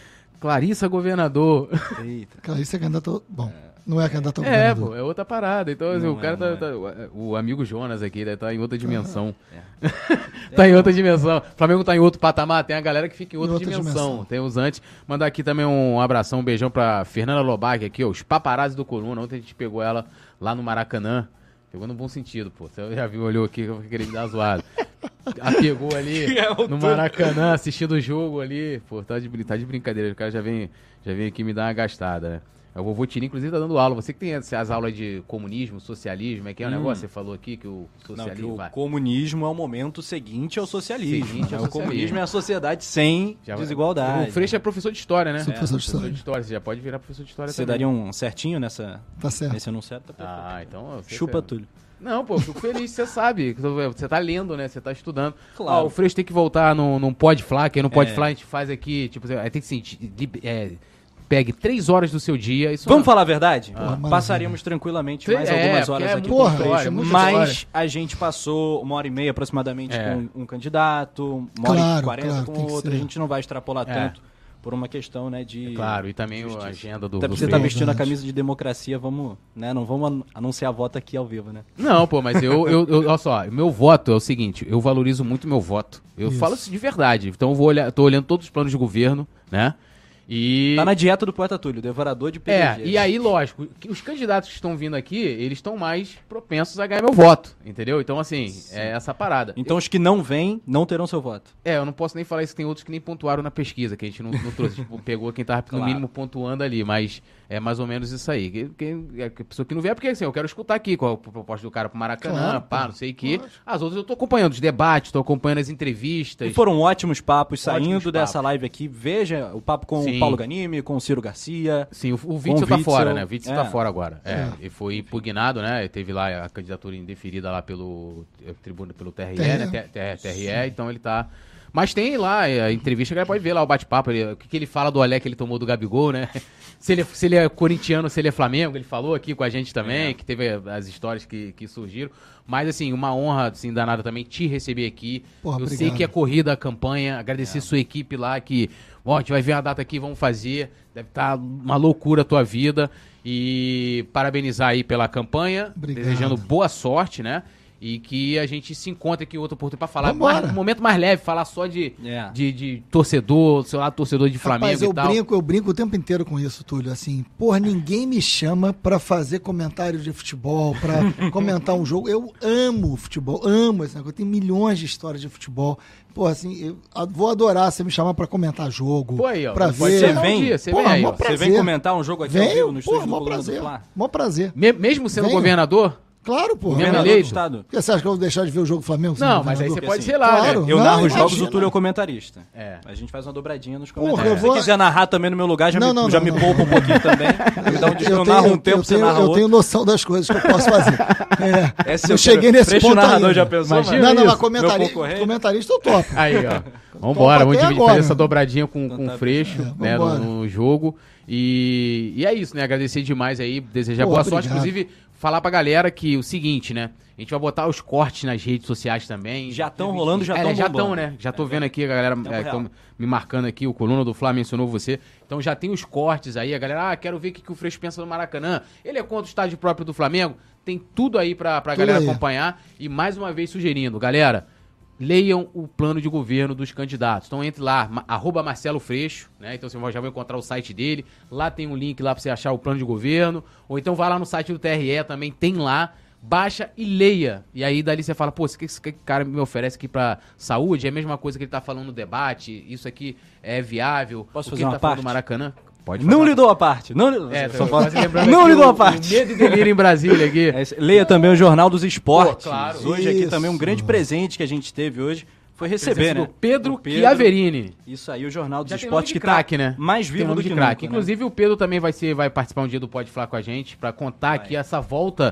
Clarissa Governador. Eita. Clarissa é candidato... Bom, não é candidato ao É, governador. pô, é outra parada. Então, assim, Não o cara é, tá, o amigo Jonas aqui, ele tá em outra dimensão. É. Tá em outra dimensão. O Flamengo tá em outro patamar, tem a galera que fica em outra, outra dimensão. Tem os antes. Mandar aqui também um abração, um beijão pra Fernanda Lobac aqui, ó, os paparazzi do Coluna. Ontem a gente pegou ela lá no Maracanã. Pegou no bom sentido, pô. Você já viu, olhou aqui, que eu queria me dar zoado. A pegou ali no Maracanã, assistindo o jogo ali. Pô, tá de brincadeira. O cara já vem aqui me dar uma gastada, né? O vovô Tiri, inclusive, tá dando aula. Você que tem as aulas de comunismo, socialismo, é que é o negócio? Você falou aqui que o socialismo... Não, que o comunismo é o momento seguinte ao socialismo. Seguinte ao O comunismo é a sociedade sem desigualdade. O Freixo é professor de história, né? Sou professor de história. Você já pode virar professor de história Você também. daria um certinho nessa, Tá certo. nesse enunciado? Tá perfeito. Ah, então... Chupa, Túlio. Não, pô, fico feliz, você sabe. Você tá lendo, né? Você tá estudando. Claro. Ó, o Freixo tem que voltar num Pode Flá, que no Pode Flá a gente faz aqui, tipo, aí tem que sentir... Pegue 3 horas do seu dia. Isso Vamos falar a verdade? maravilha. Passaríamos tranquilamente mais algumas horas aqui com com o história, Freixo, muita mas história. a gente passou 1h30 aproximadamente É. com um candidato, 1h40 Claro, com tem que outro. ser. A gente não vai extrapolar É. tanto por uma questão, né, de... Claro, e também a agenda do Até porque você Freixo. tá vestindo a Verdade. camisa de democracia, vamos, né, não vamos anunciar voto aqui ao vivo, né? Não, pô, mas eu olha só, meu voto é o seguinte, eu valorizo muito meu voto. Eu Isso. falo isso de verdade. Então eu vou olhar, tô olhando todos os planos de governo, né? E Tá na dieta do poeta Túlio, devorador de PDG. e aí, lógico, que os candidatos que estão vindo aqui, eles estão mais propensos a ganhar meu voto, entendeu? Então, assim, é essa parada. Então os que não vêm, não terão seu voto. Eu não posso nem falar isso, tem outros que nem pontuaram na pesquisa, que a gente não trouxe. Tipo, pegou quem tava, no Claro. mínimo, pontuando ali, mas é mais ou menos isso aí. A pessoa que não vier, porque assim, eu quero escutar aqui qual a proposta do cara pro Maracanã, Claro, pá, não sei o quê. As outras eu tô acompanhando os debates, tô acompanhando as entrevistas. E foram ótimos papos saindo Ótimos dessa papos. live aqui. Veja o papo com Sim. o Paulo Ganimi, com o Ciro Garcia. Sim, o Com Witzel o tá Witzel. fora, né? O Witzel tá É. fora agora. E foi impugnado, né? Teve lá a candidatura indeferida lá pelo tribunal, pelo TRE, né? TRE, então ele tá... Mas tem lá a entrevista que ele pode ver lá, o bate-papo, o que ele fala do olé que ele tomou do Gabigol, né? Se ele é corintiano, se ele é Flamengo, ele falou aqui com a gente também, que teve as histórias que surgiram. Mas, assim, uma honra, assim, danada também te receber aqui. Porra, eu sei obrigado. que é corrida a campanha, agradecer sua equipe lá, que, ó, a gente vai ver a data aqui, vamos fazer. Deve estar uma loucura a tua vida. E parabenizar aí pela campanha, Obrigado. desejando boa sorte, né? E que a gente se encontre aqui em outra oportunidade pra falar Vambora. um momento mais leve, falar só de torcedor, sei lá, torcedor de Flamengo Rapaz, e tal. eu brinco o tempo inteiro com isso, Túlio. Assim, porra, ninguém me chama pra fazer comentário de futebol, pra comentar um jogo. Eu amo futebol, amo esse negócio. Eu tenho milhões de histórias de futebol. Porra, assim, eu vou adorar você me chamar pra comentar jogo. Pô, aí, ó, pra pode ver. ser vem. um dia, você Porra, vem aí, mó ó. prazer. Você vem comentar um jogo aqui ao vivo Venho, no estúdio porra, do mó Coluna do prazer. Fla? Mó prazer. Mesmo sendo Venho. governador? Claro, porra. Mesmo Governador do eleito? estado. Porque você acha que eu vou deixar de ver o jogo do Flamengo? sendo Não, mas aí você governador? pode assim, ser lá, claro. né? Eu Não, narro os jogos, imagina. o Túlio é o comentarista. É. A gente faz uma dobradinha nos Porra, comentários. eu Se vou- você quiser narrar também no meu lugar, já Não, me não. poupa um pouquinho também. Me dá um dia, eu narro um tempo, você narra eu outro. tenho noção das coisas que eu posso fazer. Esse eu cheguei nesse Freixo ponto narrador ainda. já pensou, Imagina mano? Não, mas Meu concorrente. comentarista eu topo. Aí, ó. Vambora, vamos até fazer agora. essa dobradinha com tá o Freixo, né, vambora. no jogo. E é isso, né? Agradecer demais aí, desejar Pô, boa sorte. obrigado. Inclusive, falar pra galera que o seguinte, né? A gente vai botar os cortes nas redes sociais também. Já tão rolando, já tão já bombando. estão, né? Já tô vendo aqui a galera real. me marcando aqui, o Coluna do Fla mencionou você. Então já tem os cortes aí, a galera, quero ver o que o Freixo pensa do Maracanã. Ele é contra o estádio próprio do Flamengo. Tem tudo aí pra galera aí. acompanhar. E mais uma vez sugerindo, galera, leiam o plano de governo dos candidatos. Então entre lá, @Marcelo Freixo, né? Então você já vai encontrar o site dele. Lá tem um link lá pra você achar o plano de governo. Ou então vai lá no site do TRE, também tem lá. Baixa e leia. E aí dali você fala, pô, isso que esse cara me oferece aqui pra saúde é a mesma coisa que ele tá falando no debate. Isso aqui é viável. Posso o fazer que ele uma tá falando parte? do Maracanã? Pode Não falar. lhe dou a parte. Não lhe... É, Só tô posso- quase lembrando não aqui lhe dou a o parte. Medo e Delírio em Brasília aqui. Leia também o Jornal dos Esportes. Pô, claro. Hoje aqui Isso. também um grande presente que a gente teve hoje foi receber, Presença né? do Pedro O Chiaverini. Isso aí, o Jornal dos Já tem Esportes nome de que tá craque, né? mais Tem vivo nome do de que craque. nunca, né? Inclusive o Pedro também vai participar um dia do Pode Falar com a gente pra contar aqui essa volta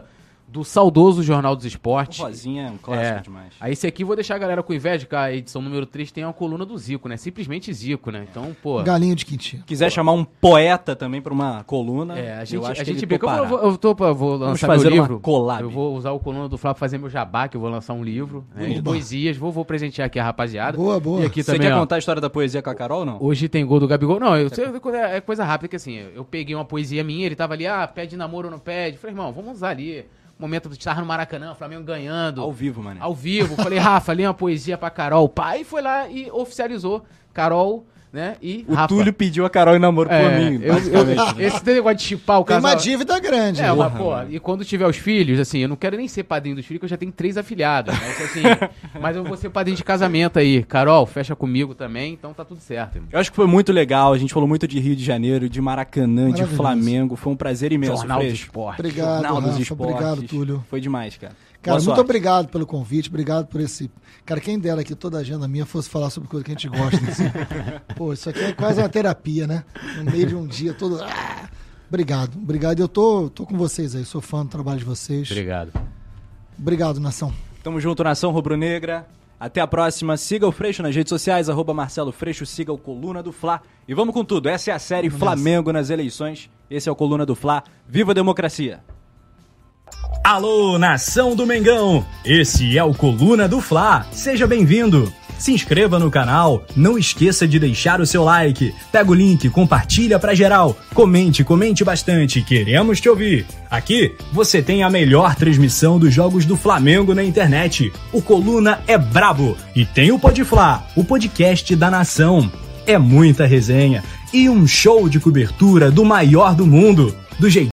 do saudoso Jornal dos Esportes. O Rosinha é um clássico demais. Aí esse aqui, vou deixar a galera com inveja, que a edição número 3 tem uma coluna do Zico, né? Simplesmente Zico, né? Então, pô... Galinho de Quintino. Quiser chamar um poeta também pra uma coluna, a gente, eu acho a que gente ele topará. vou lançar fazer meu livro. uma collab. Eu vou usar o Coluna do Flá pra fazer meu jabá, que eu vou lançar um livro de poesias. Vou presentear aqui a rapaziada. Boa. E aqui Você também, quer contar a história da poesia com a Carol ou não? Hoje tem gol do Gabigol. Não, é coisa rápida que assim, eu peguei uma poesia minha, ele tava ali, pede namoro ou não pede. Falei, irmão, vamos usar ali. Momento de estar no Maracanã, o Flamengo ganhando. Ao vivo, mano. Ao vivo. Falei, Rafa, li uma poesia pra Carol. Pai foi lá e oficializou. Carol, né? E o Rafa. Túlio pediu a Carol em namoro por mim. Esse negócio de chipar o casal... Tem uma dívida grande. Mas, pô, e quando tiver os filhos, assim, eu não quero nem ser padrinho dos filhos, que eu já tenho 3 afilhados. Né? Então, assim, mas eu vou ser padrinho de casamento aí. Carol, fecha comigo também, então tá tudo certo, irmão. Eu acho que foi muito legal, a gente falou muito de Rio de Janeiro, de Maracanã, de Flamengo, foi um prazer imenso. Jornal dos Esportes. Obrigado, Jornal dos Rafa, Esportes. obrigado, Túlio. Foi demais, cara. Cara, Boa muito sorte. obrigado pelo convite, obrigado por esse... Cara, quem dera que toda a agenda minha fosse falar sobre coisa que a gente gosta. Assim. Pô, isso aqui é quase uma terapia, né? No meio de um dia todo... Obrigado. Eu tô com vocês aí, sou fã do trabalho de vocês. Obrigado, nação. Tamo junto, nação rubro-negra. Até a próxima. Siga o Freixo nas redes sociais, @Marcelo Freixo, siga o Coluna do Fla. E vamos com tudo. Essa é a série Flamengo nas eleições. Esse é o Coluna do Fla. Viva a democracia! Alô, nação do Mengão! Esse é o Coluna do Fla. Seja bem-vindo! Se inscreva no canal, não esqueça de deixar o seu like, pega o link, compartilha pra geral, comente bastante, queremos te ouvir. Aqui você tem a melhor transmissão dos jogos do Flamengo na internet. O Coluna é brabo e tem o Podfla, o podcast da nação. É muita resenha e um show de cobertura do maior do mundo, do jeitinho